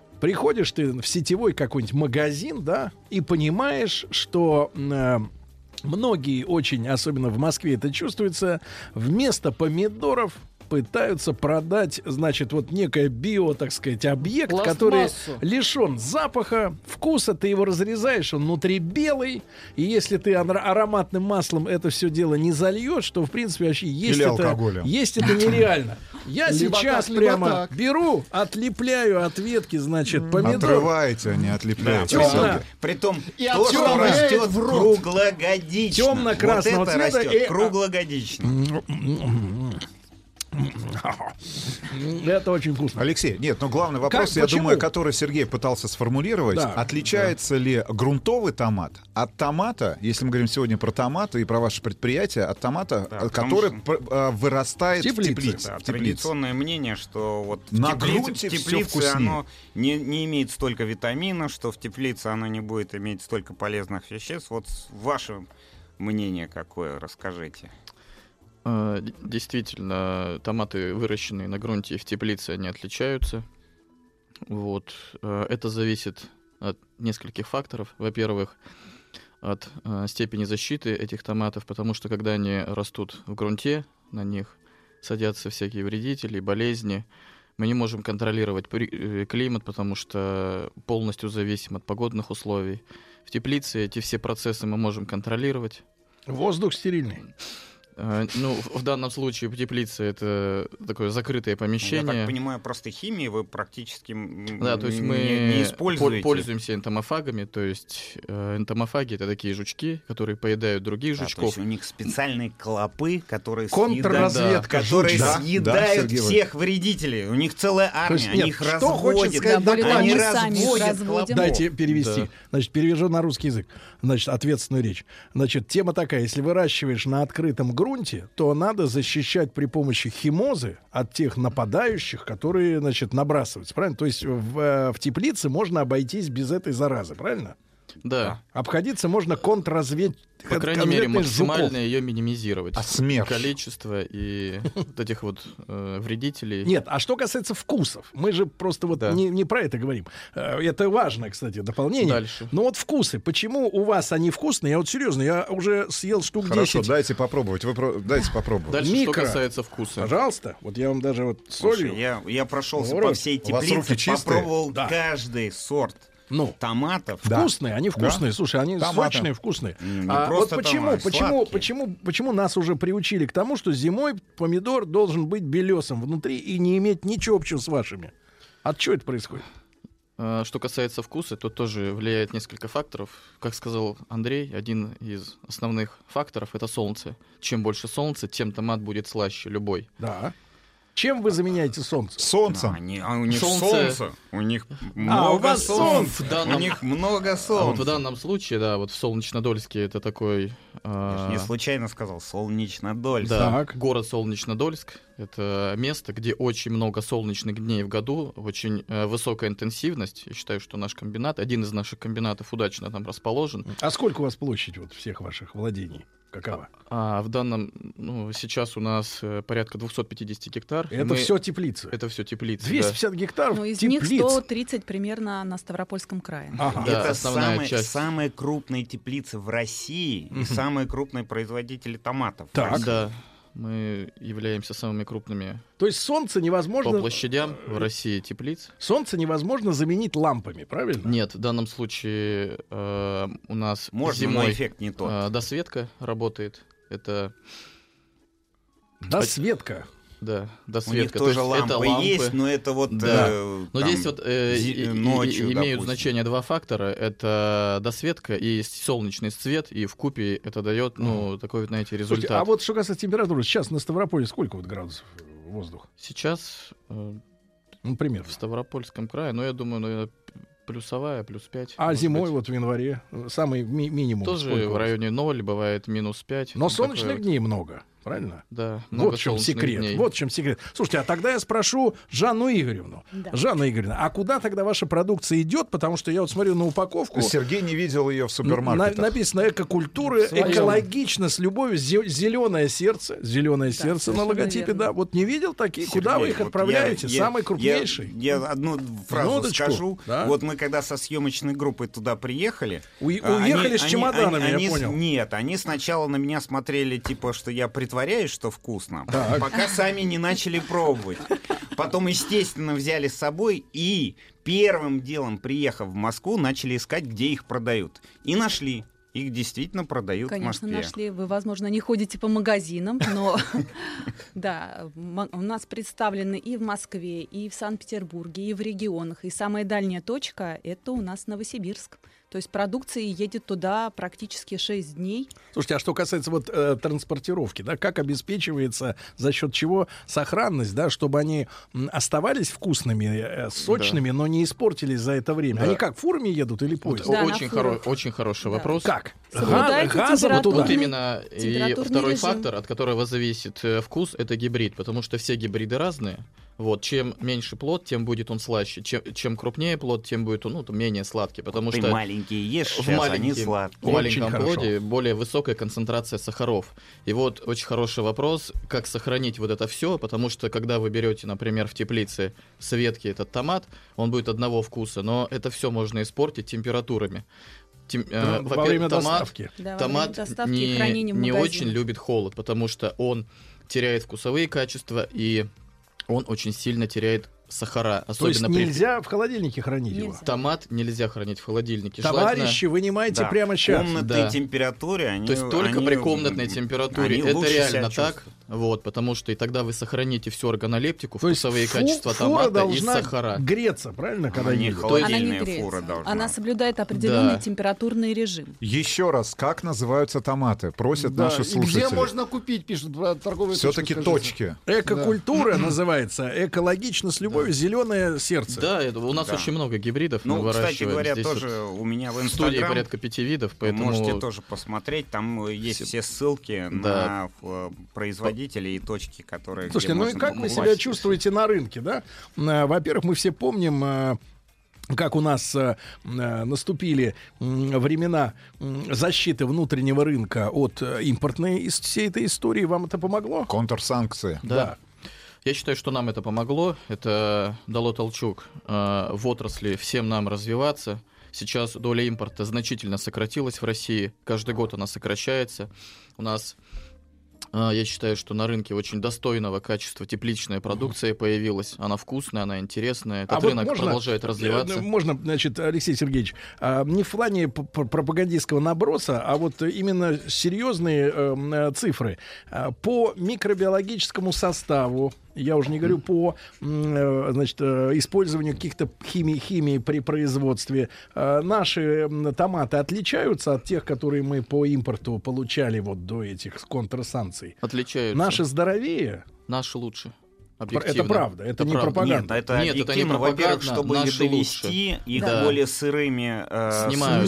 приходишь ты в сетевой какой-нибудь магазин, да, и понимаешь, что многие очень, особенно в Москве это чувствуется, вместо помидоров пытаются продать, значит, вот некое так сказать, объект, который лишен запаха, вкуса. Ты его разрезаешь, он внутри белый. И если ты ароматным маслом это все дело не зальешь, то, в принципе, вообще есть это нереально. Я сейчас прямо беру, отлепляю от ветки, значит, помидор. Отрываете, а не отлепляете. Притом то, что растет круглогодично. Темно-красного цвета. Растет круглогодично. Это очень вкусно. Алексей, нет, но главный вопрос, я думаю, который Сергей пытался сформулировать. Да, отличается ли грунтовый томат от томата, если мы говорим сегодня про томаты и про ваше предприятие, от томата, который вырастает в теплице? Да, традиционное мнение, что вот в теплице оно не имеет столько витаминов, что в теплице оно не будет иметь столько полезных веществ. Вот ваше мнение какое, расскажите. Действительно, томаты, выращенные на грунте и в теплице, они отличаются. Вот. Это зависит от нескольких факторов. Во-первых, от степени защиты этих томатов, потому что когда они растут в грунте, на них садятся всякие вредители, болезни. Мы не можем контролировать климат, потому что полностью зависим от погодных условий. В теплице эти все процессы мы можем контролировать. Воздух стерильный. Ну, в данном случае в теплице это такое закрытое помещение. Я так понимаю, просто химией вы практически да, то есть мы не используете. Пользуемся энтомофагами, то есть энтомофаги — это такие жучки, которые поедают других жучков. То есть у них специальные клопы, которые контрразведка, съедают всех вредителей. У них целая армия, они их разводят. Они разводят. Дайте перевести. Значит, перевяжу на русский язык. Значит, ответственную речь. Значит, тема такая: если выращиваешь на открытом грунте, то надо защищать при помощи химозы от тех нападающих, которые, значит, набрасываются. Правильно? То есть в теплице можно обойтись без этой заразы, правильно? Да. Обходиться можно контрразведкой. По крайней мере, максимально ее минимизировать. СМЕРШ. Количество и вот этих вот вредителей. Нет, а что касается вкусов, мы же просто вот не про это говорим. Это важно, кстати, дополнение. Дальше. Но вот вкусы. Почему у вас они вкусные? Я вот серьезно, я уже съел штук 10. Хорошо, дайте попробовать. Дайте попробовать. Дальше, что касается вкуса. Пожалуйста. Вот я вам даже вот солью. Слушай, я прошелся по всей теплице, попробовал каждый сорт. Томатов. Вкусные, они вкусные. Да. Слушай, они сочные, вкусные. Вот почему нас уже приучили к тому, что зимой помидор должен быть белесым внутри и не иметь ничего общего с вашими? От чего это происходит? Что касается вкуса, то тоже влияет несколько факторов. Как сказал Андрей, один из основных факторов — это солнце. Чем больше солнца, тем томат будет слаще, любой. Да. Чем вы заменяете солнце? Солнцем. У них солнце. У них много солнца. У них много солнца. Вот в данном случае, да, вот в Солнечнодольске это такой... Я не случайно сказал Солнечнодольск. Да, город Солнечнодольск. Это место, где очень много солнечных дней в году, очень высокая интенсивность. Я считаю, что наш комбинат, один из наших комбинатов, удачно там расположен. А сколько у вас площадь вот всех ваших владений? Какова? В данном, сейчас у нас порядка 250 гектар. Это все теплицы? Это все теплицы, 250 гектаров из теплиц. них 130 примерно на Ставропольском крае. Ага. Да, это основная часть. Самые крупные теплицы в России и самые крупные производители томатов. Так. Да. Мы являемся самыми крупными. То есть солнце невозможно... По площадям в России теплиц. Солнце невозможно заменить лампами, правильно? Нет, в данном случае у нас зимой эффект не тот. Досветка работает. Это... Досветка? Да, досветка. У них тоже лампы есть, но это вот... Да. Но здесь вот ночью, имеют значение два фактора. Это досветка и солнечный свет, и вкупе это дает, такой вот, знаете, результат. Слушайте, а вот что касается температуры, сейчас на Ставрополе сколько вот градусов воздуха? Сейчас, примерно. В Ставропольском крае, я думаю, наверное, плюсовая, плюс 5. А зимой вот в январе самый минимум? Тоже в районе 0, бывает минус 5. Но солнечных дней много. правильно? Да. Вот в чем секрет. Дней. Вот в чем секрет. Слушайте, а тогда я спрошу Жанну Игоревну. Да. Жанна Игоревна, а куда тогда ваша продукция идет? Потому что я вот смотрю на упаковку. Сергей не видел ее в супермаркетах. Написано «Экокультура», экологично, с любовью, зеленое сердце. Зеленое сердце на логотипе, да. Вот не видел такие? Сергей, куда вы их отправляете? Самый крупнейший. Я одну фразу скажу. Да? Вот мы когда со съемочной группой туда приехали... Уехали с чемоданами, я понял. Нет, они сначала на меня смотрели, типа, что я притворяюсь, что вкусно, пока сами не начали пробовать. Потом, естественно, взяли с собой и первым делом, приехав в Москву, начали искать, где их продают. И нашли. Их действительно продают в Москве. Конечно, нашли. Вы, возможно, не ходите по магазинам, но да, у нас представлены и в Москве, и в Санкт-Петербурге, и в регионах. И самая дальняя точка — это у нас Новосибирск. То есть продукция едет туда практически 6 дней. Слушайте, а что касается вот транспортировки, да, как обеспечивается, за счет чего сохранность, да, чтобы они оставались вкусными, сочными, но не испортились за это время? Да. Они как, фурами едут или поездом? Да, очень хороший вопрос. Как? Газом туда? Вот именно. И второй фактор, от которого зависит вкус, это гибрид, потому что все гибриды разные. Вот, чем меньше плод, тем будет он слаще. Чем крупнее плод, тем будет он менее сладкий. Потому ты что маленькие ешь, сейчас они сладкие. В маленьком плоде более высокая концентрация сахаров. И вот очень хороший вопрос, как сохранить вот это все, потому что когда вы берете, например, в теплице с ветки этот томат, он будет одного вкуса, но это все можно испортить температурами. Во время доставки. Томат не очень любит холод, потому что он теряет вкусовые качества и он очень сильно теряет сахара. Особенно. То есть нельзя в холодильнике хранить его? Томат нельзя хранить в холодильнике. Товарищи, вынимайте прямо сейчас. В комнатной температуре То есть только при комнатной температуре. Это реально так. Вот, потому что и тогда вы сохраните всю органолептику, вкусовые качества томата и сахара. Греться, правильно, когда едет? Она не греется. Она соблюдает определенный температурный режим. Еще раз, как называются томаты? Просят наши слушатели. Где можно купить, пишут торговые точки. Все-таки точки. Экокультура называется. Экологично с любовью, зеленое сердце. Да, у нас очень много гибридов. Ну, кстати говоря, тоже у меня в Инстаграм. В студии порядка 5 видов, поэтому... Можете тоже посмотреть. Там есть все ссылки на производителей и точки, которые... Слушайте, ну и как вы себя чувствуете на рынке, да? Во-первых, мы все помним, как у нас наступили времена защиты внутреннего рынка от импортной всей этой истории. Вам это помогло? Контрсанкции. Да. Я считаю, что нам это помогло. Это дало толчок в отрасли всем нам развиваться. Сейчас доля импорта значительно сократилась в России. Каждый год она сокращается. У нас... Я считаю, что на рынке очень достойного качества тепличная продукция появилась. Она вкусная, она интересная. Этот рынок продолжает развиваться. Можно, значит, Алексей Сергеевич, не в плане пропагандистского наброса, а вот именно серьезные цифры. По микробиологическому составу, я уже не говорю по, значит, использованию каких-то химии при производстве, наши томаты отличаются от тех, которые мы по импорту получали вот до этих контрсанкций? Отличаются. Наши здоровее? Наши лучше. Это правда, это не правда. пропаганда. Нет, это не пропаганда. Во-первых, чтобы их довести, их более сырыми снимают.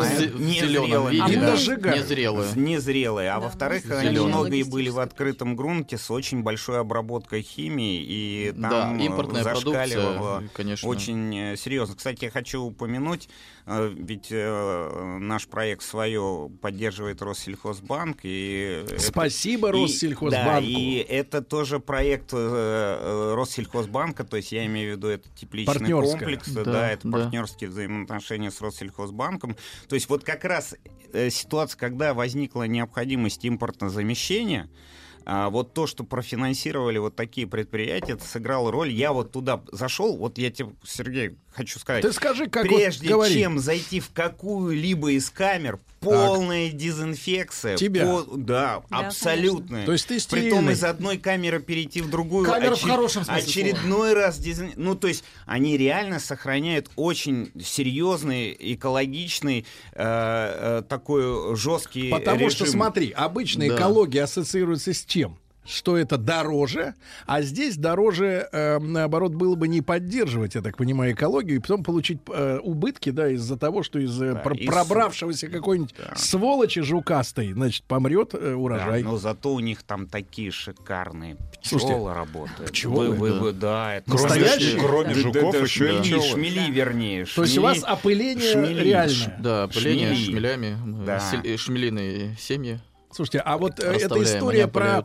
Незрелые. А во-вторых, они многие были в открытом грунте с очень большой обработкой химии, и там зашкаливало очень серьезно. Кстати, я хочу упомянуть, ведь наш проект свое поддерживает Россельхозбанк. Спасибо Россельхозбанку. Да, и это тоже проект Россельхозбанка, то есть я имею в виду это тепличный комплекс, это партнерские взаимоотношения с Россельхозбанком. То есть вот как раз ситуация, когда возникла необходимость импортозамещения, вот то, что профинансировали вот такие предприятия, это сыграло роль. Я вот туда зашел, вот я тебе, Сергей, хочу сказать. Ты скажи, как прежде чем зайти в какую-либо из камер, полная дезинфекция. Тебя? Да, абсолютная. То есть ты стерильный. Притом из одной камеры перейти в другую. Камера в хорошем смысле. Очередной раз Ну, то есть они реально сохраняют очень серьезный, экологичный, такой жесткий режим. Потому что, смотри, обычно экология ассоциируется с чем? что это дороже, а здесь дороже, наоборот, было бы не поддерживать, я так понимаю, экологию, и потом получить убытки, да, из-за того, что из пробравшегося какой-нибудь сволочи жукастой, значит, помрет урожай. Да, но зато у них там такие шикарные пчелы работают. Пчелы? Да, это настоящие? Кроме жуков еще и пчелы. Шмели, вернее. То есть у вас опыление реальное? Да, опыление шмелями, шмелиные семьи. Слушайте, а вот эта история про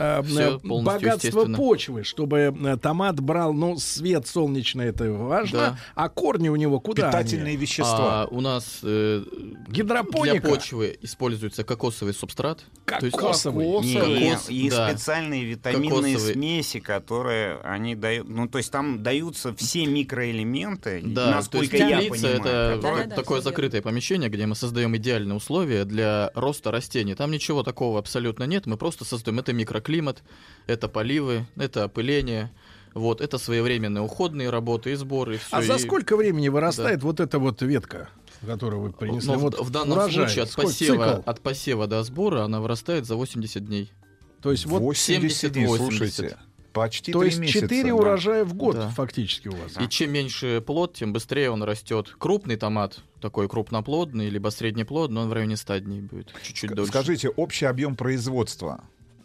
богатство почвы, чтобы томат брал, ну, свет солнечный, это важно, да. А корни у него куда? Питательные вещества. У нас гидропоника. Для почвы используется кокосовый субстрат. Кокосовый? И специальные витаминные смеси, которые они дают. Ну, то есть там даются все микроэлементы, насколько я понимаю. Это такое закрытое помещение, где мы создаем идеальные условия для роста растений. Там ничего такого абсолютно нет, мы просто создаем, это микроклимат, это поливы, это опыление, вот, это своевременные уходные работы и сборы. И все, за сколько времени вырастает вот эта вот ветка, которую вы принесли? Вот в данном случае от посева до сбора она вырастает за 80 дней. То есть вот 80 дней, слушайте. Почти то есть 4 урожая в год фактически у вас. И чем меньше плод, тем быстрее он растет. Крупный томат, такой крупноплодный, либо среднеплодный, он в районе 100 дней будет. Чуть-чуть дольше. Скажите, общий объем производства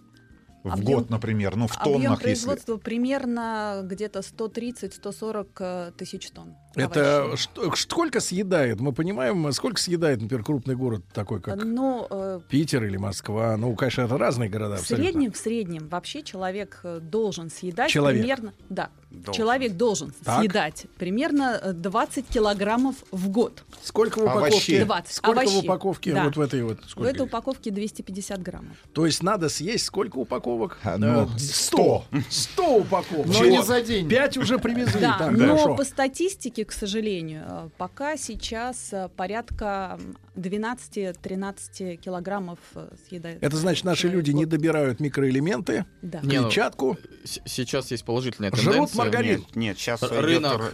в год, например, ну в тоннах, объем производства примерно где-то 130-140 тысяч тонн. Это сколько съедает? Мы понимаем, сколько съедает, например, крупный город такой, как Питер или Москва? Ну, конечно, это разные города. В среднем вообще человек должен съедать примерно... Да, человек должен съедать примерно 20 килограммов в год. Сколько в упаковке? 20. Сколько в упаковке? Да. Вот в этой вот? В этой упаковке 250 граммов. То есть надо съесть сколько упаковок? 100. 100 упаковок. Но не за день. 5 уже привезли. Да, так, но хорошо. по статистике, к сожалению, пока сейчас порядка 12-13 килограммов съедают. Это значит, наши люди не добирают микроэлементы, клетчатку. Сейчас есть положительная тенденция. Жрут маргарин. Нет, сейчас рынок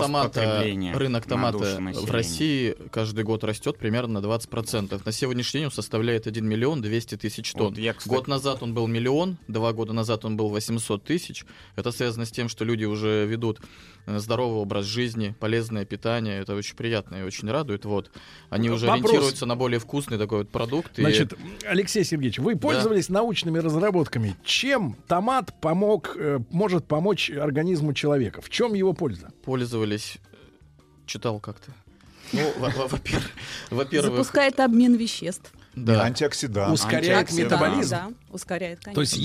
томата в России каждый год растет примерно на 20%. На сегодняшний день он составляет 1 миллион 200 тысяч тонн. Год назад он был 1 миллион, 2 года назад он был 800 тысяч. Это связано с тем, что люди уже ведут здоровый образ жизни, полезное питание. Это очень приятно и очень радует. Вот. Они уже ориентируются на более вкусный такой вот продукт. Значит, Алексей Сергеевич, вы пользовались научными разработками. Чем томат может помочь организму человека? В чем его польза? Пользовались, читал как-то. Ну, во-первых... Запускает обмен веществ. Да. Антиоксидант. Ускоряет метаболизм. Да, ускоряет, конечно. То есть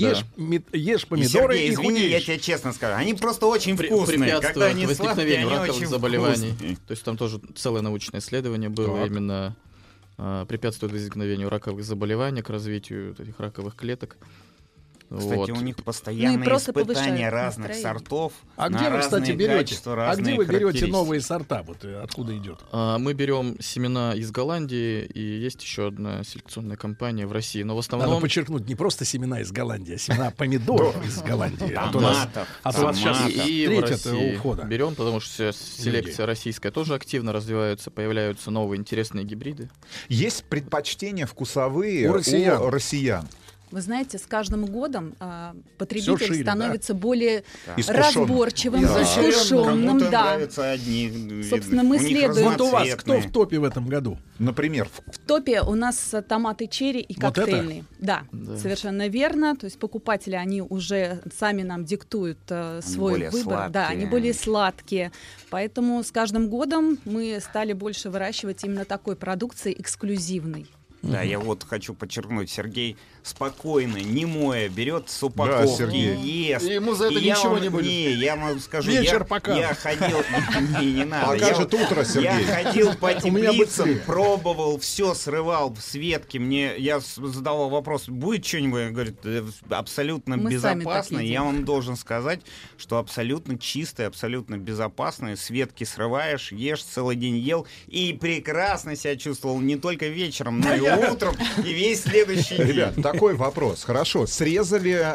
ешь помидоры и худеешь. Я тебе честно скажу, они просто очень вкусные. Препятствуют возникновению раковых заболеваний. То есть там тоже целое научное исследование было именно препятствует возникновению раковых заболеваний, к развитию этих раковых клеток. Кстати, у них постоянные испытания разных сортов. А где вы, кстати, берете? А где вы берете новые сорта? Вот откуда идет? Мы берем семена из Голландии, и есть еще одна селекционная компания в России. Но в основном... Надо подчеркнуть, не просто семена из Голландии, а семена помидоров из Голландии. А то у вас сейчас треть у входа. Берем, потому что селекция российская тоже активно развивается, появляются новые интересные гибриды. Есть предпочтения вкусовые у россиян? Вы знаете, с каждым годом потребитель становится более разборчивым, искушенным. Да. Собственно, мы следуем. Вот у вас кто в топе в этом году? Например? В топе у нас томаты черри и коктейльные. Вот да, совершенно верно. То есть покупатели, они уже сами нам диктуют свой выбор. Да, они более сладкие. Поэтому с каждым годом мы стали больше выращивать именно такой продукции эксклюзивной. Да, я вот хочу подчеркнуть, Сергей спокойно, не моя, берет с упаковки, ест. И ему за это ничего не будет. Не, я вам скажу, вечер пока. Я ходил... Не надо. Покажет утро, Сергей. Я ходил по теплицам, пробовал, все срывал с ветки. Я задавал вопрос, будет что-нибудь? Говорит, абсолютно безопасно. Я вам должен сказать, что абсолютно чистое, абсолютно безопасное. С ветки срываешь, ешь, целый день ел. И прекрасно себя чувствовал не только вечером, но и утром, и весь следующий день. Ребят, такой вопрос. Хорошо, срезали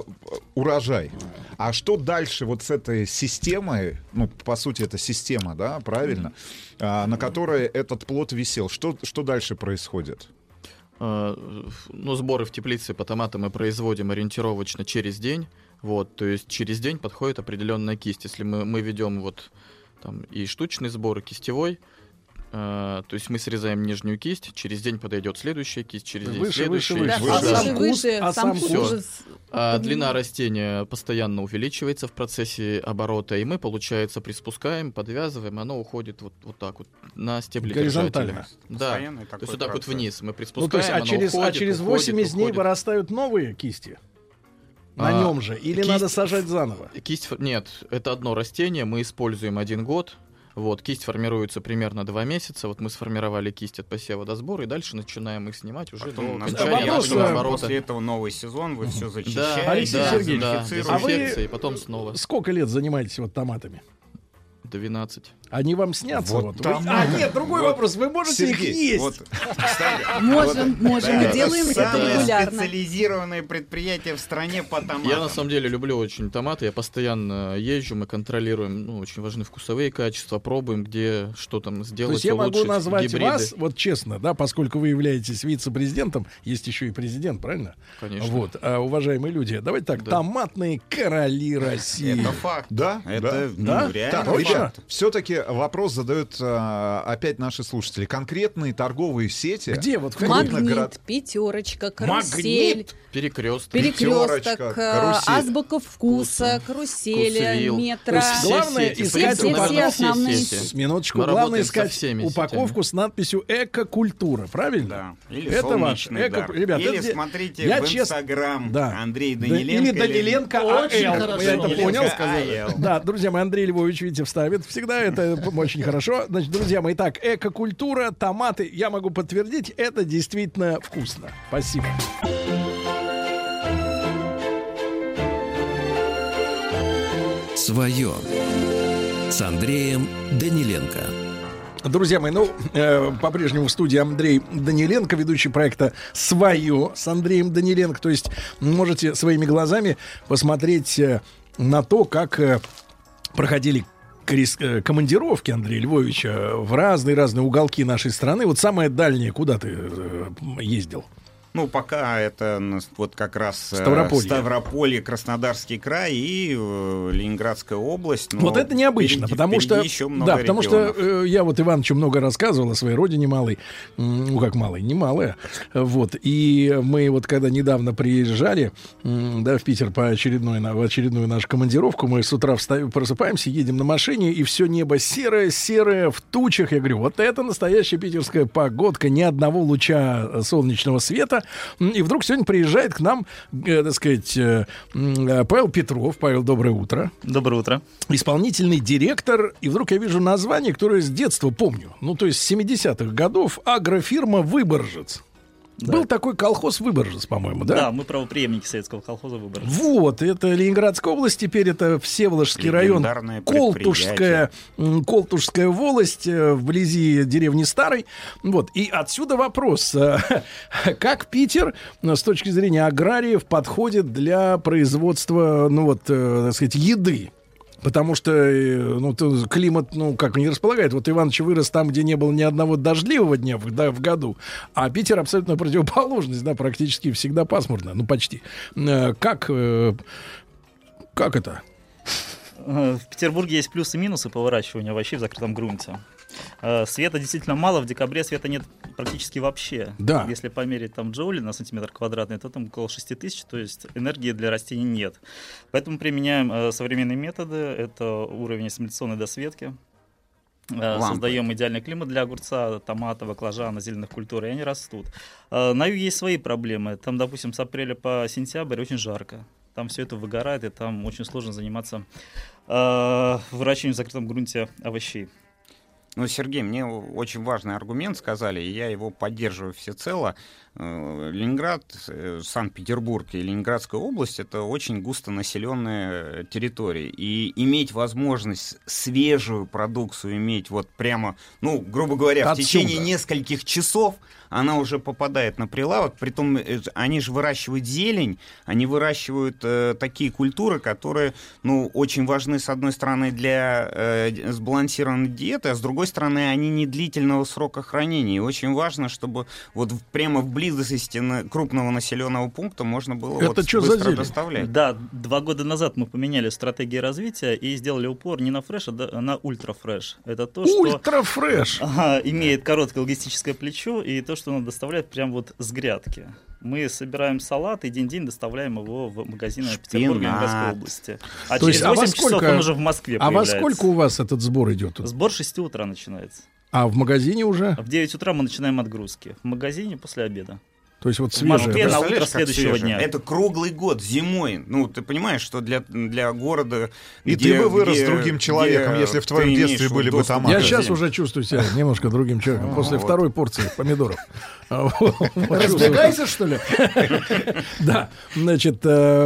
урожай. А что дальше вот с этой системой, ну, по сути, это система, да, правильно, на которой этот плод висел? Что дальше происходит? Сборы в теплице по томатам мы производим ориентировочно через день. Вот, то есть через день подходит определенная кисть. Если мы ведем вот там и штучный сбор, и кистевой, то есть мы срезаем нижнюю кисть, через день подойдет следующая кисть, через день следующая. А сам вкус. Длина растения постоянно увеличивается в процессе оборота, и мы, получается, приспускаем, подвязываем, оно уходит вот так вот на стебли горизонтально. Да, то есть вот так вот вниз мы приспускаем, то есть, оно через 80 дней вырастают новые кисти? На нем же? Или надо сажать заново? Нет, это одно растение, мы используем 1 год. Вот, кисть формируется примерно 2 месяца. Вот мы сформировали кисть от посева до сбора, и дальше начинаем их снимать уже до окончания нашего оборота. После этого новый сезон, вы все зачищаете, дезинфицируете, и потом снова. Сколько лет занимаетесь вот томатами? 12. Они вам снятся? Нет, другой вопрос. Вы можете их есть? Можем, и делаем это регулярно. Специализированное предприятие в стране по томатам. Я на самом деле люблю очень томаты. Я постоянно езжу, мы контролируем, очень важны вкусовые качества, пробуем, где что там сделать. То есть я могу назвать вас, вот честно, да, поскольку вы являетесь вице-президентом, есть еще и президент, правильно? Конечно. Вот, уважаемые люди, давайте так, томатные короли России. Это факт. Да? Это реально факт. Все-таки вопрос задают опять наши слушатели. Конкретные торговые сети. Где? Вот в Магнит, Пятерочка, Карусель, Перекресток, Азбука вкуса, Карусель, Метро. Главное искать все основные. Минуточку. Главное искать упаковку с надписью «Эко-культура», правильно? Да. Или это ваш. Ребята, или смотрите в Инстаграм Андрей Даниленко. Или Даниленко АЛ. Я это понял. Да, друзья мои, Андрей Львович, видите, вставит всегда. Это очень хорошо. Значит, друзья мои, так, эко-культура, томаты, я могу подтвердить, это действительно вкусно. Спасибо. Свое с Андреем Даниленко. Друзья мои, по-прежнему в студии Андрей Даниленко, ведущий проекта «Свое» с Андреем Даниленко. То есть можете своими глазами посмотреть на то, как проходили командировки Андрея Львовича в разные уголки нашей страны. Вот самое дальнее, куда ты ездил? Пока это вот как раз Ставрополье, Краснодарский край и Ленинградская область. Вот это необычно, потому что я вот Ивановичу много рассказывал о своей родине малой, как малой, не малая, вот, и мы вот когда недавно приезжали, в Питер в очередную нашу командировку, мы с утра просыпаемся, едем на машине, и все небо серое, в тучах, я говорю, вот это настоящая питерская погодка, ни одного луча солнечного света. И вдруг сегодня приезжает к нам, так сказать, Павел Петров. Павел, доброе утро. Доброе утро. Исполнительный директор. И вдруг я вижу название, которое с детства помню. То есть с 70-х годов. Агрофирма «Выборжец». Да. Был такой колхоз «Выборжец», по-моему, да? Да, мы правопреемники советского колхоза «Выборжец». Вот, это Ленинградская область, теперь это Всеволожский район, Колтушская волость, вблизи деревни Старой. Вот, и отсюда вопрос, как Питер с точки зрения аграриев подходит для производства, так сказать, еды? Потому что климат, как не располагает. Вот Иванович вырос там, где не было ни одного дождливого дня в году, а Питер абсолютно противоположность, да, практически всегда пасмурно, почти. Как это? В Петербурге есть плюсы и минусы по выращиванию овощей в закрытом грунте. Света действительно мало, в декабре света нет практически вообще. Да. Если померить джоули на сантиметр квадратный, то там около 6000, то есть энергии для растений нет. Поэтому применяем современные методы, это уровень ассимиляционной досветки. Создаем идеальный климат для огурца, томата, баклажана, зеленых культур, и они растут. На юге есть свои проблемы. Там, допустим, с апреля по сентябрь очень жарко. Там все это выгорает, и там очень сложно заниматься выращиванием в закрытом грунте овощей. Сергей, мне очень важный аргумент сказали, и я его поддерживаю всецело. Ленинград, Санкт-Петербург и Ленинградская область — это очень густонаселенные территории. И иметь возможность свежую продукцию иметь прямо, грубо говоря, в течение нескольких часов она уже попадает на прилавок. Притом они же выращивают зелень, они выращивают такие культуры, которые, очень важны, с одной стороны, для сбалансированной диеты, а с другой стороны, они не длительного срока хранения. И очень важно, чтобы прямо вблизи близости крупного населенного пункта можно было это что быстро доставлять. Да, 2 года назад мы поменяли стратегии развития и сделали упор не на фреш, а на ультрафреш. Это то, что имеет короткое логистическое плечо и то, что оно доставляет прям вот с грядки. Мы собираем салат и день-день доставляем его в магазины Петербурга и Ленинградской области. А то через 8 часов он уже в Москве появляется. А во сколько у вас этот сбор идет? Сбор 6 утра начинается. А в магазине уже? В 9 утра мы начинаем отгрузки. В магазине после обеда. То есть вот свежее. В Москве на утро следующего дня. Это круглый год, зимой. Ну, ты понимаешь, что для города... И ты бы вырос другим человеком, если в твоем детстве были бы томаты. Я сейчас уже чувствую себя немножко другим человеком после второй порции помидоров. Разбегайся, что ли? Да, значит,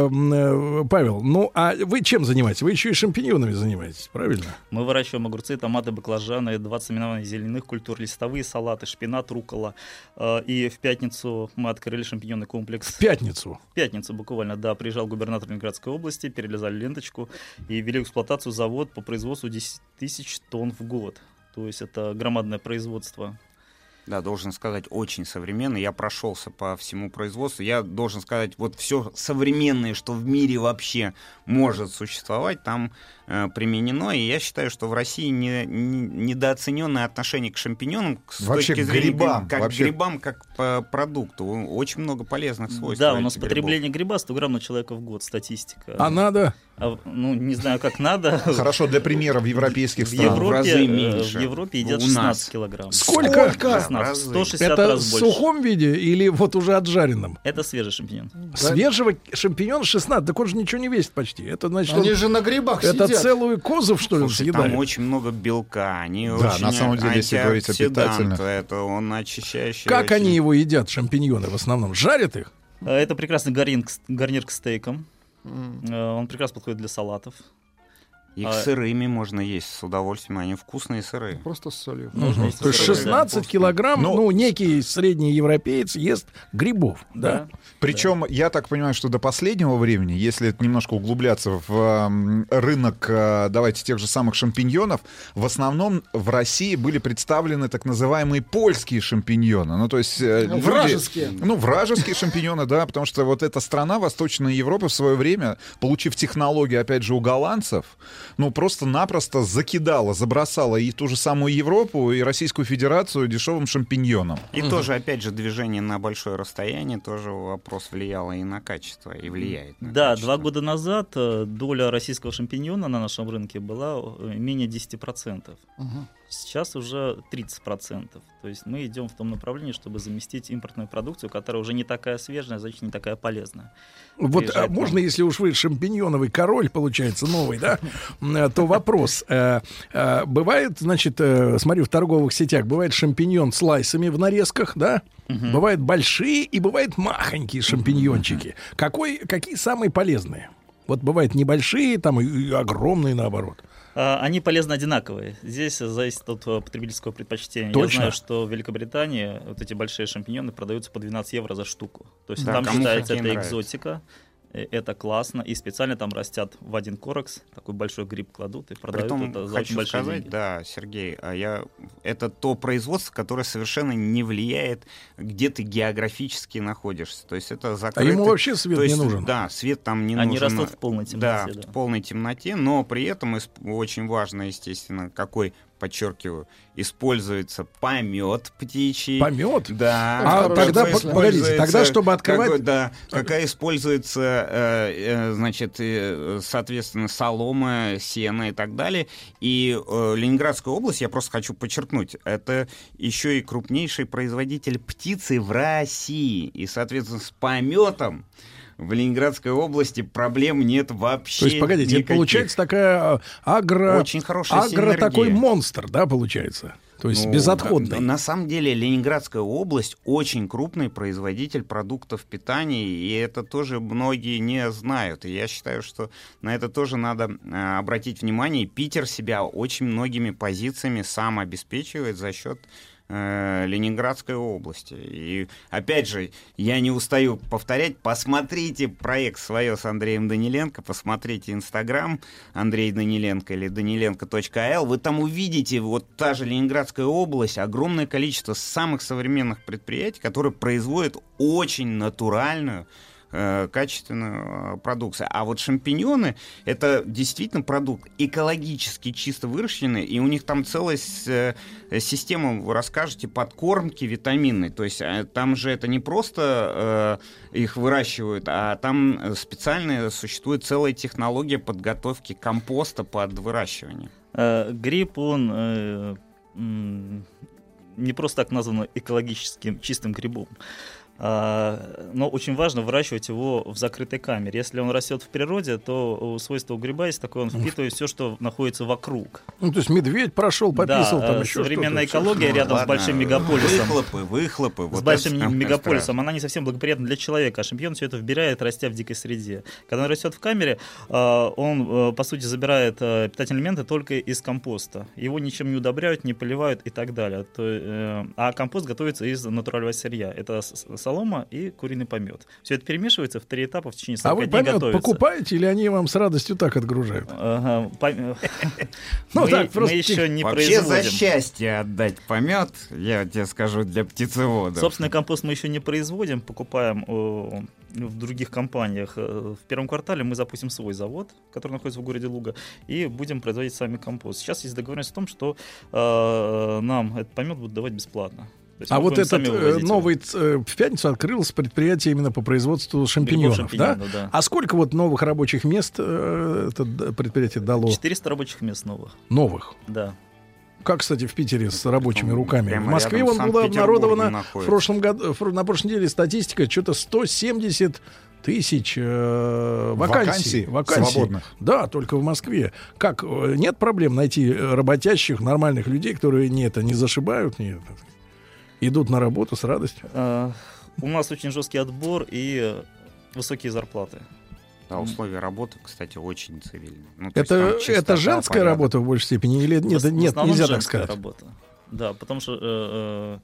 Павел, ну а вы чем занимаетесь? Вы еще и шампиньонами занимаетесь, правильно? Мы выращиваем огурцы, томаты, баклажаны, 20 именованных зеленых культур, листовые салаты, шпинат, руккола. И в пятницу мы открыли шампиньонный комплекс. В пятницу? В пятницу буквально, да. Приезжал губернатор Ленинградской области, перелезали ленточку и ввели в эксплуатацию завод по производству 10 тысяч тонн в год. То есть это громадное производство. Да, должен сказать, очень современный. Я прошелся по всему производству. Я должен сказать, вот все современное, что в мире вообще может существовать, там применено. И я считаю, что в России недооцененное отношение к шампиньонам с вообще точки зрения грибам, как грибам, как по продукту. Очень много полезных свойств. Да, у нас потребление гриба 100 грамм на человека в год, статистика. А надо? Ну, не знаю, как надо. Хорошо, для примера в европейских странах. В Европе едят 16 килограмм. Сколько? 160 это раз в больше. сухом виде или вот уже отжаренном? Это свежий шампиньон. Свежего шампиньона 16, так он же ничего не весит почти. Это значит, они же на грибах это сидят. Целую козу, что ли, съедают? Там очень много белка. Они да, очень на самом деле, если говорить о питательно. Это он очищающий. Как они его едят, шампиньоны, в основном? Жарят их? Это прекрасный гарнир к стейкам. Он прекрасно подходит для салатов. Их сырыми можно есть с удовольствием, они вкусные сырые. Просто с солью. То есть 16 килограмм, ну, некий средний европеец ест грибов. Да. Причем, я так понимаю, что до последнего времени, если немножко углубляться в рынок, давайте, тех же самых шампиньонов, в основном в России были представлены так называемые польские шампиньоны. Ну, то есть... вражеские. Вражеские шампиньоны, да, потому что вот эта страна, Восточная Европа, в свое время, получив технологию, опять же, у голландцев, ну, просто-напросто закидала, забросала и ту же самую Европу, и Российскую Федерацию дешевым шампиньоном. И тоже, опять же, движение на большое расстояние, тоже вопрос влияло и на качество, и влияет на качество. 2 года назад доля российского шампиньона на нашем рынке была менее 10%. Сейчас уже 30%. То есть мы идем в том направлении, чтобы заместить импортную продукцию, которая уже не такая свежая, значит, не такая полезная. Вот можно, если уж вы шампиньоновый король, получается, новый, да, то вопрос. Бывает, значит, смотрю, в торговых сетях, бывает шампиньон с слайсами в нарезках, да? Бывают большие и бывают махонькие шампиньончики. Какие самые полезные? Вот бывают небольшие, там и огромные, наоборот. Они полезны одинаковые. Здесь зависит от потребительского предпочтения. Точно. Я знаю, что в Великобритании вот эти большие шампиньоны продаются по 12 евро за штуку. То есть там считается это экзотика. Это классно, и специально там растят в один корекс, такой большой гриб кладут и продают. Притом, это за хочу очень большие сказать, деньги. да, Сергей, это то производство, которое совершенно не влияет, где ты географически находишься. То есть это закрыто. А ему вообще свет не нужен. Да, свет там не нужен. Они растут в полной темноте. Да, в полной темноте, но при этом очень важно, естественно, какой, подчеркиваю, используется помет птичий. Помет? Да. Тогда, погодите, тогда, чтобы открывать... Какая используется, значит, соответственно, солома, сено и так далее. И Ленинградская область, я просто хочу подчеркнуть, это еще и крупнейший производитель птицы в России. И, соответственно, с пометом в Ленинградской области проблем нет вообще. То есть, погодите, никаких. Это получается такая очень хорошая синергия. Такой монстр, да, получается? То есть безотходный. На самом деле Ленинградская область очень крупный производитель продуктов питания, и это тоже многие не знают. И я считаю, что на это тоже надо обратить внимание. Питер себя очень многими позициями сам обеспечивает за счет Ленинградской области. И опять же, я не устаю повторять, посмотрите проект свое с Андреем Даниленко, посмотрите Инстаграм Андрей Даниленко или danilenko.al, вы там увидите вот та же Ленинградская область, огромное количество самых современных предприятий, которые производят очень натуральную, качественную продукцию. А вот шампиньоны — это действительно продукт экологически чисто выращенный, и у них там целая система, вы расскажете, подкормки витаминной. То есть там же это не просто их выращивают, а там специально существует целая технология подготовки компоста под выращивание. Гриб, он не просто так назван экологическим чистым грибом. Но очень важно выращивать его в закрытой камере. Если он растет в природе, то свойство у гриба есть такое, он впитывает все, что находится вокруг. Ну, то есть медведь прошел, пописал, да, там еще современная экология рядом с большим мегаполисом. Выхлопы. С большим мегаполисом, она не совсем благоприятна для человека, а шампиньон все это вбирает, растя в дикой среде. Когда он растет в камере, он, по сути, забирает питательные элементы только из компоста. Его ничем не удобряют, не поливают и так далее. А компост готовится из натурального сырья. Это солома и куриный помет. Все это перемешивается в 3 этапа в течение 40 дней готовится. А вы помет покупаете или они вам с радостью так отгружают? Мы еще не производим. Вообще за счастье отдать помет, я тебе скажу, для птицеводов. Собственный компост мы еще не производим, покупаем в других компаниях. В первом квартале мы запустим свой завод, который находится в городе Луга, и будем производить сами компост. Сейчас есть договоренность о том, что нам этот помет будут давать бесплатно. А вот этот новый в пятницу открылось предприятие именно по производству шампиньонов, да? А сколько вот новых рабочих мест это предприятие дало? 400 рабочих мест новых. Новых? Да. Как, кстати, в Питере с рабочими руками? В Москве вон была обнародована в прошлом году, на прошлой неделе статистика, что-то 170 тысяч вакансий свободных. Да, только в Москве. Как, нет проблем найти работящих, нормальных людей, которые не зашибают, идут на работу с радостью? У нас очень жесткий отбор и высокие зарплаты. Да, условия работы, кстати, очень цивильные. Это женская работа в большей степени или нет, нельзя так сказать? Работа. Да, потому что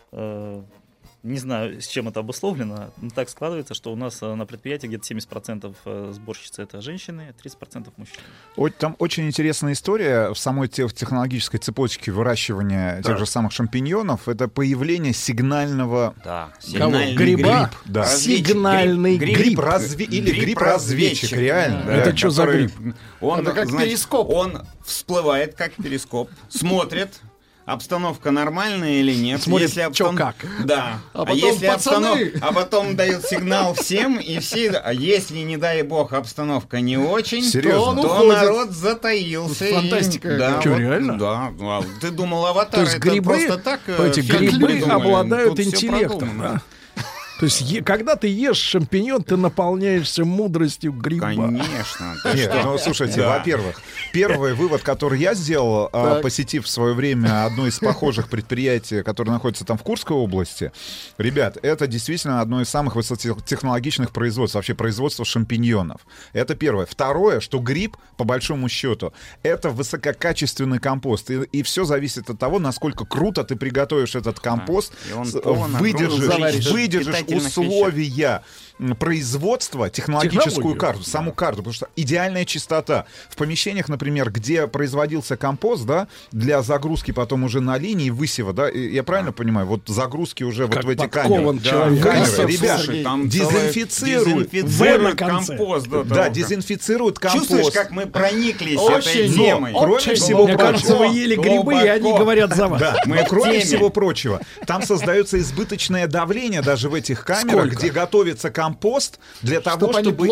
не знаю, с чем это обусловлено, но так складывается, что у нас на предприятии где-то 70% сборщицы — это женщины, 30% мужчины. Там очень интересная история в самой технологической цепочке выращивания тех же самых шампиньонов. Это появление сигнального гриба. Да. Сигнальный гриб. Или гриб-разведчик, реально. Это что за гриб? Это как перископ. Он всплывает как перископ, смотрит, обстановка нормальная или нет. Смотрит, что как. Да. А потом дает сигнал всем, и все, если, не дай бог, обстановка не очень, то народ затаился. Фантастика. Да, что, реально? Да. Ты думал, «Аватар» это грибы, просто так? Эти грибы обладают интеллектом. Да? То есть, когда ты ешь шампиньон, ты наполняешься мудростью гриба. Конечно. Нет, слушайте, во-первых, первый вывод, который я сделал, посетив в свое время одно из похожих предприятий, которое находится там в Курской области, ребят, это действительно одно из самых высокотехнологичных производств, вообще производство шампиньонов. Это первое. Второе, что гриб, по большому счету, это высококачественный компост. И все зависит от того, насколько круто ты приготовишь этот компост, выдержишь условия производства, технологическую карту, саму карту, потому что идеальная чистота. В помещениях, например, где производился компост, да, для загрузки потом уже на линии высева, да, я правильно понимаю, вот загрузки уже вот в эти камеры. Ребят, дезинфицируют компост. Да, дезинфицируют компост. Чувствуешь, как мы прониклись этой темой? Кроме всего прочего, кажется, вы ели грибы, и они говорят за вас. Да, но кроме всего прочего, там создается избыточное давление даже в этих камерах, где готовится компост для того, чтобы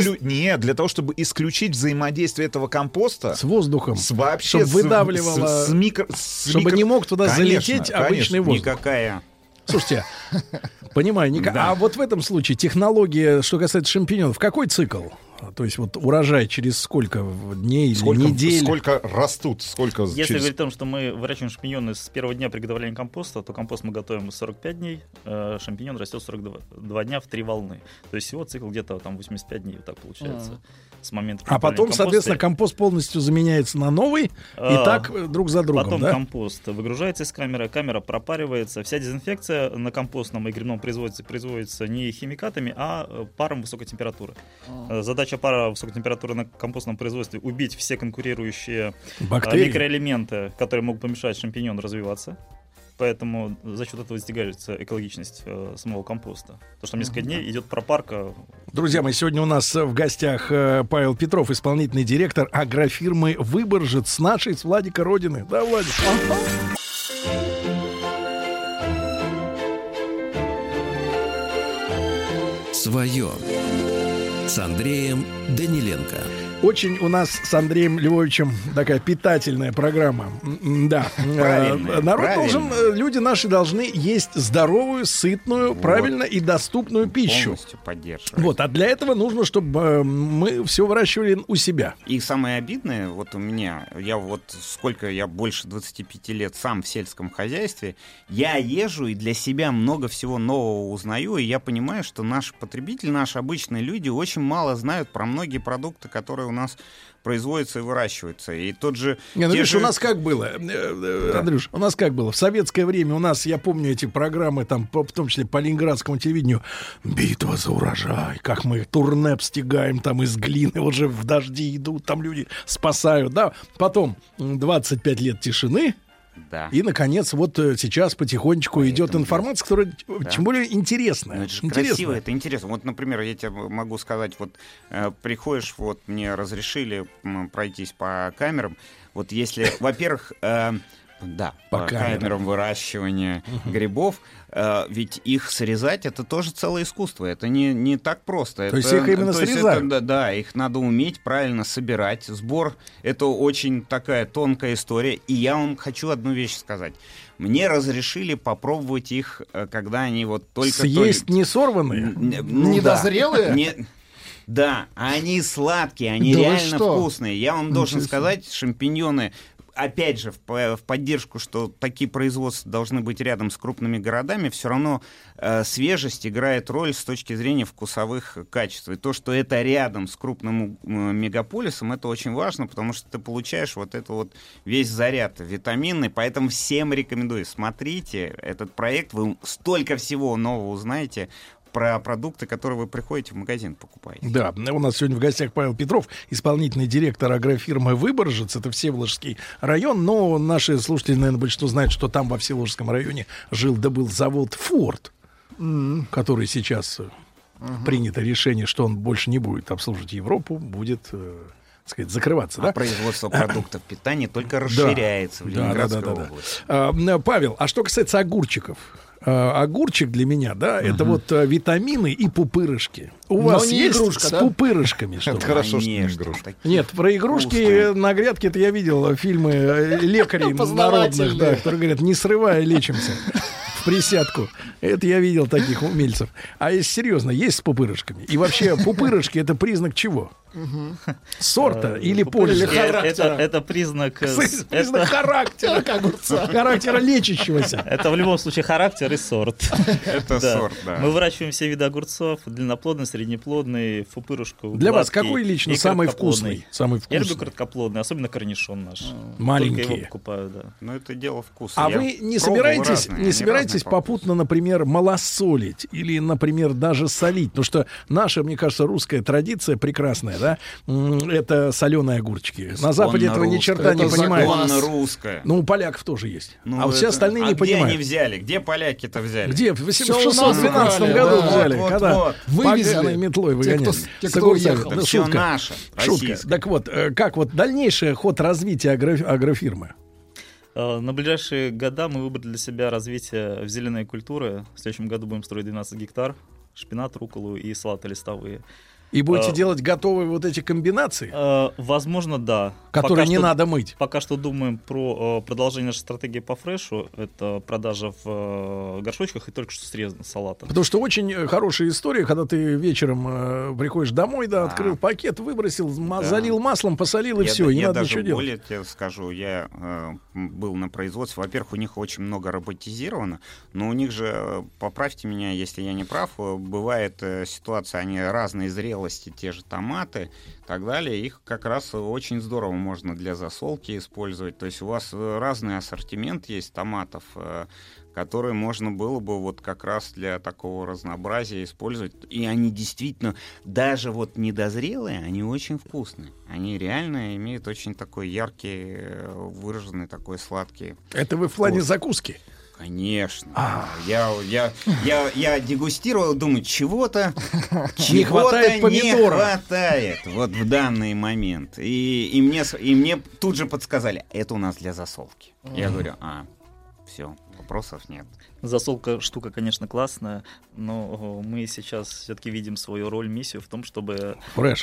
исключить взаимодействие этого компоста с воздухом, вообще чтобы выдавливало, чтобы не мог туда залететь обычный воздух. Никакая. Слушайте, понимаю, а вот в этом случае технология, что касается шампиньонов, какой цикл? То есть вот урожай через сколько дней или недель? Сколько растут? Сколько Если говорить о том, что мы выращиваем шампиньоны с первого дня приготовления компоста, то компост мы готовим 45 дней, шампиньон растет 42 дня в 3 волны. То есть всего цикл где-то там 85 дней, вот так получается. С момента а потом, компоста, соответственно, компост полностью заменяется на новый, и так друг за другом. Потом да? компост выгружается из камеры, камера пропаривается. Вся дезинфекция на компостном и грибном производится не химикатами, а паром высокой температуры. Задача пара высокой температуры на компостном производстве — убить все конкурирующие микроэлементы, которые могут помешать шампиньону развиваться. Поэтому за счет этого достигается экологичность самого компоста. Потому что там несколько дней идет пропарка. Друзья мои, сегодня у нас в гостях Павел Петров, исполнительный директор агрофирмы «Выборжец» с нашей, с Владика родины. Да, Владик? Свое с Андреем Даниленко. Очень у нас с Андреем Львовичем такая питательная программа. Да. Народ должен, люди наши должны есть здоровую, сытную, правильно и доступную пищу. Полностью поддерживаю. Вот, а для этого нужно, чтобы мы все выращивали у себя. И самое обидное, вот у меня, я больше 25 лет сам в сельском хозяйстве, я езжу и для себя много всего нового узнаю, и я понимаю, что наши потребители, наши обычные люди очень мало знают про многие продукты, которые у нас производятся и выращиваются. И тот же... у нас как было, Андрюш, у нас как было? В советское время у нас, я помню эти программы, там, в том числе по ленинградскому телевидению, «Битва за урожай», как мы турнеп стягаем там из глины, уже в дожди идут, там люди спасают, да. Потом 25 лет тишины. Да. И, наконец, вот сейчас потихонечку идет информация, которая, тем более, интересная. Ну, это же красиво, это интересно. Вот, например, я тебе могу сказать, вот приходишь, вот мне разрешили пройтись по камерам. Вот если, во-первых, по камерам выращивания грибов, ведь их срезать — это тоже целое искусство. Это не так просто. То есть их именно срезают? Да, их надо уметь правильно собирать. Сбор — это очень такая тонкая история. И я вам хочу одну вещь сказать. Мне разрешили попробовать их, когда они вот только... Съесть не сорванные? Недозрелые? Да, они сладкие, они реально вкусные. Я вам должен сказать, шампиньоны... Опять же, в поддержку, что такие производства должны быть рядом с крупными городами, все равно свежесть играет роль с точки зрения вкусовых качеств. И то, что это рядом с крупным мегаполисом, это очень важно, потому что ты получаешь вот это вот весь заряд витаминный. Поэтому всем рекомендую, смотрите этот проект, вы столько всего нового узнаете про продукты, которые вы приходите в магазин покупаете. Да, у нас сегодня в гостях Павел Петров, исполнительный директор агрофирмы «Выборжец». Это Всеволожский район, но наши слушатели, наверное, большинство знают, что там во Всеволожском районе был завод «Форд», который сейчас принято решение, что он больше не будет обслуживать Европу, будет... сказать, закрываться, да? Производство продуктов питания только расширяется в Ленинградской области. Павел, а что касается огурчиков? Огурчик для меня, да, это вот витамины и пупырышки. У вас есть игрушка, с пупырышками что-то? Это хорошо, что не игрушка. Нет, про игрушки на грядке это я видел фильмы лекарей народных, да, которые говорят, не срывая, лечимся в присядку. Это я видел таких умельцев. А если серьезно, есть с пупырышками? И вообще, пупырышки — это признак чего? Сорта или пользы? Это признак характера, как огурца. Характера лечащегося. Это в любом случае характер и сорт. Это сорт, да. Мы выращиваем все виды огурцов: длинноплодный, среднеплодный, пупырышку. Для вас какой лично самый вкусный? Я люблю короткоплодный, особенно корнишон наш. Маленькие. Только его покупаю, да. Но это дело вкуса. А вы не собираетесь попутно, например, малосолить или, например, даже солить? Потому что наша, мне кажется, русская традиция прекрасная, да? Это соленые огурчики. На Западе этого ни черта не понимают. Русская. Ну, у поляков тоже есть. А вот все остальные не понимают. Где они взяли? Где поляки-то взяли? Где? В 612 году взяли. Когда вывезли метлой выгоняли. Это все наше. Шутка. Так вот, как вот дальнейший ход развития агрофирмы? На ближайшие года мы выбрали для себя развитие в зеленой культуры. В следующем году будем строить 12 гектар. Шпинат, рукколу и салаты листовые. И будете делать готовые вот эти комбинации? Возможно, да. Которые не надо мыть. Пока что думаем про продолжение нашей стратегии по фрешу. Это продажа в горшочках и только что срезанных салатов. Потому что очень хорошая история, когда ты вечером приходишь домой, да, открыл пакет, выбросил, залил маслом, посолил и все, и не надо ничего делать. Я даже более тебе скажу, я был на производстве. Во-первых, у них очень много роботизировано, но у них же, поправьте меня, если я не прав, бывает ситуация, они разные зрелости, те же томаты и так далее, их как раз очень здорово можно для засолки использовать. То есть у вас разный ассортимент есть томатов, которые можно было бы вот как раз для такого разнообразия использовать. И они действительно, даже вот недозрелые, они очень вкусные. Они реально имеют очень такой яркий, выраженный такой сладкий Это вы в плане закуски? Конечно. Я дегустировал, думаю, чего-то не хватает помидора. Не хватает вот в данный момент. И мне тут же подсказали, это у нас для засолки. Я говорю, все, вопросов нет. Засолка штука, конечно, классная, но мы сейчас все-таки видим свою роль, миссию в том, чтобы фреш.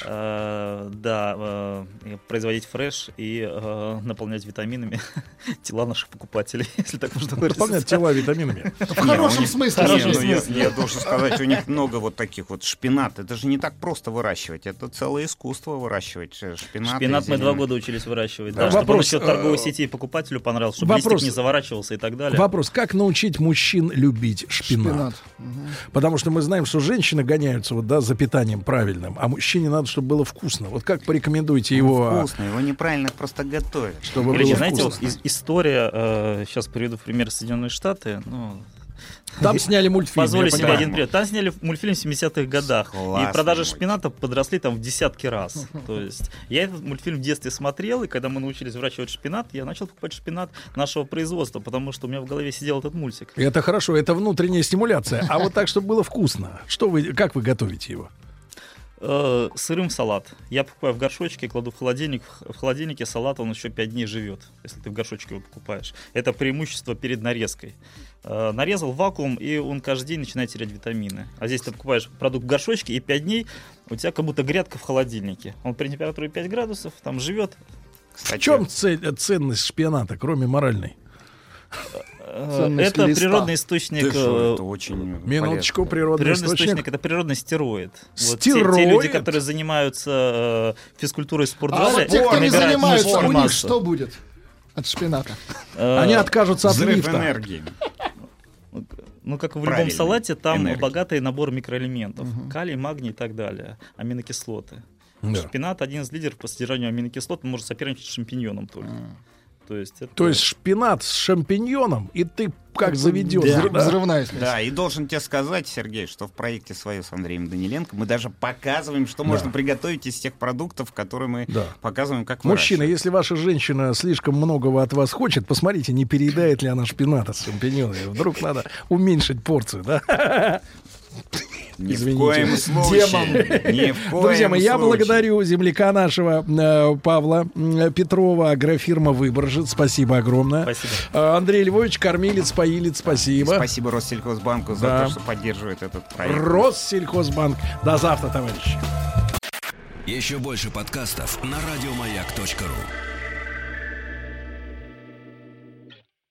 Производить фреш и наполнять витаминами тела наших покупателей, если так можно выразиться. Наполнять тела витаминами. В хорошем смысле. Я должен сказать, у них много вот таких вот шпинат. Это же не так просто выращивать, это целое искусство выращивать шпинат. Шпинат мы 2 года учились выращивать, да, чтобы он еще торговой сети и покупателю понравился, чтобы листик не заворачивался и так далее. Вопрос, как научить мужчин любить шпинат? Потому что мы знаем, что женщины гоняются вот, да, за питанием правильным, а мужчине надо, чтобы было вкусно. Вот как порекомендуете его? Вкусно, его неправильно просто готовят. Чтобы было знаете, вкусно. Вот история, сейчас приведу пример Соединенные Штаты, там сняли мультфильм. Позволю себе один пример. Там сняли мультфильм в 70-х годах. И продажи шпината подросли там в десятки раз. То есть я этот мультфильм в детстве смотрел, и когда мы научились выращивать шпинат, я начал покупать шпинат нашего производства, потому что у меня в голове сидел этот мультик. Это хорошо, это внутренняя стимуляция. А вот так, чтобы было вкусно. Как вы готовите его? Сырым салат. Я покупаю в горшочке, кладу в холодильник. В холодильнике салат, он еще 5 дней живет, если ты в горшочке его покупаешь. Это преимущество перед нарезкой. Нарезал в вакуум, и он каждый день начинает терять витамины. А здесь ты покупаешь продукт в горшочке, и 5 дней у тебя как будто грядка в холодильнике. Он при температуре 5 градусов там живет. Кстати, в чем ценность шпината, кроме моральной? Это природный источник. Это очень минуточку, природный источник. Это природный стероид. Стероид? Вот те люди, которые занимаются физкультурой в спортзале, те, кто не занимаются, у них что будет от шпината? Они откажутся от лифта. Энергии. Как в любом салате, там богатый набор микроэлементов. Калий, магний и так далее. Аминокислоты. Шпинат один из лидеров по содержанию аминокислот, может соперничать с шампиньоном только. То есть шпинат с шампиньоном, и ты как заведешь. Взрывная смесь. Да, и должен тебе сказать, Сергей, что в проекте «Свое» с Андреем Даниленко мы даже показываем, что можно приготовить из тех продуктов, которые мы показываем, как мужчина, если ваша женщина слишком многого от вас хочет, посмотрите, не переедает ли она шпината с шампиньонами. Вдруг надо уменьшить порцию, да? Ни в коем случае. Друзья мои, я благодарю земляка нашего Павла Петрова, агрофирма «Выборжец». Спасибо огромное. Спасибо. Андрей Львович, кормилец, поилец, спасибо. Спасибо Россельхозбанку за то, что поддерживает этот проект. Россельхозбанк. До завтра, товарищи. Еще больше подкастов на радиомаяк.ру.